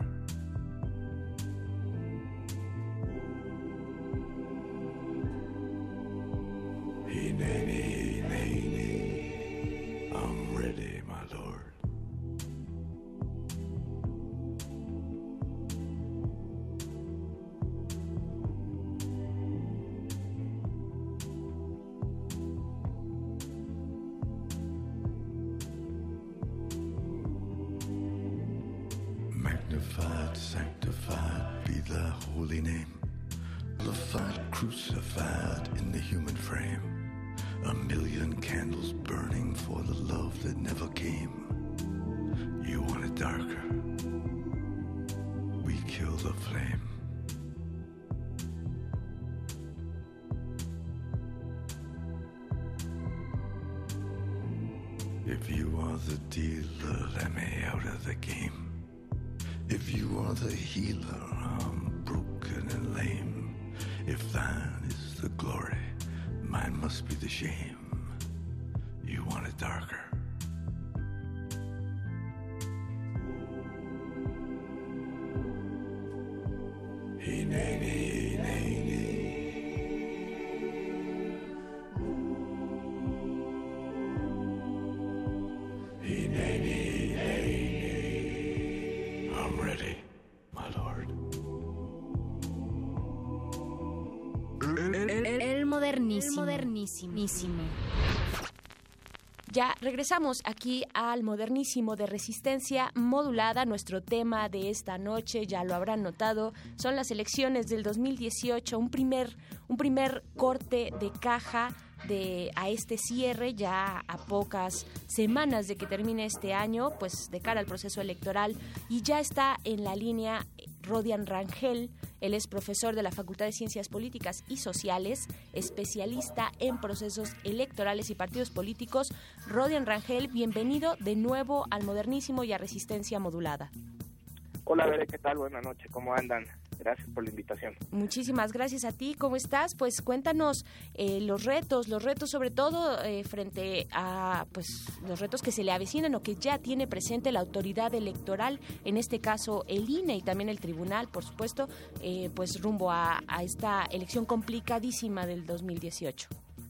hey, nay, nay, nay, nay. I'm ready, my lord. Magnified, sanctified be thy holy name. Vilified, crucified in the human frame. A million candles burning for the love that never came. You want it darker, we kill the flame. If you are the dealer, let me out of the game. If you are the healer, I'm broken and lame. If thine is the glory, mine must be the shame. You want it darker, hey, nay, nay, nay, nay. Hey, nay, nay, nay, nay. I'm ready, my lord. El, el, el, el Modernísimo. El Modernísimo. Ya regresamos aquí al Modernísimo de Resistencia Modulada. Nuestro tema de esta noche, ya lo habrán notado, son las elecciones del dos mil dieciocho, un primer, un primer corte de caja de a este cierre, ya a pocas semanas de que termine este año, pues de cara al proceso electoral, y ya está en la línea Rodian Rangel. Él es profesor de la Facultad de Ciencias Políticas y Sociales, especialista en procesos electorales y partidos políticos. Rodian Rangel, bienvenido de nuevo al Modernísimo y a Resistencia Modulada. Hola, Bere, ¿qué tal? Buenas noches, ¿cómo andan? Gracias por la invitación. Muchísimas gracias a ti. ¿Cómo estás? Pues cuéntanos eh, los retos, los retos sobre todo eh, frente a pues los retos que se le avecinan o que ya tiene presente la autoridad electoral, en este caso el I N E y también el tribunal, por supuesto, eh, pues rumbo a, a esta elección complicadísima del dos mil dieciocho.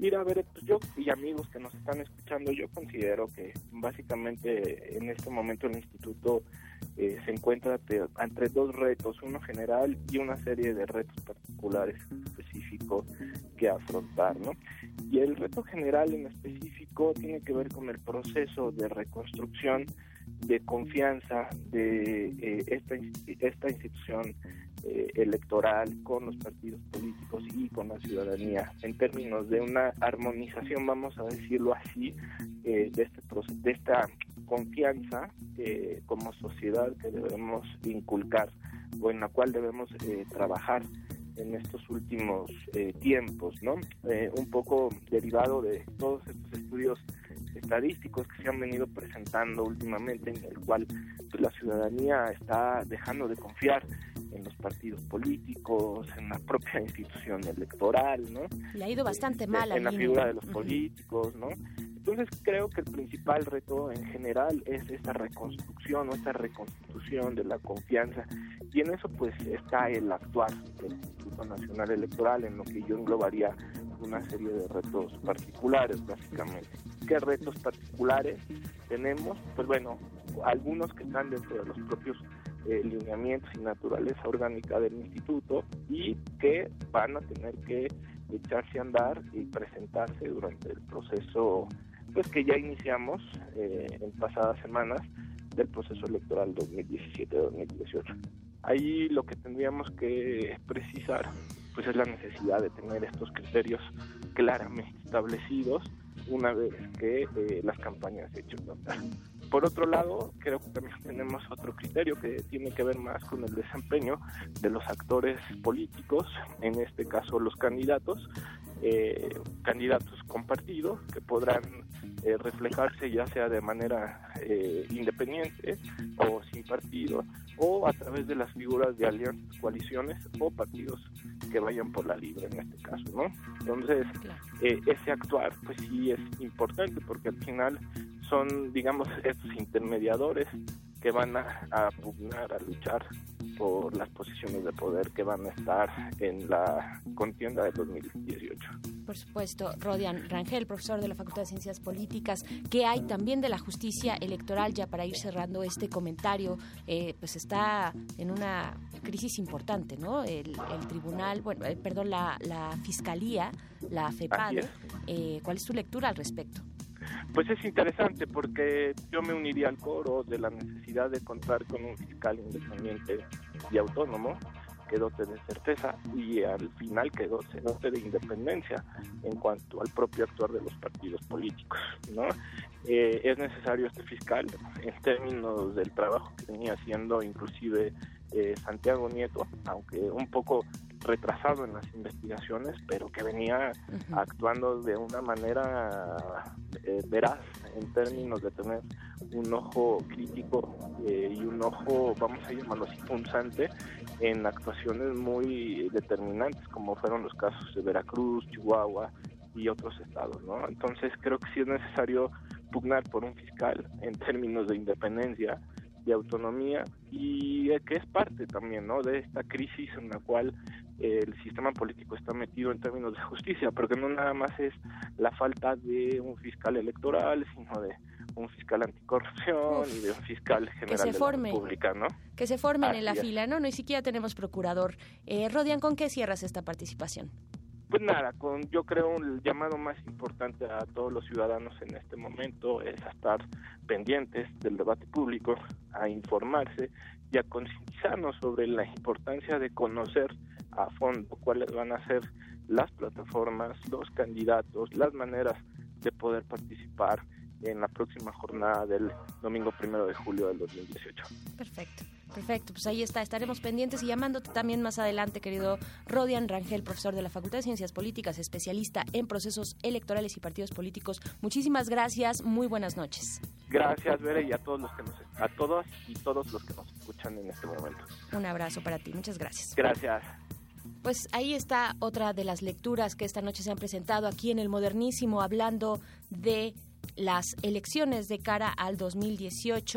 Mira, a ver, pues yo y amigos que nos están escuchando, yo considero que básicamente en este momento el instituto eh, se encuentra te, entre dos retos, uno general y una serie de retos particulares específicos que afrontar, ¿no? Y el reto general en específico tiene que ver con el proceso de reconstrucción de confianza de eh, esta, esta institución eh, electoral con los partidos políticos y con la ciudadanía, en términos de una armonización, vamos a decirlo así, eh, de este proceso, de esta confianza eh, como sociedad que debemos inculcar o en la cual debemos eh, trabajar en estos últimos eh, tiempos, ¿no? Eh, un poco derivado de todos estos estudios estadísticos que se han venido presentando últimamente, en el cual pues, la ciudadanía está dejando de confiar en los partidos políticos, en la propia institución electoral, ¿no? Le ha ido bastante mal en la I N E. figura de los Uh-huh. políticos, ¿no? Entonces creo que el principal reto en general es esta reconstrucción o esta reconstitución de la confianza, y en eso pues está el actuar del Instituto Nacional Electoral, en lo que yo englobaría una serie de retos particulares básicamente. ¿Qué retos particulares tenemos? Pues bueno, algunos que están dentro de los propios eh, lineamientos y naturaleza orgánica del instituto y que van a tener que echarse a andar y presentarse durante el proceso pues que ya iniciamos eh, en pasadas semanas del proceso electoral dos mil diecisiete dos mil dieciocho. Ahí lo que tendríamos que precisar pues es la necesidad de tener estos criterios claramente establecidos una vez que eh, las campañas se echen a andar. Por otro lado, creo que también tenemos otro criterio que tiene que ver más con el desempeño de los actores políticos, en este caso los candidatos, eh, candidatos con partido, que podrán eh, reflejarse ya sea de manera eh, independiente o sin partido, o a través de las figuras de alianzas, coaliciones o partidos que vayan por la libre en este caso, ¿no? Entonces, eh, ese actuar pues sí es importante, porque al final son, digamos, estos intermediadores que van a, a pugnar, a luchar por las posiciones de poder que van a estar en la contienda de dos mil dieciocho. Por supuesto, Rodian Rangel, profesor de la Facultad de Ciencias Políticas. ¿Qué hay también de la justicia electoral? Ya para ir cerrando este comentario, eh, pues está en una crisis importante, ¿no? El, el tribunal, bueno, eh, perdón, la, la fiscalía, la FEPADE. Eh, ¿Cuál es tu lectura al respecto? Pues es interesante, porque yo me uniría al coro de la necesidad de contar con un fiscal independiente y autónomo que dote de certeza y al final que dote, dote de independencia en cuanto al propio actuar de los partidos políticos, ¿no? Eh, es necesario este fiscal en términos del trabajo que venía haciendo inclusive eh, Santiago Nieto, aunque un poco retrasado en las investigaciones, pero que venía uh-huh. actuando de una manera eh, veraz en términos de tener un ojo crítico eh, y un ojo, vamos a llamarlo así, punzante en actuaciones muy determinantes, como fueron los casos de Veracruz, Chihuahua y otros estados, ¿no? Entonces creo que sí es necesario pugnar por un fiscal en términos de independencia, de autonomía, y que es parte también, ¿no?, de esta crisis en la cual eh, el sistema político está metido en términos de justicia, porque no nada más es la falta de un fiscal electoral, sino de un fiscal anticorrupción Uf, y de un fiscal general de la República, ¿no? Que se formen Así en la es. fila, ¿no? Ni siquiera tenemos procurador. Eh, Rodian, ¿con qué cierras esta participación? Pues nada, con yo creo el llamado más importante a todos los ciudadanos en este momento es a estar pendientes del debate público, a informarse y a concientizarnos sobre la importancia de conocer a fondo cuáles van a ser las plataformas, los candidatos, las maneras de poder participar en la próxima jornada del domingo primero de julio del dos mil dieciocho. Perfecto. Perfecto, pues ahí está, estaremos pendientes y llamándote también más adelante, querido Rodian Rangel, profesor de la Facultad de Ciencias Políticas, especialista en procesos electorales y partidos políticos. Muchísimas gracias, muy buenas noches. Gracias, Bere, y a todos los que nos a todos y todos los que nos escuchan en este momento. Un abrazo para ti, muchas gracias. Gracias. Pues ahí está otra de las lecturas que esta noche se han presentado aquí en el Modernísimo, hablando de las elecciones de cara al dos mil dieciocho.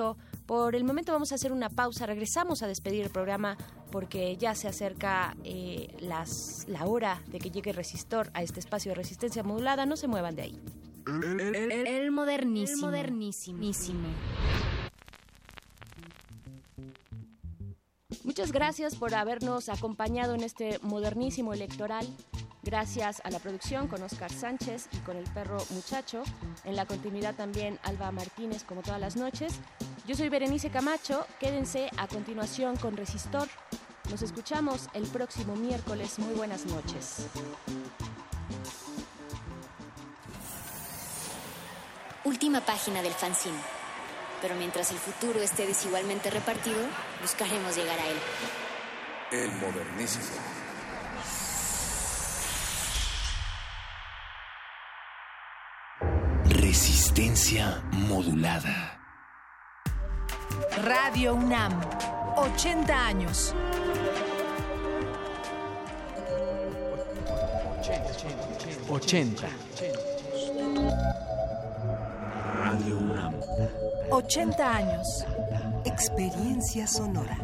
Por el momento vamos a hacer una pausa, regresamos a despedir el programa porque ya se acerca eh, las, la hora de que llegue Resistor a este espacio de resistencia modulada. No se muevan de ahí. El, el, el, el modernísimo. El modernísimo. Muchas gracias por habernos acompañado en este modernísimo electoral. Gracias a la producción con Oscar Sánchez y con el perro muchacho. En la continuidad también Alba Martínez, como todas las noches. Yo soy Berenice Camacho. Quédense a continuación con Resistor. Nos escuchamos el próximo miércoles. Muy buenas noches. Última página del fanzine. Pero mientras el futuro esté desigualmente repartido, buscaremos llegar a él. El modernísimo. Resistencia modulada. Radio UNAM, ochenta años. ochenta. Radio UNAM. ochenta años. Experiencia sonora.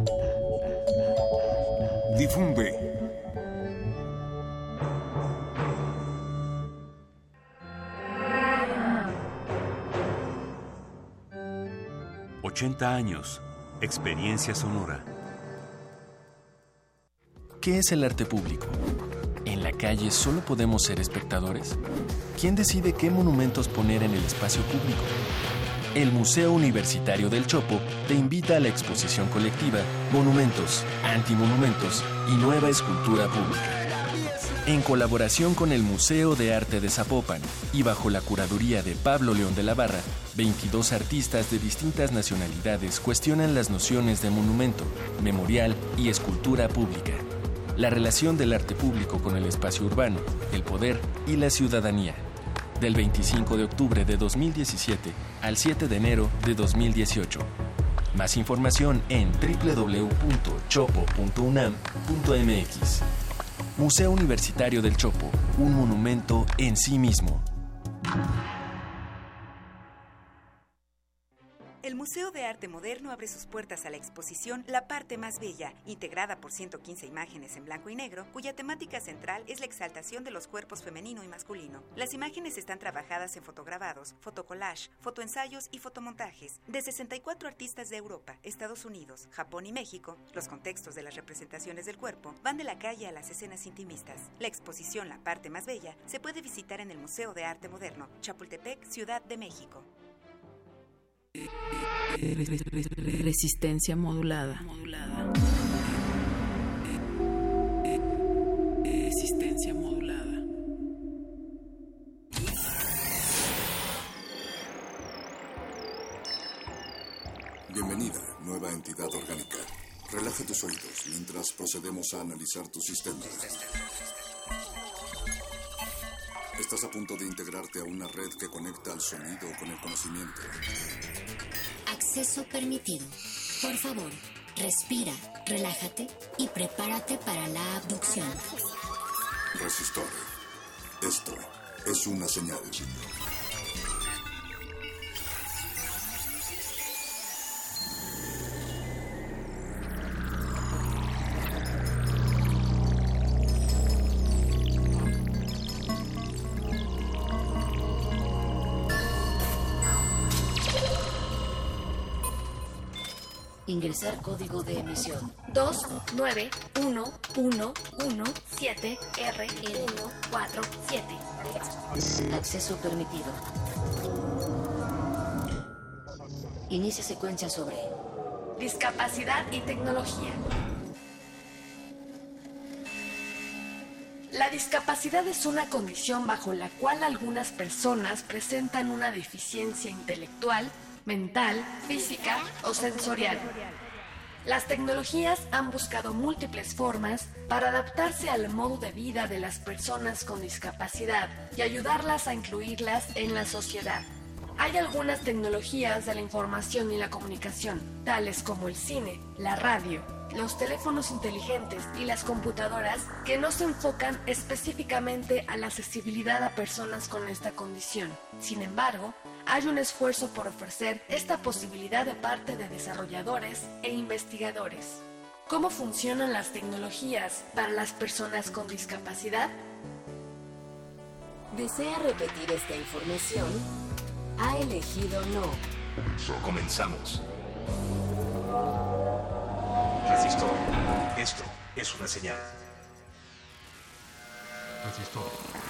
Difunde. ochenta años. Experiencia sonora. ¿Qué es el arte público? ¿En la calle solo podemos ser espectadores? ¿Quién decide qué monumentos poner en el espacio público? El Museo Universitario del Chopo te invita a la exposición colectiva Monumentos, Antimonumentos y Nueva Escultura Pública. En colaboración con el Museo de Arte de Zapopan y bajo la curaduría de Pablo León de la Barra, veintidós artistas de distintas nacionalidades cuestionan las nociones de monumento, memorial y escultura pública. La relación del arte público con el espacio urbano, el poder y la ciudadanía. Del veinticinco de octubre de dos mil diecisiete al siete de enero de dos mil dieciocho. Más información en doble u doble u doble u punto chopo punto unam punto m x. Museo Universitario del Chopo, un monumento en sí mismo. El Museo de Arte Moderno abre sus puertas a la exposición La Parte Más Bella, integrada por ciento quince imágenes en blanco y negro, cuya temática central es la exaltación de los cuerpos femenino y masculino. Las imágenes están trabajadas en fotograbados, fotocollage, fotoensayos y fotomontajes de sesenta y cuatro artistas de Europa, Estados Unidos, Japón y México. Los contextos de las representaciones del cuerpo van de la calle a las escenas intimistas. La exposición La Parte Más Bella se puede visitar en el Museo de Arte Moderno, Chapultepec, Ciudad de México. Resistencia modulada. modulada. Resistencia modulada. Bienvenida, nueva entidad orgánica. Relaja tus oídos mientras procedemos a analizar tu sistema. Estás a punto de integrarte a una red que conecta al sonido con el conocimiento. Acceso permitido. Por favor, respira, relájate y prepárate para la abducción. Resistor. Esto es una señal. Ingresar código de emisión dos nueve uno uno uno siete R uno cuatro siete. Acceso permitido. Inicia secuencia sobre discapacidad y tecnología. La discapacidad es una condición bajo la cual algunas personas presentan una deficiencia intelectual, mental, física o sensorial. Las tecnologías han buscado múltiples formas para adaptarse al modo de vida de las personas con discapacidad y ayudarlas a incluirlas en la sociedad. Hay algunas tecnologías de la información y la comunicación, tales como el cine, la radio, los teléfonos inteligentes y las computadoras, que no se enfocan específicamente a la accesibilidad a personas con esta condición. Sin embargo, hay un esfuerzo por ofrecer esta posibilidad de parte de desarrolladores e investigadores. ¿Cómo funcionan las tecnologías para las personas con discapacidad? ¿Desea repetir esta información? Ha elegido no. Comenzamos. Resistor. Esto es una señal. Resistor.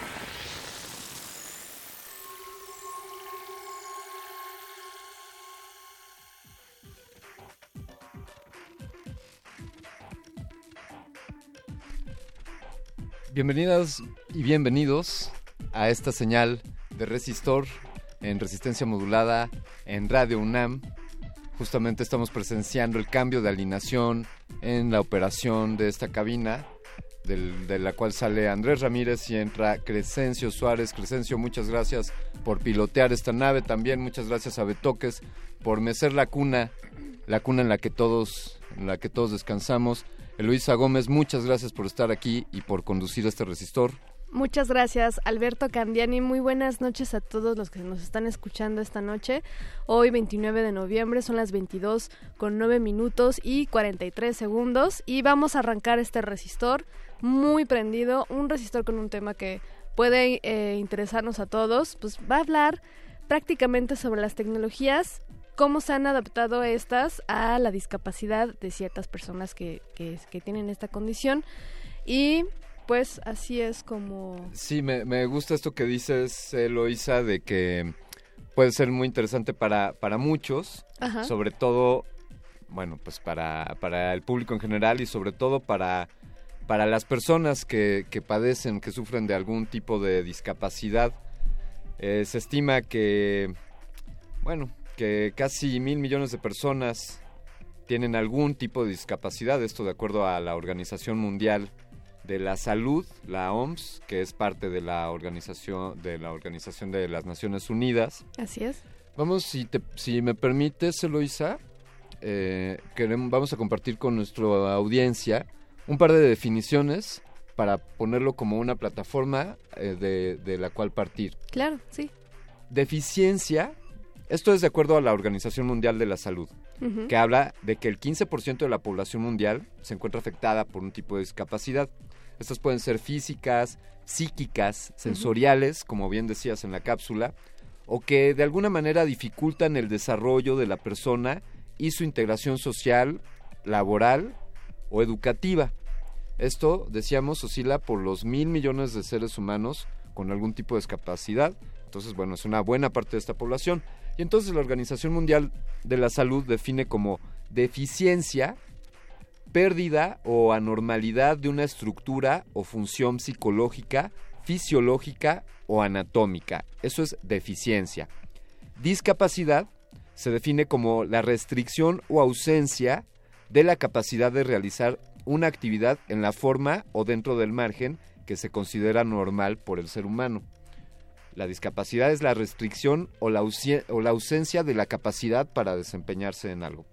Bienvenidas y bienvenidos a esta señal de Resistor en resistencia modulada en Radio UNAM. Justamente estamos presenciando el cambio de alineación en la operación de esta cabina, del, de la cual sale Andrés Ramírez y entra Crescencio Suárez. Crescencio, muchas gracias por pilotear esta nave. También muchas gracias a Betoques por mecer la cuna, la cuna en la que todos, en la que todos descansamos. Eloísa Gómez, muchas gracias por estar aquí y por conducir este resistor. Muchas gracias, Alberto Candiani. Muy buenas noches a todos los que nos están escuchando esta noche. Hoy, veintinueve de noviembre, son las veintidós con nueve minutos y cuarenta y tres segundos. Y vamos a arrancar este resistor muy prendido. Un resistor con un tema que puede eh, interesarnos a todos. Pues va a hablar prácticamente sobre las tecnologías, cómo se han adaptado estas a la discapacidad de ciertas personas que, que, que tienen esta condición. Y pues así es como... Sí, me, me gusta esto que dices, Eloísa, de que puede ser muy interesante para, para muchos. Ajá. Sobre todo, bueno, pues para, para el público en general y sobre todo para, para las personas que, que padecen, que sufren de algún tipo de discapacidad. Eh, se estima que, bueno... que casi mil millones de personas tienen algún tipo de discapacidad, esto de acuerdo a la Organización Mundial de la Salud, la O M S, que es parte de la organización de la Organización de las Naciones Unidas. Así es. Vamos, si te, si me permites, Eloísa, eh, queremos, vamos a compartir con nuestra audiencia un par de definiciones para ponerlo como una plataforma eh, de, de la cual partir. Claro, sí. Deficiencia. Esto es de acuerdo a la Organización Mundial de la Salud, uh-huh. que habla de que el quince por ciento de la población mundial se encuentra afectada por un tipo de discapacidad. Estas pueden ser físicas, psíquicas, sensoriales, uh-huh. como bien decías en la cápsula, o que de alguna manera dificultan el desarrollo de la persona y su integración social, laboral o educativa. Esto, decíamos, oscila por los mil millones de seres humanos con algún tipo de discapacidad. Entonces, bueno, es una buena parte de esta población. Y entonces la Organización Mundial de la Salud define como deficiencia, pérdida o anormalidad de una estructura o función psicológica, fisiológica o anatómica. Eso es deficiencia. Discapacidad se define como la restricción o ausencia de la capacidad de realizar una actividad en la forma o dentro del margen que se considera normal por el ser humano. La discapacidad es la restricción o la, ausen- o la ausencia de la capacidad para desempeñarse en algo.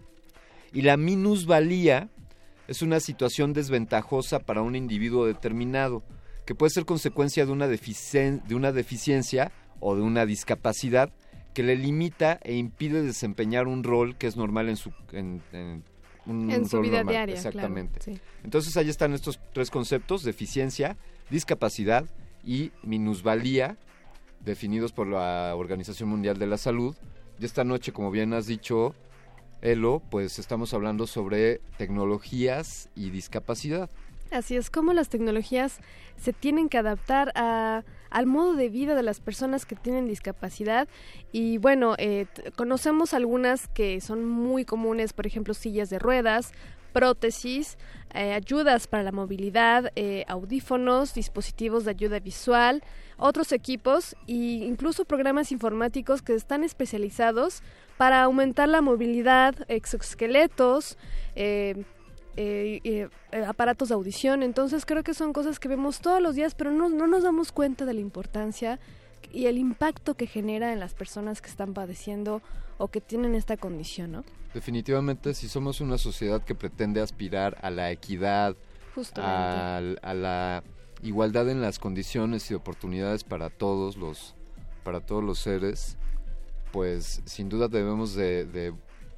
Y la minusvalía es una situación desventajosa para un individuo determinado, que puede ser consecuencia de una, deficien- de una deficiencia o de una discapacidad que le limita e impide desempeñar un rol que es normal en su, en, en un, en un su rol vida normal. diaria. Exactamente. Claro, sí. Entonces ahí están estos tres conceptos: deficiencia, discapacidad y minusvalía, definidos por la Organización Mundial de la Salud. Y esta noche, como bien has dicho, Elo, pues estamos hablando sobre tecnologías y discapacidad. Así es, como las tecnologías se tienen que adaptar a, al modo de vida de las personas que tienen discapacidad. Y bueno, eh, t- conocemos algunas que son muy comunes, por ejemplo, sillas de ruedas, prótesis, eh, ayudas para la movilidad, eh, audífonos, dispositivos de ayuda visual, otros equipos e incluso programas informáticos que están especializados para aumentar la movilidad, exoesqueletos, eh, eh, eh, aparatos de audición. Entonces creo que son cosas que vemos todos los días, pero no, no nos damos cuenta de la importancia y el impacto que genera en las personas que están padeciendo o que tienen esta condición, ¿no? Definitivamente, si somos una sociedad que pretende aspirar a la equidad, a, a la igualdad en las condiciones y oportunidades para todos los, para todos los seres, pues sin duda debemos de, de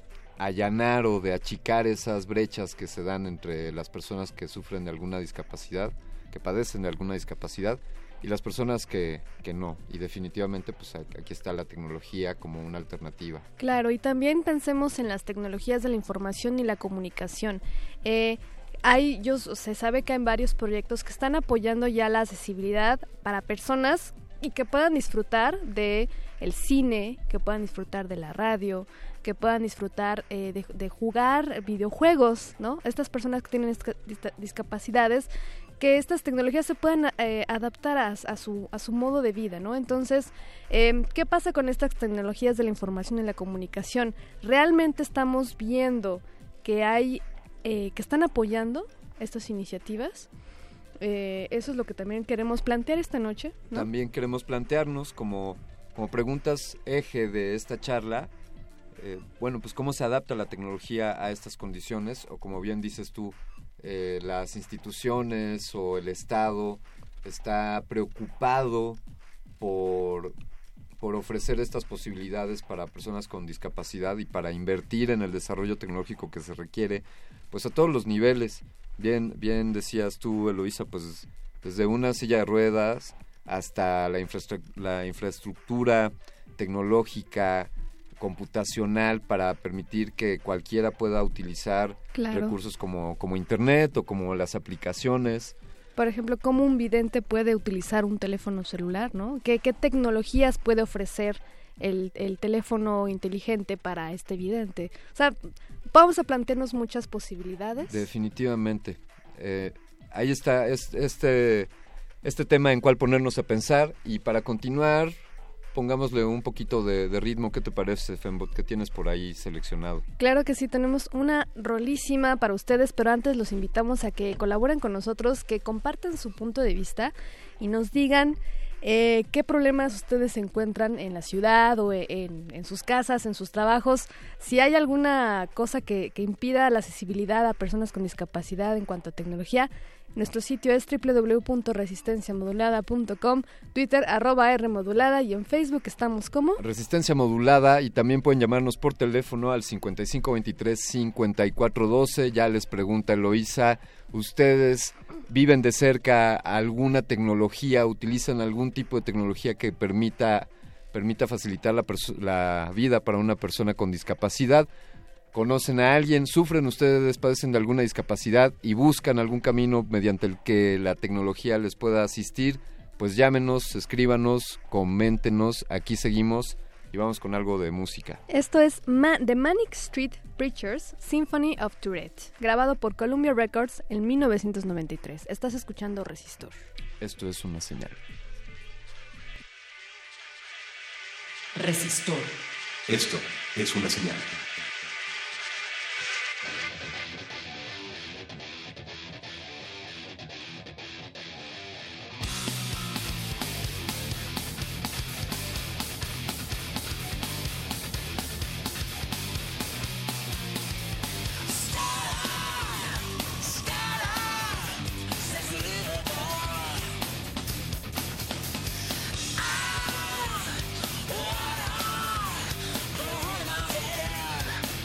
allanar o de achicar esas brechas que se dan entre las personas que sufren de alguna discapacidad, que padecen de alguna discapacidad, y las personas que, que no. Y definitivamente pues aquí está la tecnología como una alternativa. Claro, y también pensemos en las tecnologías de la información y la comunicación. Eh, hay, yo, se sabe que hay varios proyectos que están apoyando ya la accesibilidad para personas y que puedan disfrutar de el cine, que puedan disfrutar de la radio, que puedan disfrutar eh, de, de jugar videojuegos, ¿no? Estas personas que tienen disca- discapacidades, que estas tecnologías se puedan eh, adaptar a, a, su, a su modo de vida, ¿no? Entonces, eh, ¿qué pasa con estas tecnologías de la información y la comunicación? ¿Realmente estamos viendo que hay, eh, que están apoyando estas iniciativas? Eh, eso es lo que también queremos plantear esta noche, ¿no? También queremos plantearnos como, como preguntas eje de esta charla, eh, bueno, pues cómo se adapta la tecnología a estas condiciones, o como bien dices tú, eh, las instituciones o el Estado está preocupado por, por ofrecer estas posibilidades para personas con discapacidad y para invertir en el desarrollo tecnológico que se requiere, pues a todos los niveles. Bien, bien decías tú, Eloísa, pues desde una silla de ruedas hasta la, infrastru- la infraestructura tecnológica, computacional, para permitir que cualquiera pueda utilizar claro. recursos como, como internet o como las aplicaciones. Por ejemplo, ¿cómo un vidente puede utilizar un teléfono celular, ¿no? ¿Qué, qué tecnologías puede ofrecer el, el teléfono inteligente para este vidente? O sea, vamos a plantearnos muchas posibilidades. Definitivamente. Eh, ahí está es, este, este tema en cuál ponernos a pensar, y para continuar, pongámosle un poquito de, de ritmo. ¿Qué te parece, Fembot? ¿Qué tienes por ahí seleccionado? Claro que sí, tenemos una rolísima para ustedes, pero antes los invitamos a que colaboren con nosotros, que compartan su punto de vista y nos digan eh, qué problemas ustedes encuentran en la ciudad o en, en sus casas, en sus trabajos, si hay alguna cosa que, que impida la accesibilidad a personas con discapacidad en cuanto a tecnología. Nuestro sitio es doble u doble u doble u punto resistencia modulada punto com, Twitter arroba Rmodulada, y en Facebook estamos como Resistencia Modulada, y también pueden llamarnos por teléfono al cincuenta y cinco veintitrés cincuenta y cuatro doce. Ya les pregunta Eloísa, ¿ustedes viven de cerca alguna tecnología, utilizan algún tipo de tecnología que permita, permita facilitar la, perso- la vida para una persona con discapacidad? ¿Conocen a alguien? ¿Sufren ustedes, padecen de alguna discapacidad y buscan algún camino mediante el que la tecnología les pueda asistir? Pues llámenos, escríbanos, coméntenos, aquí seguimos y vamos con algo de música. Esto es Ma- The Manic Street Preachers, Symphony of Tourette, grabado por Columbia Records en mil novecientos noventa y tres. Estás escuchando Resistor. Esto es una señal. Resistor. Esto es una señal. Ah,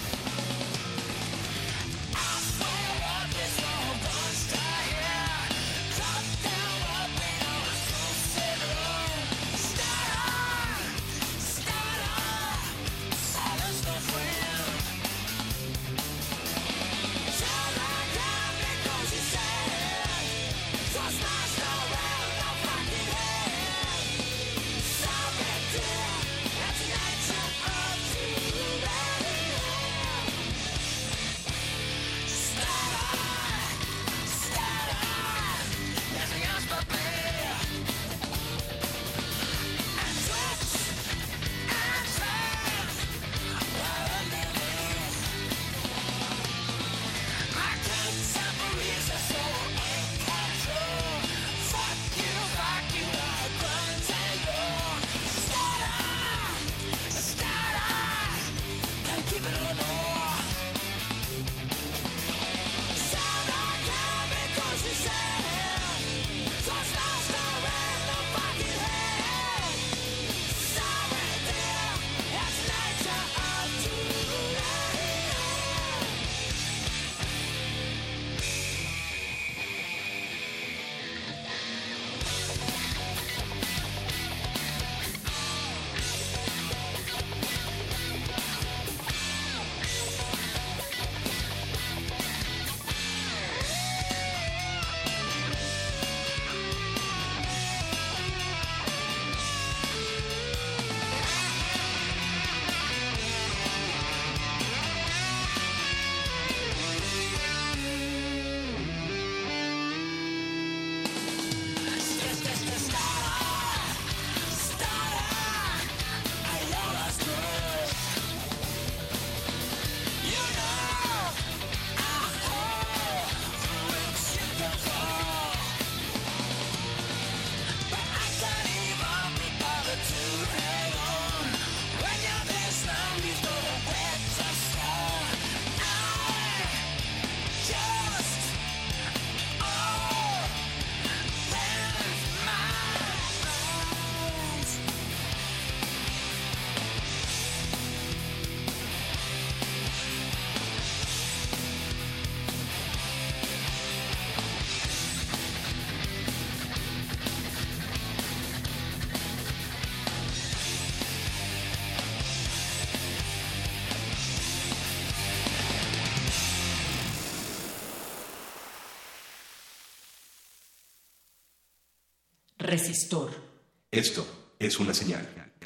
resistor. Esto es una señal.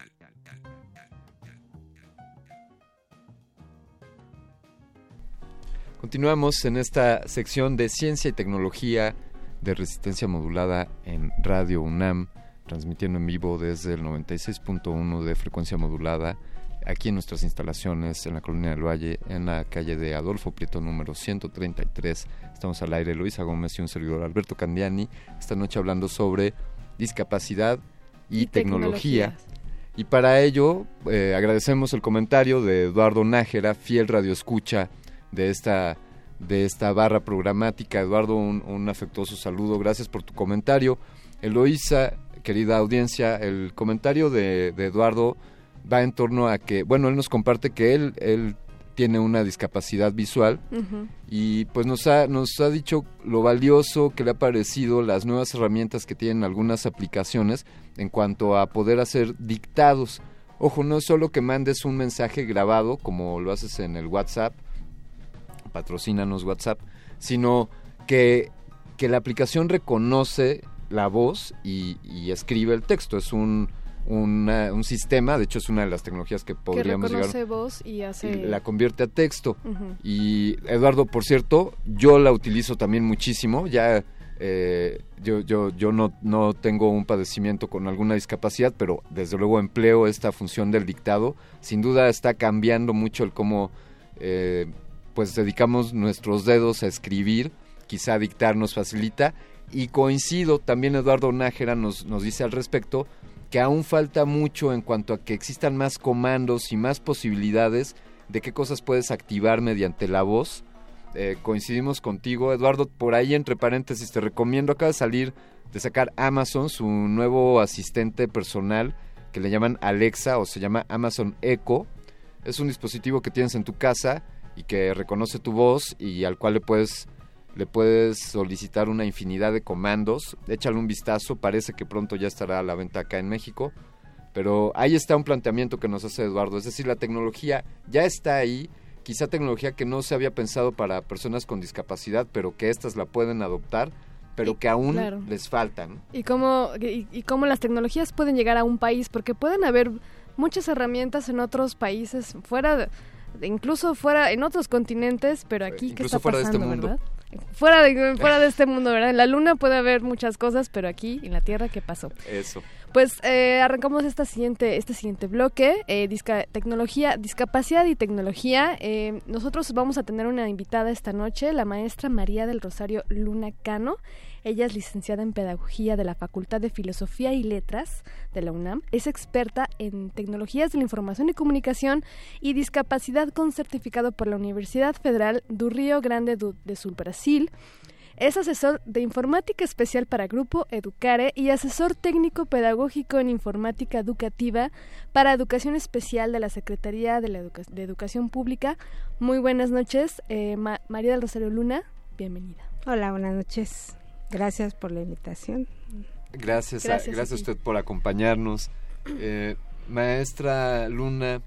Continuamos en esta sección de Ciencia y Tecnología de Resistencia Modulada en Radio UNAM, transmitiendo en vivo desde el noventa y seis punto uno de frecuencia modulada, aquí en nuestras instalaciones en la Colonia del Valle, en la calle de Adolfo Prieto número ciento treinta y tres. Estamos al aire, Luisa Gómez y un servidor, Alberto Candiani, esta noche hablando sobre discapacidad y, y tecnología. Y para ello eh, agradecemos el comentario de Eduardo Nájera, fiel radioescucha de esta, de esta barra programática. Eduardo, un, un afectuoso saludo, gracias por tu comentario. Eloísa, querida audiencia, el comentario de, de Eduardo va en torno a que, bueno, él nos comparte que él, él tiene una discapacidad visual, uh-huh. y pues nos ha, nos ha dicho lo valioso que le ha parecido las nuevas herramientas que tienen algunas aplicaciones en cuanto a poder hacer dictados. Ojo, no es solo que mandes un mensaje grabado como lo haces en el WhatsApp, patrocínanos WhatsApp, sino que, que la aplicación reconoce la voz y, y escribe el texto. Es un, una, un sistema, de hecho es una de las tecnologías que podríamos que reconoce llegar, voz y hace... y la convierte a texto. Uh-huh. Y Eduardo, por cierto, yo la utilizo también muchísimo, ya eh, yo, yo, yo no, no tengo un padecimiento con alguna discapacidad, pero desde luego empleo esta función del dictado. Sin duda está cambiando mucho el cómo... Eh, pues dedicamos nuestros dedos a escribir, quizá dictar nos facilita, y coincido, también Eduardo Nájera nos, nos dice al respecto, que aún falta mucho en cuanto a que existan más comandos y más posibilidades de qué cosas puedes activar mediante la voz. Eh, coincidimos contigo, Eduardo. Por ahí, entre paréntesis, te recomiendo, acaba de salir, de sacar Amazon, su nuevo asistente personal, que le llaman Alexa, o se llama Amazon Echo. Es un dispositivo que tienes en tu casa y que reconoce tu voz y al cual le puedes le puedes solicitar una infinidad de comandos. Échale un vistazo, parece que pronto ya estará a la venta acá en México, pero ahí está un planteamiento que nos hace Eduardo, es decir, la tecnología ya está ahí, quizá tecnología que no se había pensado para personas con discapacidad, pero que éstas la pueden adoptar, pero y, que aún claro. les faltan. Y cómo, y, y cómo las tecnologías pueden llegar a un país, porque pueden haber muchas herramientas en otros países, fuera de... incluso fuera en otros continentes, pero aquí incluso qué está fuera pasando, de este mundo. ¿verdad? Fuera de fuera de este mundo, ¿verdad? En la Luna puede haber muchas cosas, pero aquí en la Tierra, ¿qué pasó? Eso. Pues eh, arrancamos esta siguiente este siguiente bloque, eh, disca, tecnología, discapacidad y tecnología. Eh, nosotros vamos a tener una invitada esta noche, la maestra María del Rosario Luna Cano. Ella es licenciada en Pedagogía de la Facultad de Filosofía y Letras de la UNAM. Es experta en tecnologías de la información y comunicación y discapacidad con certificado por la Universidad Federal do Rio Grande do Sul, Brasil. Es asesor de informática especial para Grupo Educare y asesor técnico pedagógico en informática educativa para educación especial de la Secretaría de, la Educa- de Educación Pública. Muy buenas noches, eh, Ma- María del Rosario Luna, bienvenida. Hola, buenas noches. Gracias por la invitación. Gracias, gracias, a, gracias a usted por acompañarnos. Eh, maestra Luna,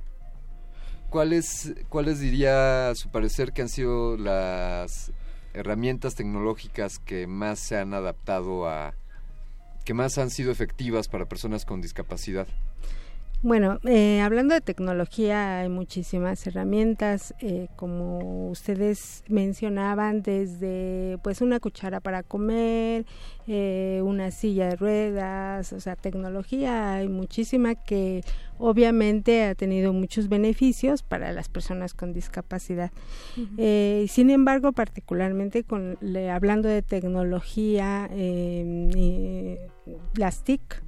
¿cuáles, ¿cuáles diría a su parecer que han sido las herramientas tecnológicas que más se han adaptado a, que más han sido efectivas para personas con discapacidad? Bueno, eh, hablando de tecnología, hay muchísimas herramientas, eh, como ustedes mencionaban, desde pues una cuchara para comer, eh, una silla de ruedas, o sea, tecnología hay muchísima que obviamente ha tenido muchos beneficios para las personas con discapacidad. Uh-huh. Eh, sin embargo, particularmente con le, hablando de tecnología, eh, eh, las T I C,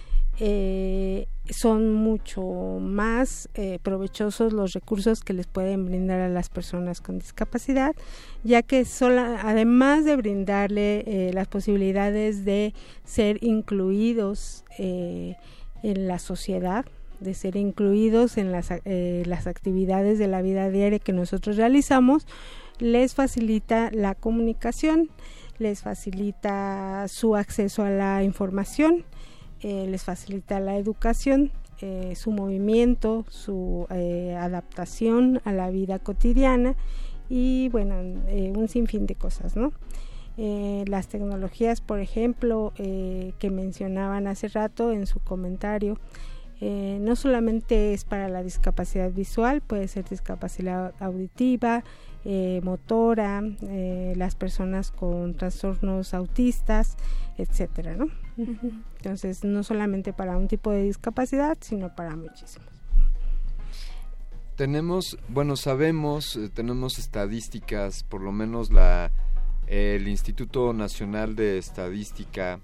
Eh, son mucho más eh, provechosos los recursos que les pueden brindar a las personas con discapacidad, ya que sola, además de brindarle eh, las posibilidades de ser incluidos eh, en la sociedad, de ser incluidos en las, eh, las actividades de la vida diaria que nosotros realizamos, les facilita la comunicación, les facilita su acceso a la información, Eh, les facilita la educación, eh, su movimiento, su eh, adaptación a la vida cotidiana y bueno, eh, un sinfín de cosas, ¿no? Eh, las tecnologías, por ejemplo, eh, que mencionaban hace rato en su comentario, eh, no solamente es para la discapacidad visual, puede ser discapacidad auditiva, eh, motora, eh, las personas con trastornos autistas, etcétera, ¿no? Uh-huh. Entonces, no solamente para un tipo de discapacidad, sino para muchísimos. Tenemos, bueno, sabemos, eh, tenemos estadísticas, por lo menos la el Instituto Nacional de Estadística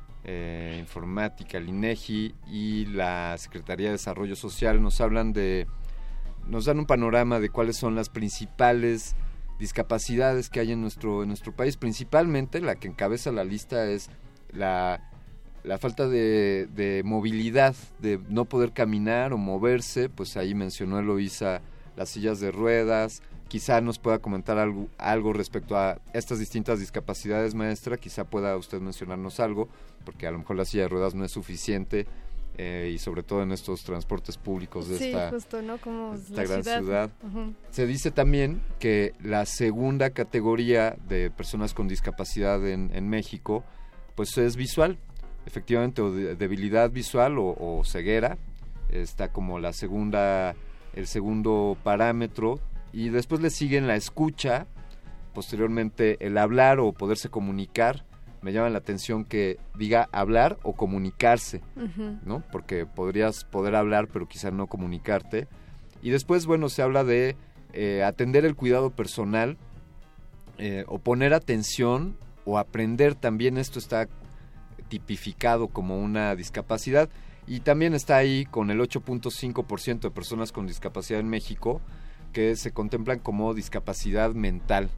eh, Informática, el INEGI, y la Secretaría de Desarrollo Social nos hablan de, nos dan un panorama de cuáles son las principales discapacidades que hay en nuestro en nuestro país. Principalmente la que encabeza la lista es la la falta de, de movilidad, de no poder caminar o moverse. Pues ahí mencionó Eloísa las sillas de ruedas. Quizá nos pueda comentar algo, algo respecto a estas distintas discapacidades, maestra. Quizá pueda usted mencionarnos algo, porque a lo mejor la silla de ruedas no es suficiente, eh, y sobre todo en estos transportes públicos de sí, esta, justo, ¿no? Como esta la gran ciudad. ciudad. Uh-huh. Se dice también que la segunda categoría de personas con discapacidad en, en México, pues es visual. Efectivamente, o de, debilidad visual o, o ceguera, está como la segunda, el segundo parámetro, y después le siguen la escucha, posteriormente el hablar o poderse comunicar. Me llama la atención que diga hablar o comunicarse, uh-huh. ¿no? Porque podrías poder hablar, pero quizá no comunicarte. Y después, bueno, se habla de eh, atender el cuidado personal, eh, o poner atención o aprender. También esto está tipificado como una discapacidad, y también está ahí con el ocho punto cinco por ciento de personas con discapacidad en México que se contemplan como discapacidad mental.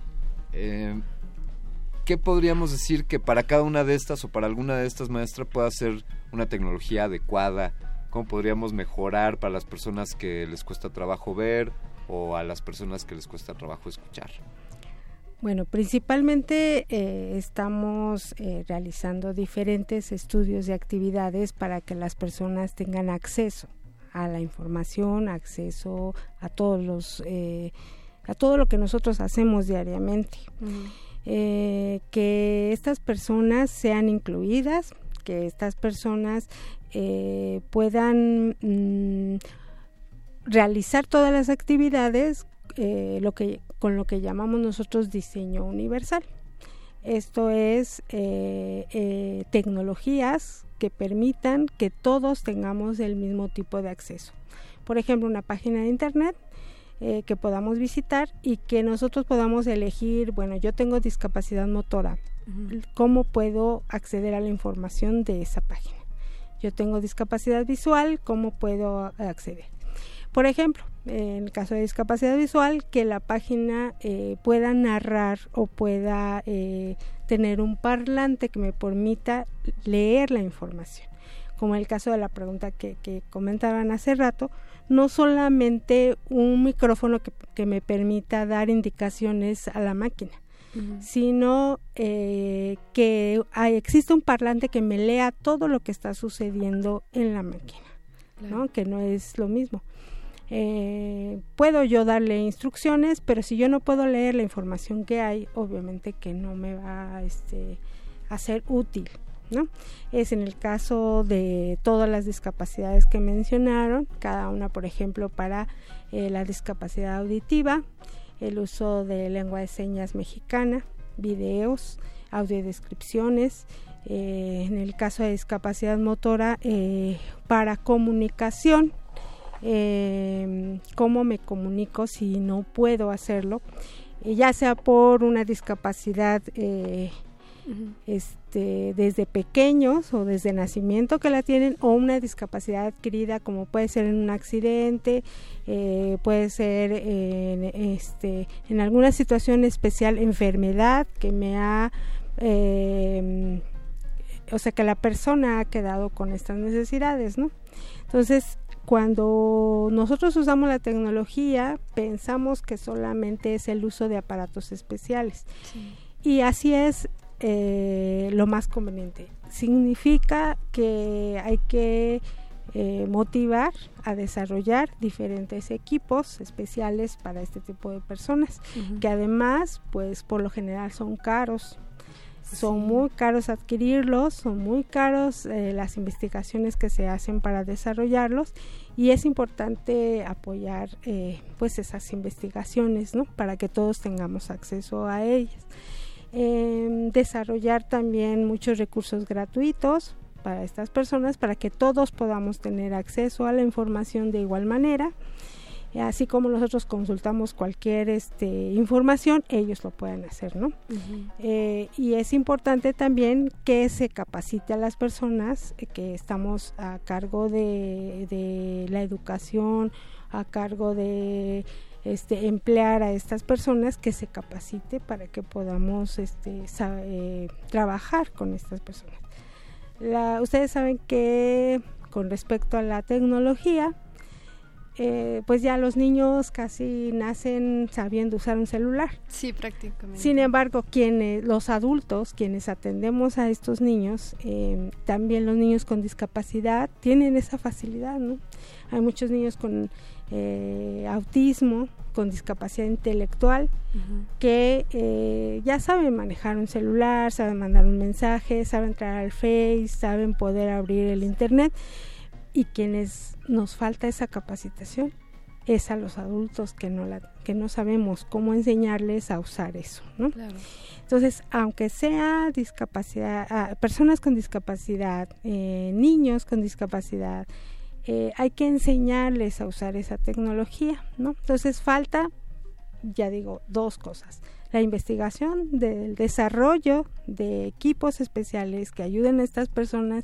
Eh, ¿Qué podríamos decir que para cada una de estas o para alguna de estas, maestra, pueda ser una tecnología adecuada? ¿Cómo podríamos mejorar para las personas que les cuesta trabajo ver o a las personas que les cuesta trabajo escuchar? Bueno, principalmente eh, estamos eh, realizando diferentes estudios y actividades para que las personas tengan acceso a la información, acceso a todos los, eh, a todo lo que nosotros hacemos diariamente. Uh-huh. Eh, que estas personas sean incluidas, que estas personas eh, puedan mm, realizar todas las actividades, eh, lo que con lo que llamamos nosotros diseño universal. Esto es eh, eh, tecnologías que permitan que todos tengamos el mismo tipo de acceso. Por ejemplo, una página de internet eh, que podamos visitar y que nosotros podamos elegir, bueno, yo tengo discapacidad motora, uh-huh. ¿cómo puedo acceder a la información de esa página? Yo tengo discapacidad visual, ¿cómo puedo acceder? Por ejemplo, en el caso de discapacidad visual, que la página eh, pueda narrar o pueda eh, tener un parlante que me permita leer la información. Como en el caso de la pregunta que, que comentaban hace rato, no solamente un micrófono que, que me permita dar indicaciones a la máquina, uh-huh. sino eh, que hay, existe un parlante que me lea todo lo que está sucediendo en la máquina, claro. ¿no? Que no es lo mismo. Eh, puedo yo darle instrucciones, pero si yo no puedo leer la información que hay, obviamente que no me va este, a ser útil, ¿no? Es en el caso de todas las discapacidades que mencionaron, cada una, por ejemplo, para eh, la discapacidad auditiva, el uso de lengua de señas mexicana, videos, audiodescripciones, eh, en el caso de discapacidad motora, eh, para comunicación. Eh, cómo me comunico si no puedo hacerlo, eh, ya sea por una discapacidad eh, uh-huh. este, desde pequeños o desde nacimiento que la tienen, o una discapacidad adquirida, como puede ser en un accidente, eh, puede ser en, este, en alguna situación especial, enfermedad que me ha eh, o sea que la persona ha quedado con estas necesidades, ¿no? Entonces, cuando nosotros usamos la tecnología, pensamos que solamente es el uso de aparatos especiales. Sí. Y así es eh, lo más conveniente. Significa que hay que eh, motivar a desarrollar diferentes equipos especiales para este tipo de personas, uh-huh. que además, pues por lo general son caros. Son sí. muy caros adquirirlos, son muy caros eh, las investigaciones que se hacen para desarrollarlos, y es importante apoyar eh, pues esas investigaciones, ¿no? Para que todos tengamos acceso a ellas. Eh, desarrollar también muchos recursos gratuitos para estas personas, para que todos podamos tener acceso a la información de igual manera. Así como nosotros consultamos cualquier este, información, ellos lo pueden hacer, ¿no? Uh-huh. Eh, y es importante también que se capacite a las personas eh, que estamos a cargo de, de la educación, a cargo de este, emplear a estas personas, que se capacite para que podamos este, sa- eh, trabajar con estas personas. La, ustedes saben que con respecto a la tecnología, Eh, pues ya los niños casi nacen sabiendo usar un celular. Sí, prácticamente. Sin embargo, quienes, los adultos, quienes atendemos a estos niños, eh, también los niños con discapacidad tienen esa facilidad, ¿no? Hay muchos niños con eh, autismo, con discapacidad intelectual, uh-huh. que eh, ya saben manejar un celular, saben mandar un mensaje, saben entrar al Face, saben poder abrir el Internet. Y quienes nos falta esa capacitación es a los adultos que no la que no sabemos cómo enseñarles a usar eso, ¿no? Claro. Entonces, aunque sea discapacidad, ah, personas con discapacidad, eh, niños con discapacidad, eh, hay que enseñarles a usar esa tecnología, ¿no? Entonces falta, ya digo, dos cosas: la investigación del desarrollo de equipos especiales que ayuden a estas personas,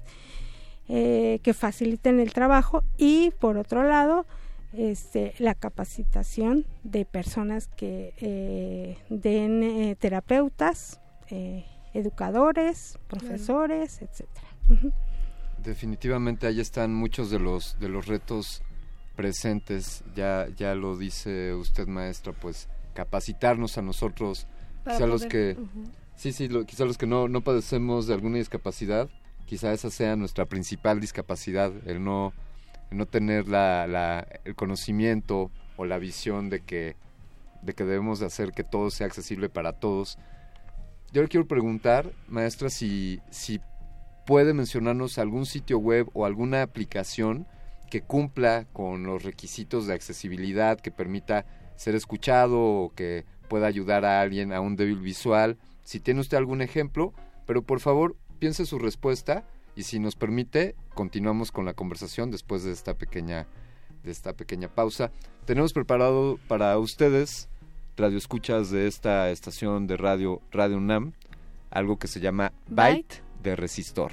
Eh, que faciliten el trabajo, y por otro lado este, la capacitación de personas que eh, den eh, terapeutas, eh, educadores, profesores, claro. etcétera. Uh-huh. Definitivamente ahí están muchos de los de los retos presentes. Ya ya lo dice usted, maestra, pues capacitarnos a nosotros, para quizá poder, los que uh-huh. sí sí lo, quizá los que no no padecemos de alguna discapacidad. Quizá esa sea nuestra principal discapacidad, el no, el no tener la, la, el conocimiento o la visión de que, de que debemos de hacer que todo sea accesible para todos. Yo le quiero preguntar, maestra, si, si puede mencionarnos algún sitio web o alguna aplicación que cumpla con los requisitos de accesibilidad, que permita ser escuchado o que pueda ayudar a alguien, a un débil visual. Si tiene usted algún ejemplo, pero por favor piense su respuesta, y si nos permite continuamos con la conversación después de esta pequeña de esta pequeña pausa. Tenemos preparado para ustedes, radioescuchas de esta estación de radio Radio UNAM, algo que se llama Byte, Byte de Resistor.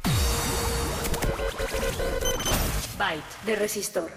Byte de Resistor.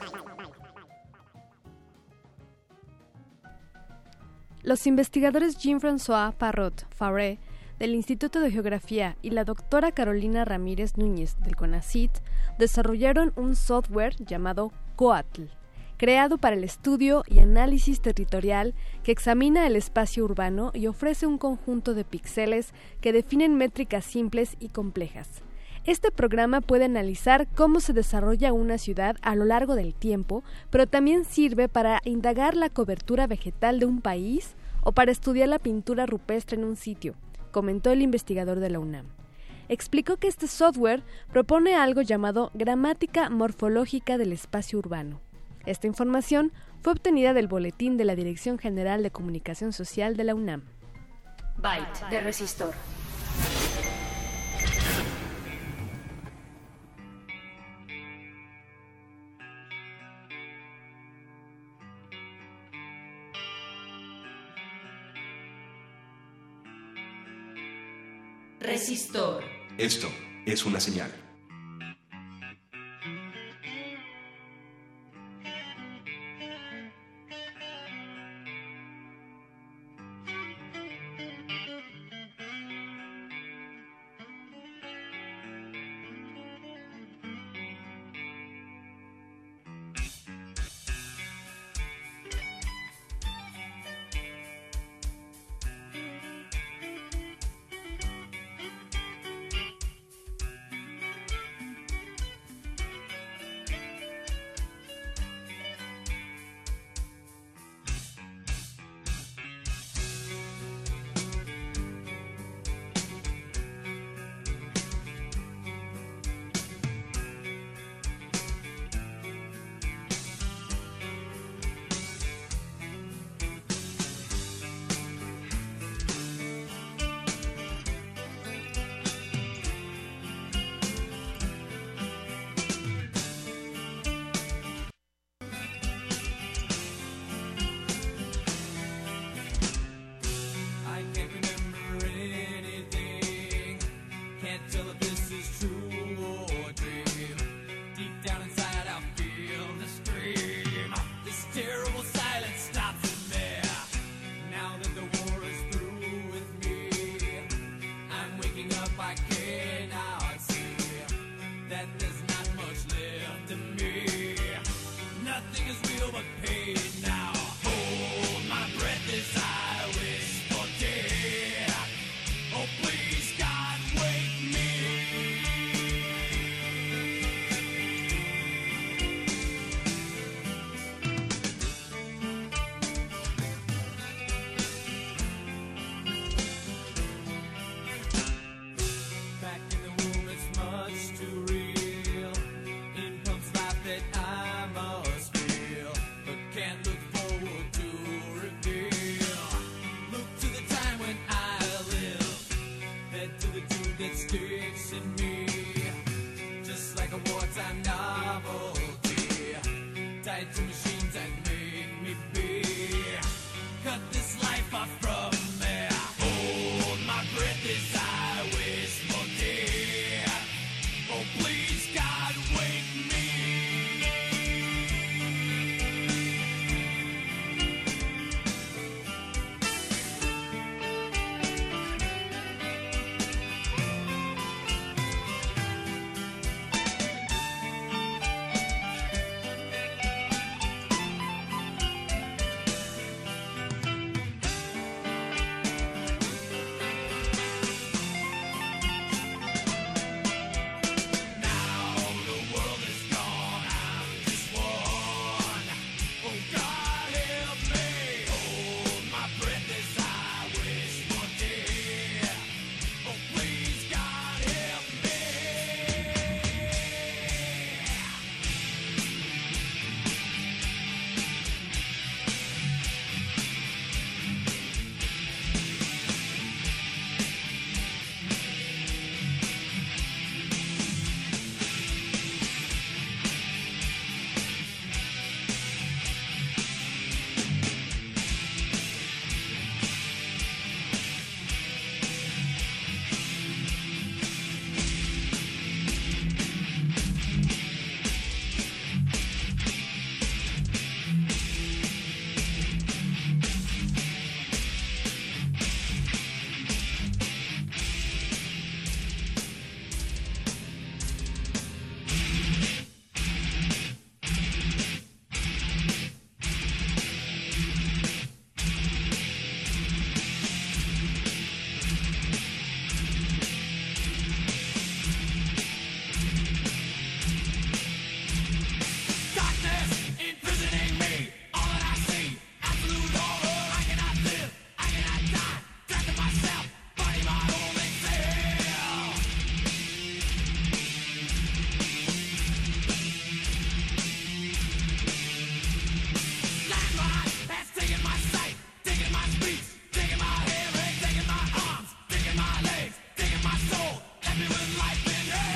Los investigadores Jean-François Parrot-Faure del Instituto de Geografía y la doctora Carolina Ramírez Núñez del CONACYT desarrollaron un software llamado Coatl, creado para el estudio y análisis territorial que examina el espacio urbano y ofrece un conjunto de píxeles que definen métricas simples y complejas. Este programa puede analizar cómo se desarrolla una ciudad a lo largo del tiempo, pero también sirve para indagar la cobertura vegetal de un país o para estudiar la pintura rupestre en un sitio, comentó el investigador de la UNAM. Explicó que este software propone algo llamado gramática morfológica del espacio urbano. Esta información fue obtenida del boletín de la Dirección General de Comunicación Social de la UNAM. Byte de Resistor. Resistor. Esto es una señal. is left in me. Nothing is real but pain now. Hold my breath as I wish for death. Oh, please, God, wake me. Back in the womb, it's much too real. In comes life that I must feel, but can't look forward to reveal. Look to the time when I live, head to the truth that sticks in me, just like a wartime novelty, tied to machines that make me be. Cut this life off from me. Hold my breath as I wish for death. Oh, please, God, wake me. Now the world is gone, I'm just one. Oh, God, help me. Hold my breath as I wish for death. Oh, please, God, help me. Darkness imprisoning me. All that I see, absolute horror. I cannot live, I cannot die. Death of myself, body my only fear. Landmine has taken my sight, taken my speech, taken my hearing, taken my arms, taken my legs, taken my soul. Left me with life in hell.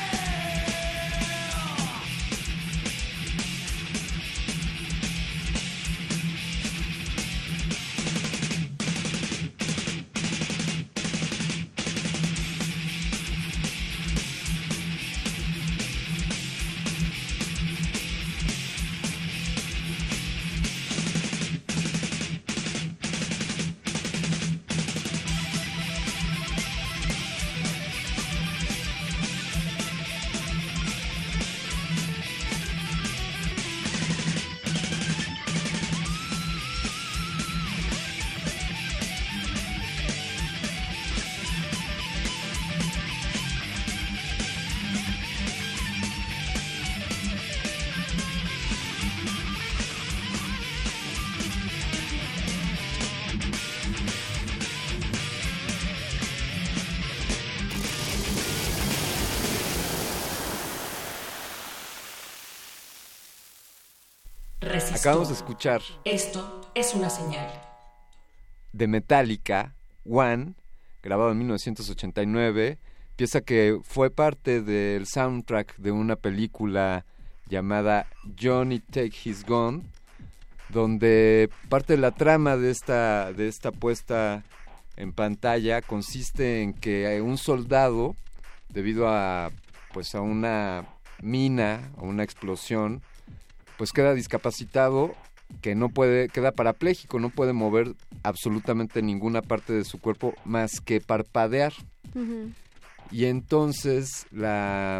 Resistor. Acabamos de escuchar Esto es una señal. de Metallica, One, grabado en mil novecientos ochenta y nueve, pieza que fue parte del soundtrack de una película llamada Johnny Take His Gun, donde parte de la trama de esta, de esta puesta en pantalla consiste en que un soldado, debido a, pues, a una mina o una explosión, pues queda discapacitado, que no puede, queda parapléjico, no puede mover absolutamente ninguna parte de su cuerpo más que parpadear. Uh-huh. Y entonces la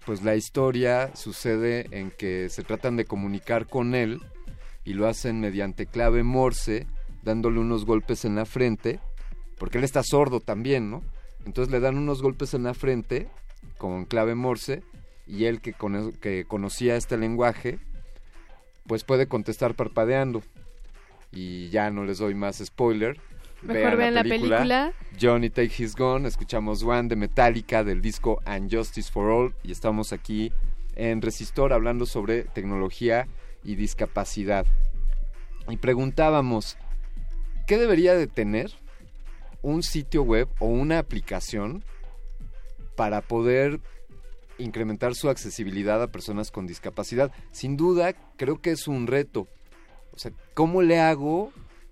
pues la historia sucede en que se tratan de comunicar con él y lo hacen mediante clave Morse, dándole unos golpes en la frente, porque él está sordo también, ¿no? Entonces le dan unos golpes en la frente con clave Morse y él que, cono- que conocía este lenguaje, pues puede contestar parpadeando. Y ya no les doy más spoiler. Mejor vean la película. la película. Johnny Take His Gun, escuchamos One de Metallica del disco And Justice for All y estamos aquí en Resistor hablando sobre tecnología y discapacidad. Y preguntábamos, ¿qué debería de tener un sitio web o una aplicación para poder incrementar su accesibilidad a personas con discapacidad? Sin duda, creo que es un reto. O sea, ¿cómo le hago?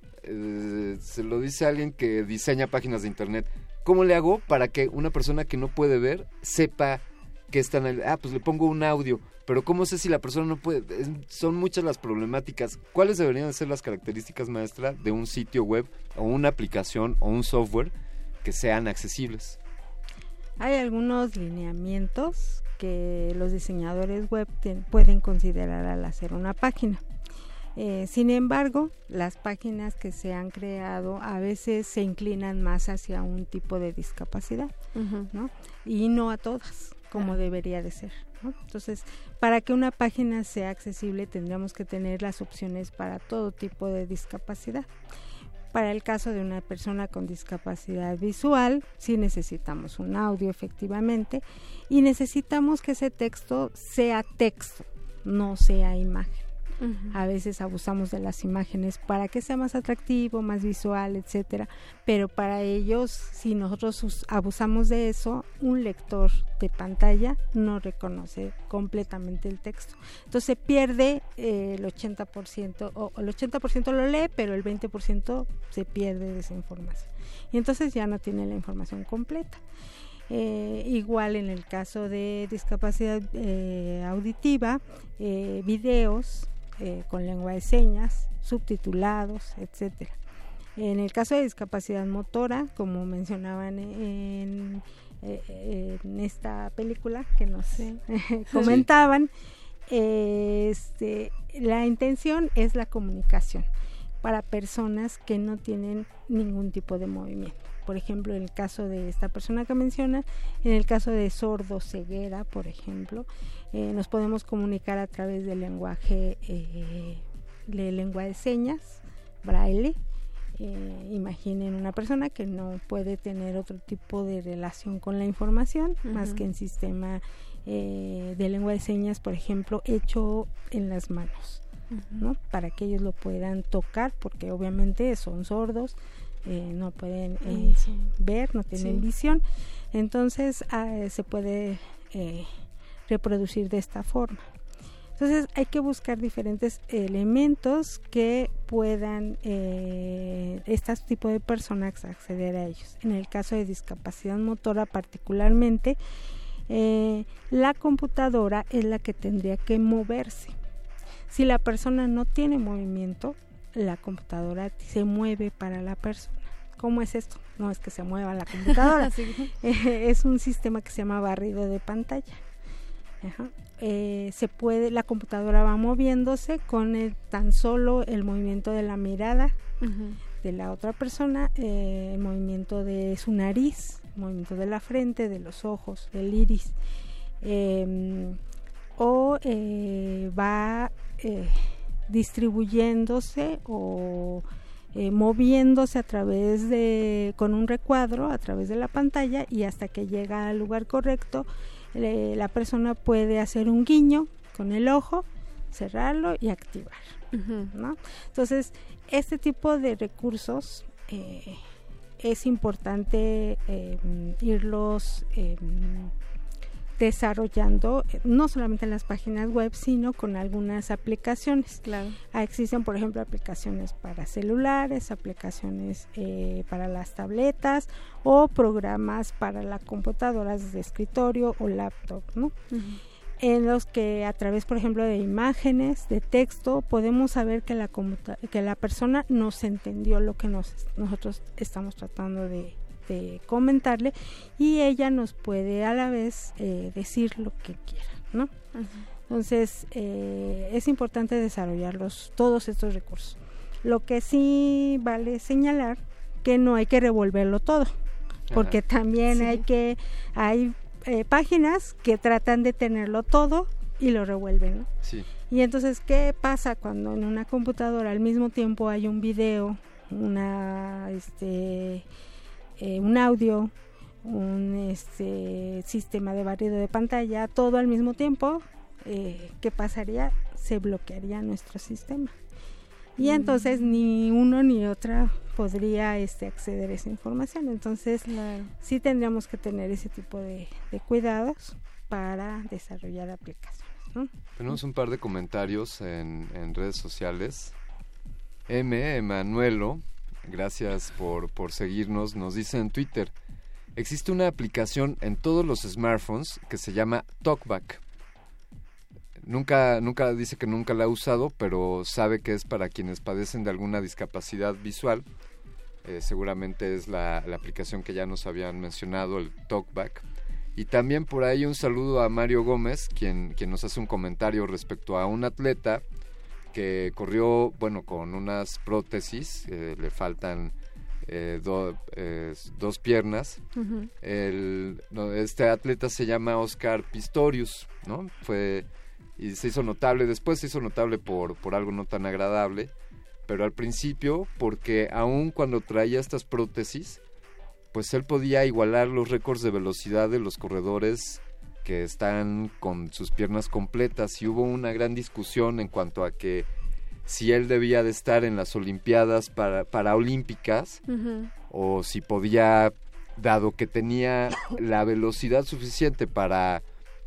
Eh, se lo dice alguien que diseña páginas de internet. ¿Cómo le hago para que una persona que no puede ver sepa que está en el... Ah, pues le pongo un audio. Pero ¿cómo sé si la persona no puede? Es, son muchas las problemáticas. ¿Cuáles deberían ser las características, maestra, de un sitio web o una aplicación o un software que sean accesibles? Hay algunos lineamientos que los diseñadores web ten, pueden considerar al hacer una página. Eh, sin embargo, las páginas que se han creado a veces se inclinan más hacia un tipo de discapacidad, uh-huh. ¿no? Y no a todas, como uh-huh. debería de ser, ¿no? Entonces, para que una página sea accesible tendríamos que tener las opciones para todo tipo de discapacidad. Para el caso de una persona con discapacidad visual, sí necesitamos un audio efectivamente y necesitamos que ese texto sea texto, no sea imagen. Uh-huh. A veces abusamos de las imágenes para que sea más atractivo, más visual, etcétera, pero para ellos, si nosotros abusamos de eso, un lector de pantalla no reconoce completamente el texto. Entonces se pierde eh, el ochenta por ciento, o el ochenta por ciento lo lee, pero el veinte por ciento se pierde de esa información. Y entonces ya no tiene la información completa. Eh, igual en el caso de discapacidad eh, auditiva, eh, videos Eh, con lengua de señas, subtitulados, etcétera. En el caso de discapacidad motora, como mencionaban en, en, en esta película que nos sí. comentaban, eh, este, la intención es la comunicación para personas que no tienen ningún tipo de movimiento. Por ejemplo, en el caso de esta persona que menciona, en el caso de sordo ceguera, por ejemplo, eh, nos podemos comunicar a través del lenguaje eh, de lengua de señas, braille. Eh, imaginen una persona que no puede tener otro tipo de relación con la información, uh-huh. más que en sistema eh, de lengua de señas, por ejemplo, hecho en las manos, uh-huh. ¿no? Para que ellos lo puedan tocar, porque obviamente son sordos. Eh, no pueden eh, sí. ver, no tienen sí. visión, entonces eh, se puede eh, reproducir de esta forma. Entonces hay que buscar diferentes elementos que puedan eh, este tipo de personas acceder a ellos. En el caso de discapacidad motora particularmente, eh, la computadora es la que tendría que moverse. Si la persona no tiene movimiento, la computadora se mueve para la persona. ¿Cómo es esto? No es que se mueva la computadora, sí. eh, es un sistema que se llama barrido de pantalla. Ajá. Eh, se puede, la computadora va moviéndose con el, tan solo el movimiento de la mirada uh-huh. de la otra persona, eh, el movimiento de su nariz, el movimiento de la frente, de los ojos, del iris, eh, o eh, va eh, distribuyéndose o eh, moviéndose a través de, con un recuadro a través de la pantalla, y hasta que llega al lugar correcto, le, la persona puede hacer un guiño con el ojo, cerrarlo y activar, uh-huh. ¿no? Entonces, este tipo de recursos eh, es importante eh, irlos eh, desarrollando, no solamente en las páginas web, sino con algunas aplicaciones. Claro. Ah, existen, por ejemplo, aplicaciones para celulares, aplicaciones eh, para las tabletas o programas para las computadoras de escritorio o laptop, ¿no? Uh-huh. En los que a través, por ejemplo, de imágenes, de texto, podemos saber que la computa- que la persona nos entendió lo que nos, nosotros estamos tratando de, este, comentarle y ella nos puede a la vez eh, decir lo que quiera, ¿no? Uh-huh. Entonces, eh, es importante desarrollarlos, todos estos recursos. Lo que sí vale señalar que no hay que revolverlo todo, porque Ajá. también sí. hay que, hay eh, páginas que tratan de tenerlo todo y lo revuelven, ¿no? Sí. Y entonces, ¿qué pasa cuando en una computadora al mismo tiempo hay un video, una, este, eh, un audio, un este, sistema de barrido de pantalla, todo al mismo tiempo? Eh, ¿Qué pasaría? Se bloquearía nuestro sistema. Y mm. entonces ni uno ni otra podría este, acceder a esa información. Entonces, claro. sí tendríamos que tener ese tipo de, de cuidados para desarrollar aplicaciones, ¿no? Tenemos un par de comentarios en, en redes sociales. M. Emanuelo, gracias por, por seguirnos, nos dice en Twitter: existe una aplicación en todos los smartphones que se llama TalkBack. Nunca, nunca dice que nunca la ha usado, pero sabe que es para quienes padecen de alguna discapacidad visual. Eh, seguramente es la, la aplicación que ya nos habían mencionado, el TalkBack. Y también por ahí un saludo a Mario Gómez, quien, quien nos hace un comentario respecto a un atleta que corrió, bueno, con unas prótesis, eh, le faltan eh, do, eh, dos piernas. Uh-huh. El, no, este atleta se llama Oscar Pistorius, ¿no? Fue... y se hizo notable, después se hizo notable por, por algo no tan agradable, pero al principio, porque aún cuando traía estas prótesis, pues él podía igualar los récords de velocidad de los corredores que están con sus piernas completas, y hubo una gran discusión en cuanto a que si él debía de estar en las Olimpiadas para, paraolímpicas, uh-huh. o si podía, dado que tenía la velocidad suficiente para...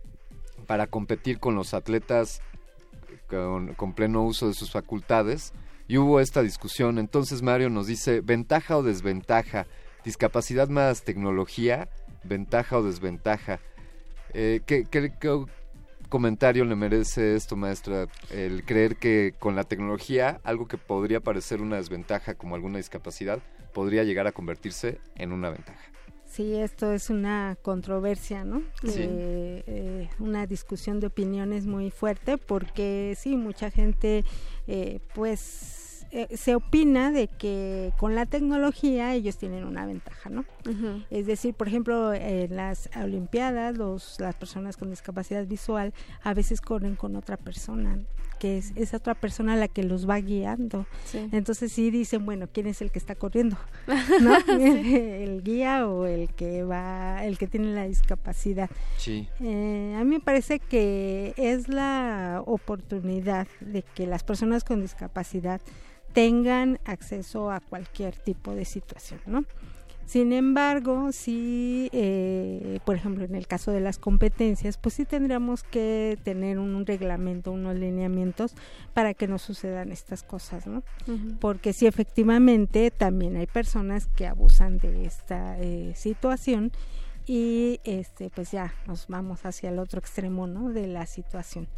para competir con los atletas con, con pleno uso de sus facultades, y hubo esta discusión. Entonces Mario nos dice: ventaja o desventaja, discapacidad más tecnología, ventaja o desventaja. Eh, ¿qué, qué, ¿Qué comentario le merece esto, maestra? El creer que con la tecnología algo que podría parecer una desventaja, como alguna discapacidad, podría llegar a convertirse en una ventaja. Sí, esto es una controversia, ¿no? Sí. Eh, eh, una discusión de opiniones muy fuerte, porque sí, mucha gente eh, pues eh, se opina de que con la tecnología ellos tienen una ventaja, ¿no? Uh-huh. Es decir, por ejemplo, en las Olimpiadas, los, las personas con discapacidad visual a veces corren con otra persona, que es esa otra persona la que los va guiando. Sí. Entonces sí dicen, bueno, ¿quién es el que está corriendo? ¿No? Sí. ¿El guía o el que va, el que tiene la discapacidad? Sí. Eh, a mí me parece que es la oportunidad de que las personas con discapacidad tengan acceso a cualquier tipo de situación, ¿no? Sin embargo, sí, eh, por ejemplo, en el caso de las competencias, pues sí tendríamos que tener un, un reglamento, unos lineamientos para que no sucedan estas cosas, ¿no? Uh-huh. Porque sí, efectivamente, también hay personas que abusan de esta eh, situación y, este, pues ya nos vamos hacia el otro extremo, ¿no? De la situación.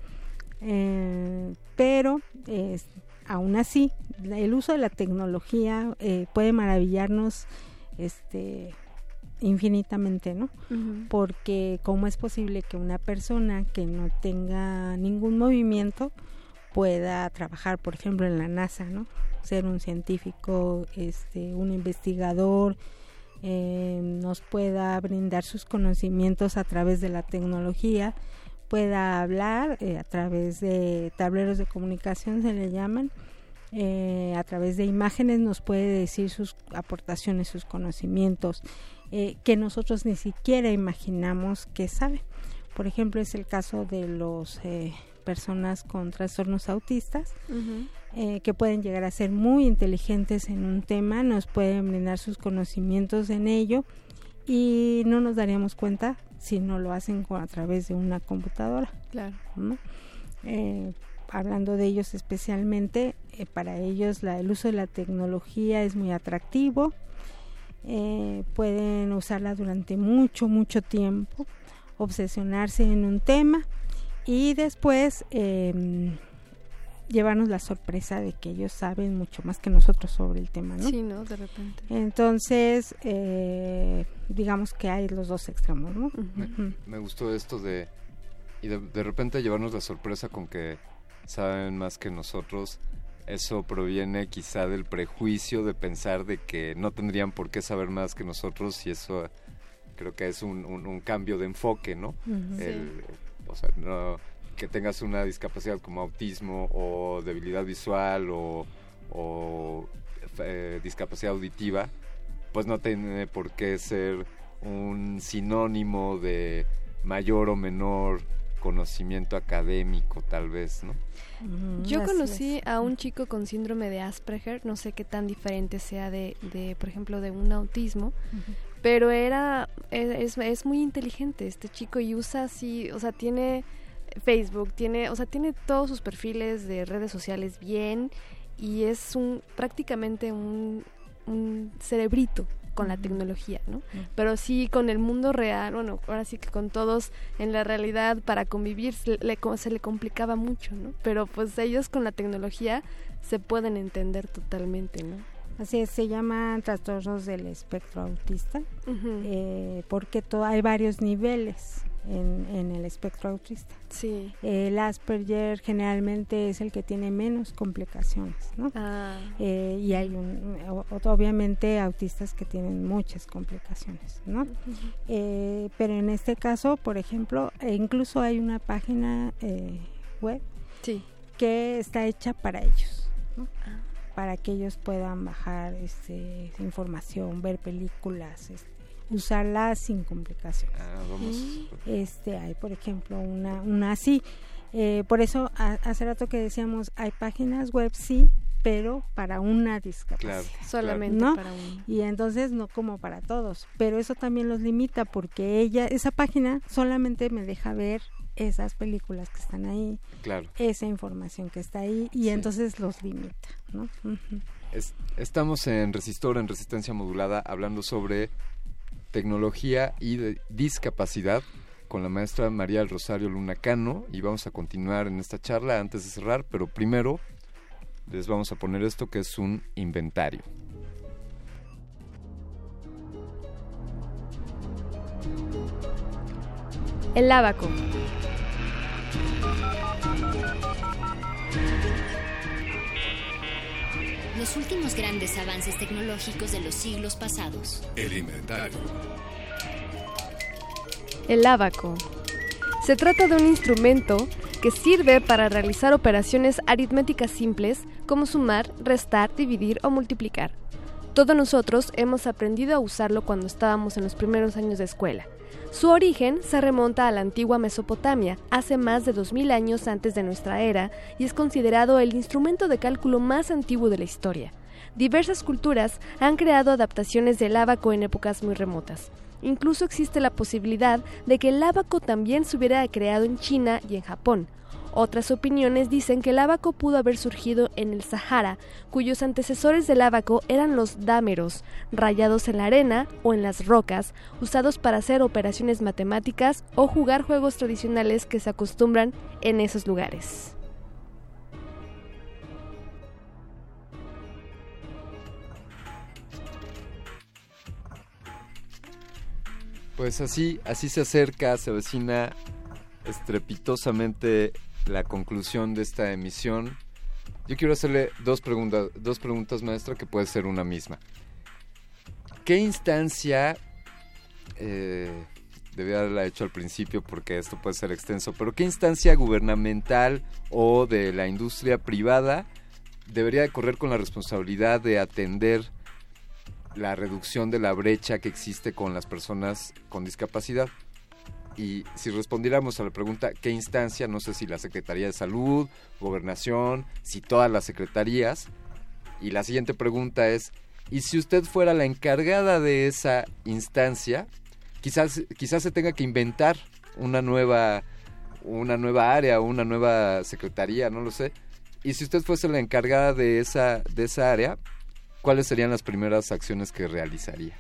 Eh, pero, eh, aún así, el uso de la tecnología eh, puede maravillarnos este infinitamente, ¿no? Uh-huh. Porque cómo es posible que una persona que no tenga ningún movimiento pueda trabajar, por ejemplo, en la NASA, ¿no? Ser un científico, este, un investigador, eh, nos pueda brindar sus conocimientos a través de la tecnología, pueda hablar eh, a través de tableros de comunicación, se le llaman. Eh, a través de imágenes nos puede decir sus aportaciones, sus conocimientos eh, que nosotros ni siquiera imaginamos que sabe. Por ejemplo, es el caso de los eh, personas con trastornos autistas, uh-huh. eh, que pueden llegar a ser muy inteligentes en un tema, nos pueden brindar sus conocimientos en ello y no nos daríamos cuenta si no lo hacen con, a través de una computadora. Claro. ¿No? Eh, hablando de ellos especialmente, eh, para ellos la, el uso de la tecnología es muy atractivo, eh, pueden usarla durante mucho, mucho tiempo, obsesionarse en un tema y después eh, llevarnos la sorpresa de que ellos saben mucho más que nosotros sobre el tema, ¿no? Sí, ¿no? De repente. Entonces, eh, digamos que hay los dos extremos, ¿no? Me, uh-huh. me gustó esto de, y de, de repente llevarnos la sorpresa con que saben más que nosotros. Eso proviene quizá del prejuicio de pensar de que no tendrían por qué saber más que nosotros, y eso creo que es un, un, un cambio de enfoque, ¿no? Uh-huh. El, sí. O sea, no... que tengas una discapacidad como autismo o debilidad visual o, o eh, discapacidad auditiva, pues no tiene por qué ser un sinónimo de mayor o menor conocimiento académico, tal vez, ¿no? Mm, Yo conocí es. a un chico con síndrome de Asperger, no sé qué tan diferente sea de, de por ejemplo, de un autismo, uh-huh. pero era es, es muy inteligente este chico y usa así, o sea, tiene Facebook, tiene, o sea, tiene todos sus perfiles de redes sociales bien, y es un prácticamente un, un cerebrito con uh-huh. la tecnología, ¿no? Uh-huh. Pero sí con el mundo real, bueno, ahora sí que con todos en la realidad para convivir se le, se le complicaba mucho, ¿no? Pero pues ellos con la tecnología se pueden entender totalmente, ¿no? Así es, se llaman trastornos del espectro autista, uh-huh. eh, porque to- hay varios niveles en, en el espectro autista. Sí. Eh, el Asperger generalmente es el que tiene menos complicaciones, ¿no? Ah. Eh, y hay un, o, obviamente autistas que tienen muchas complicaciones, ¿no? Uh-huh. Eh, pero en este caso, por ejemplo, e incluso hay una página eh, web sí. que está hecha para ellos, ¿no? Ah. Para que ellos puedan bajar este, información, ver películas, este, usarla sin complicaciones. Ah, vamos. Este, hay por ejemplo una una así, eh, por eso a, hace rato que decíamos hay páginas web sí, pero para una discapacidad, claro, solamente ¿no? para uno. Y entonces no como para todos, pero eso también los limita porque ella esa página solamente me deja ver esas películas que están ahí, claro. esa información que está ahí, y sí. entonces los limita, ¿no? Uh-huh. Es, estamos en Resistor, en Resistencia Modulada, hablando sobre tecnología y de discapacidad con la maestra María del Rosario Luna Cano, y vamos a continuar en esta charla antes de cerrar, pero primero les vamos a poner esto que es un inventario. El ábaco. Los últimos grandes avances tecnológicos de los siglos pasados. El inventario. El ábaco. Se trata de un instrumento que sirve para realizar operaciones aritméticas simples como sumar, restar, dividir o multiplicar. Todos nosotros hemos aprendido a usarlo cuando estábamos en los primeros años de escuela. Su origen se remonta a la antigua Mesopotamia, hace más de dos mil años antes de nuestra era, y es considerado el instrumento de cálculo más antiguo de la historia. Diversas culturas han creado adaptaciones del ábaco en épocas muy remotas. Incluso existe la posibilidad de que el ábaco también se hubiera creado en China y en Japón. Otras opiniones dicen que el ábaco pudo haber surgido en el Sahara, cuyos antecesores del ábaco eran los dámeros, rayados en la arena o en las rocas, usados para hacer operaciones matemáticas o jugar juegos tradicionales que se acostumbran en esos lugares. Pues así, así se acerca, se avecina estrepitosamente la conclusión de esta emisión. Yo quiero hacerle dos preguntas, dos preguntas, maestra, que puede ser una misma. ¿Qué instancia, eh, debía haberla hecho al principio porque esto puede ser extenso, pero qué instancia gubernamental o de la industria privada debería de correr con la responsabilidad de atender la reducción de la brecha que existe con las personas con discapacidad? Y si respondiéramos a la pregunta, ¿qué instancia? No sé si la Secretaría de Salud, Gobernación, si todas las secretarías. Y la siguiente pregunta es, ¿y si usted fuera la encargada de esa instancia? Quizás, quizás se tenga que inventar una nueva, una nueva área, una nueva secretaría, no lo sé. Y si usted fuese la encargada de esa, de esa área, ¿cuáles serían las primeras acciones que realizaría?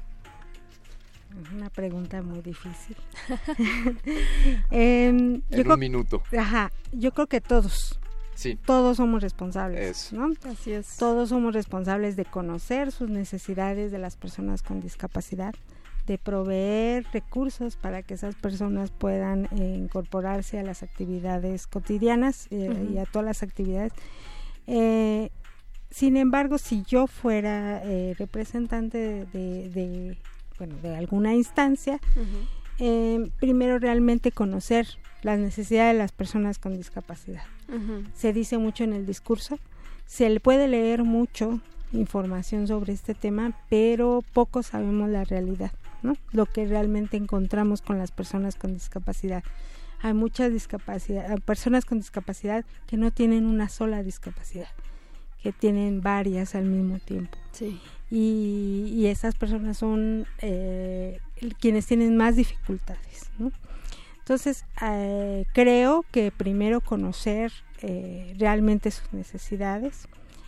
Una pregunta muy difícil. eh, en yo un creo, minuto. Ajá, yo creo que todos. Sí. Todos somos responsables, Eso. ¿no? Así es. Todos somos responsables de conocer sus necesidades de las personas con discapacidad, de proveer recursos para que esas personas puedan eh, incorporarse a las actividades cotidianas eh, uh-huh. y a todas las actividades. Eh, sin embargo, si yo fuera eh, representante de, de, de, bueno, de alguna instancia, uh-huh. eh, primero realmente conocer las necesidades de las personas con discapacidad. Uh-huh. Se dice mucho en el discurso, se le puede leer mucho información sobre este tema, pero poco sabemos la realidad, ¿no? Lo que realmente encontramos con las personas con discapacidad. Hay muchas discapacidad, personas con discapacidad que no tienen una sola discapacidad, que tienen varias al mismo tiempo. Sí. Y, y esas personas son eh, quienes tienen más dificultades, ¿no? Entonces, eh, creo que primero conocer eh, realmente sus necesidades,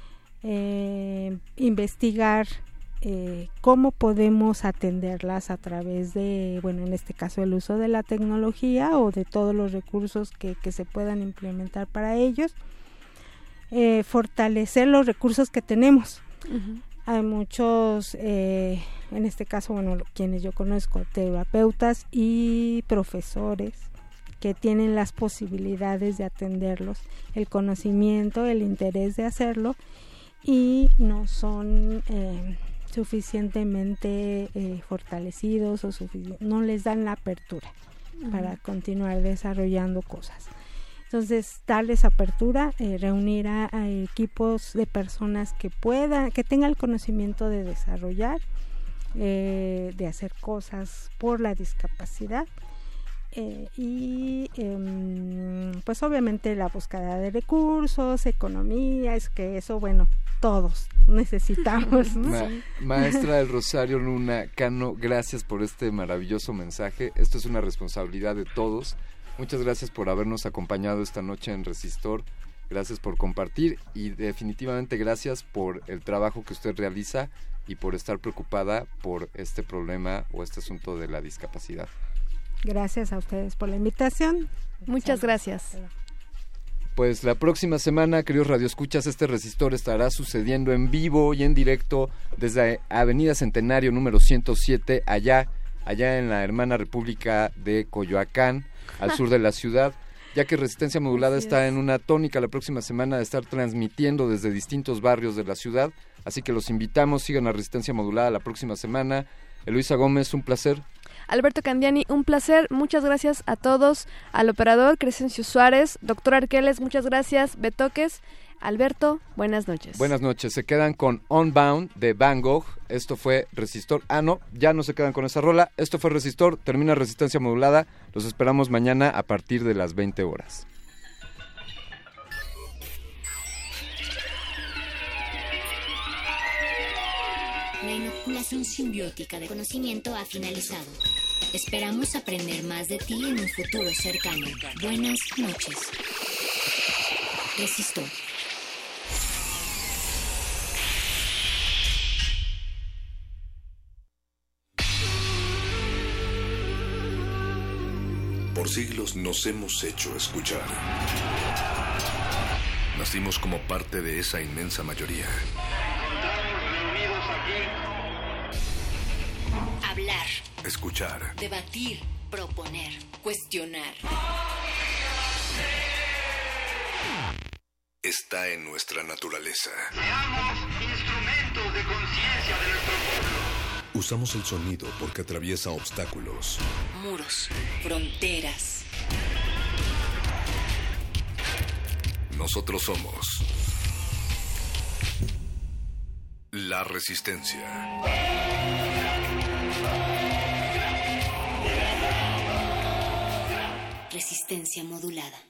eh, investigar eh, cómo podemos atenderlas a través de, bueno, en este caso el uso de la tecnología o de todos los recursos que, que se puedan implementar para ellos, eh, fortalecer los recursos que tenemos. Uh-huh. Hay muchos, eh, en este caso, bueno, quienes yo conozco, terapeutas y profesores que tienen las posibilidades de atenderlos, el conocimiento, el interés de hacerlo, y no son eh, suficientemente eh, fortalecidos o sufici- no les dan la apertura uh-huh. para continuar desarrollando cosas. Entonces, darles apertura, eh, reunir a, a equipos de personas que puedan, que tengan el conocimiento de desarrollar, eh, de hacer cosas por la discapacidad, eh, y eh, pues obviamente la búsqueda de recursos, economía, es que eso, bueno, todos necesitamos, ¿no? Ma- Maestra del Rosario Luna Cano, gracias por este maravilloso mensaje. Esto es una responsabilidad de todos. Muchas gracias por habernos acompañado esta noche en Resistor, gracias por compartir y definitivamente gracias por el trabajo que usted realiza y por estar preocupada por este problema o este asunto de la discapacidad. Gracias a ustedes por la invitación. Muchas gracias. Pues la próxima semana, queridos radioescuchas, este Resistor estará sucediendo en vivo y en directo desde Avenida Centenario número ciento siete, allá, allá en la hermana República de Coyoacán, al sur de la ciudad, ya que Resistencia Modulada Así está es. en una tónica la próxima semana de estar transmitiendo desde distintos barrios de la ciudad, así que los invitamos, sigan a Resistencia Modulada la próxima semana. Eloisa Gómez, un placer. Alberto Candiani, un placer, muchas gracias a todos, al operador Crescencio Suárez, doctor Arqueles, muchas gracias, Betoques, Alberto, buenas noches. Buenas noches, se quedan con Unbound de Van Gogh, esto fue Resistor, ah no, ya no se quedan con esa rola, esto fue Resistor, termina Resistencia Modulada, los esperamos mañana a partir de las veinte horas. La inoculación simbiótica de conocimiento ha finalizado. Esperamos aprender más de ti en un futuro cercano. Buenas noches. Resistor. Por siglos nos hemos hecho escuchar. Nacimos como parte de esa inmensa mayoría. Hablar. Escuchar. Debatir. Proponer. Cuestionar. Está en nuestra naturaleza. Seamos instrumentos de conciencia de nuestro pueblo. Usamos el sonido porque atraviesa obstáculos. Muros. Fronteras. Nosotros somos la Resistencia. Resistencia modulada.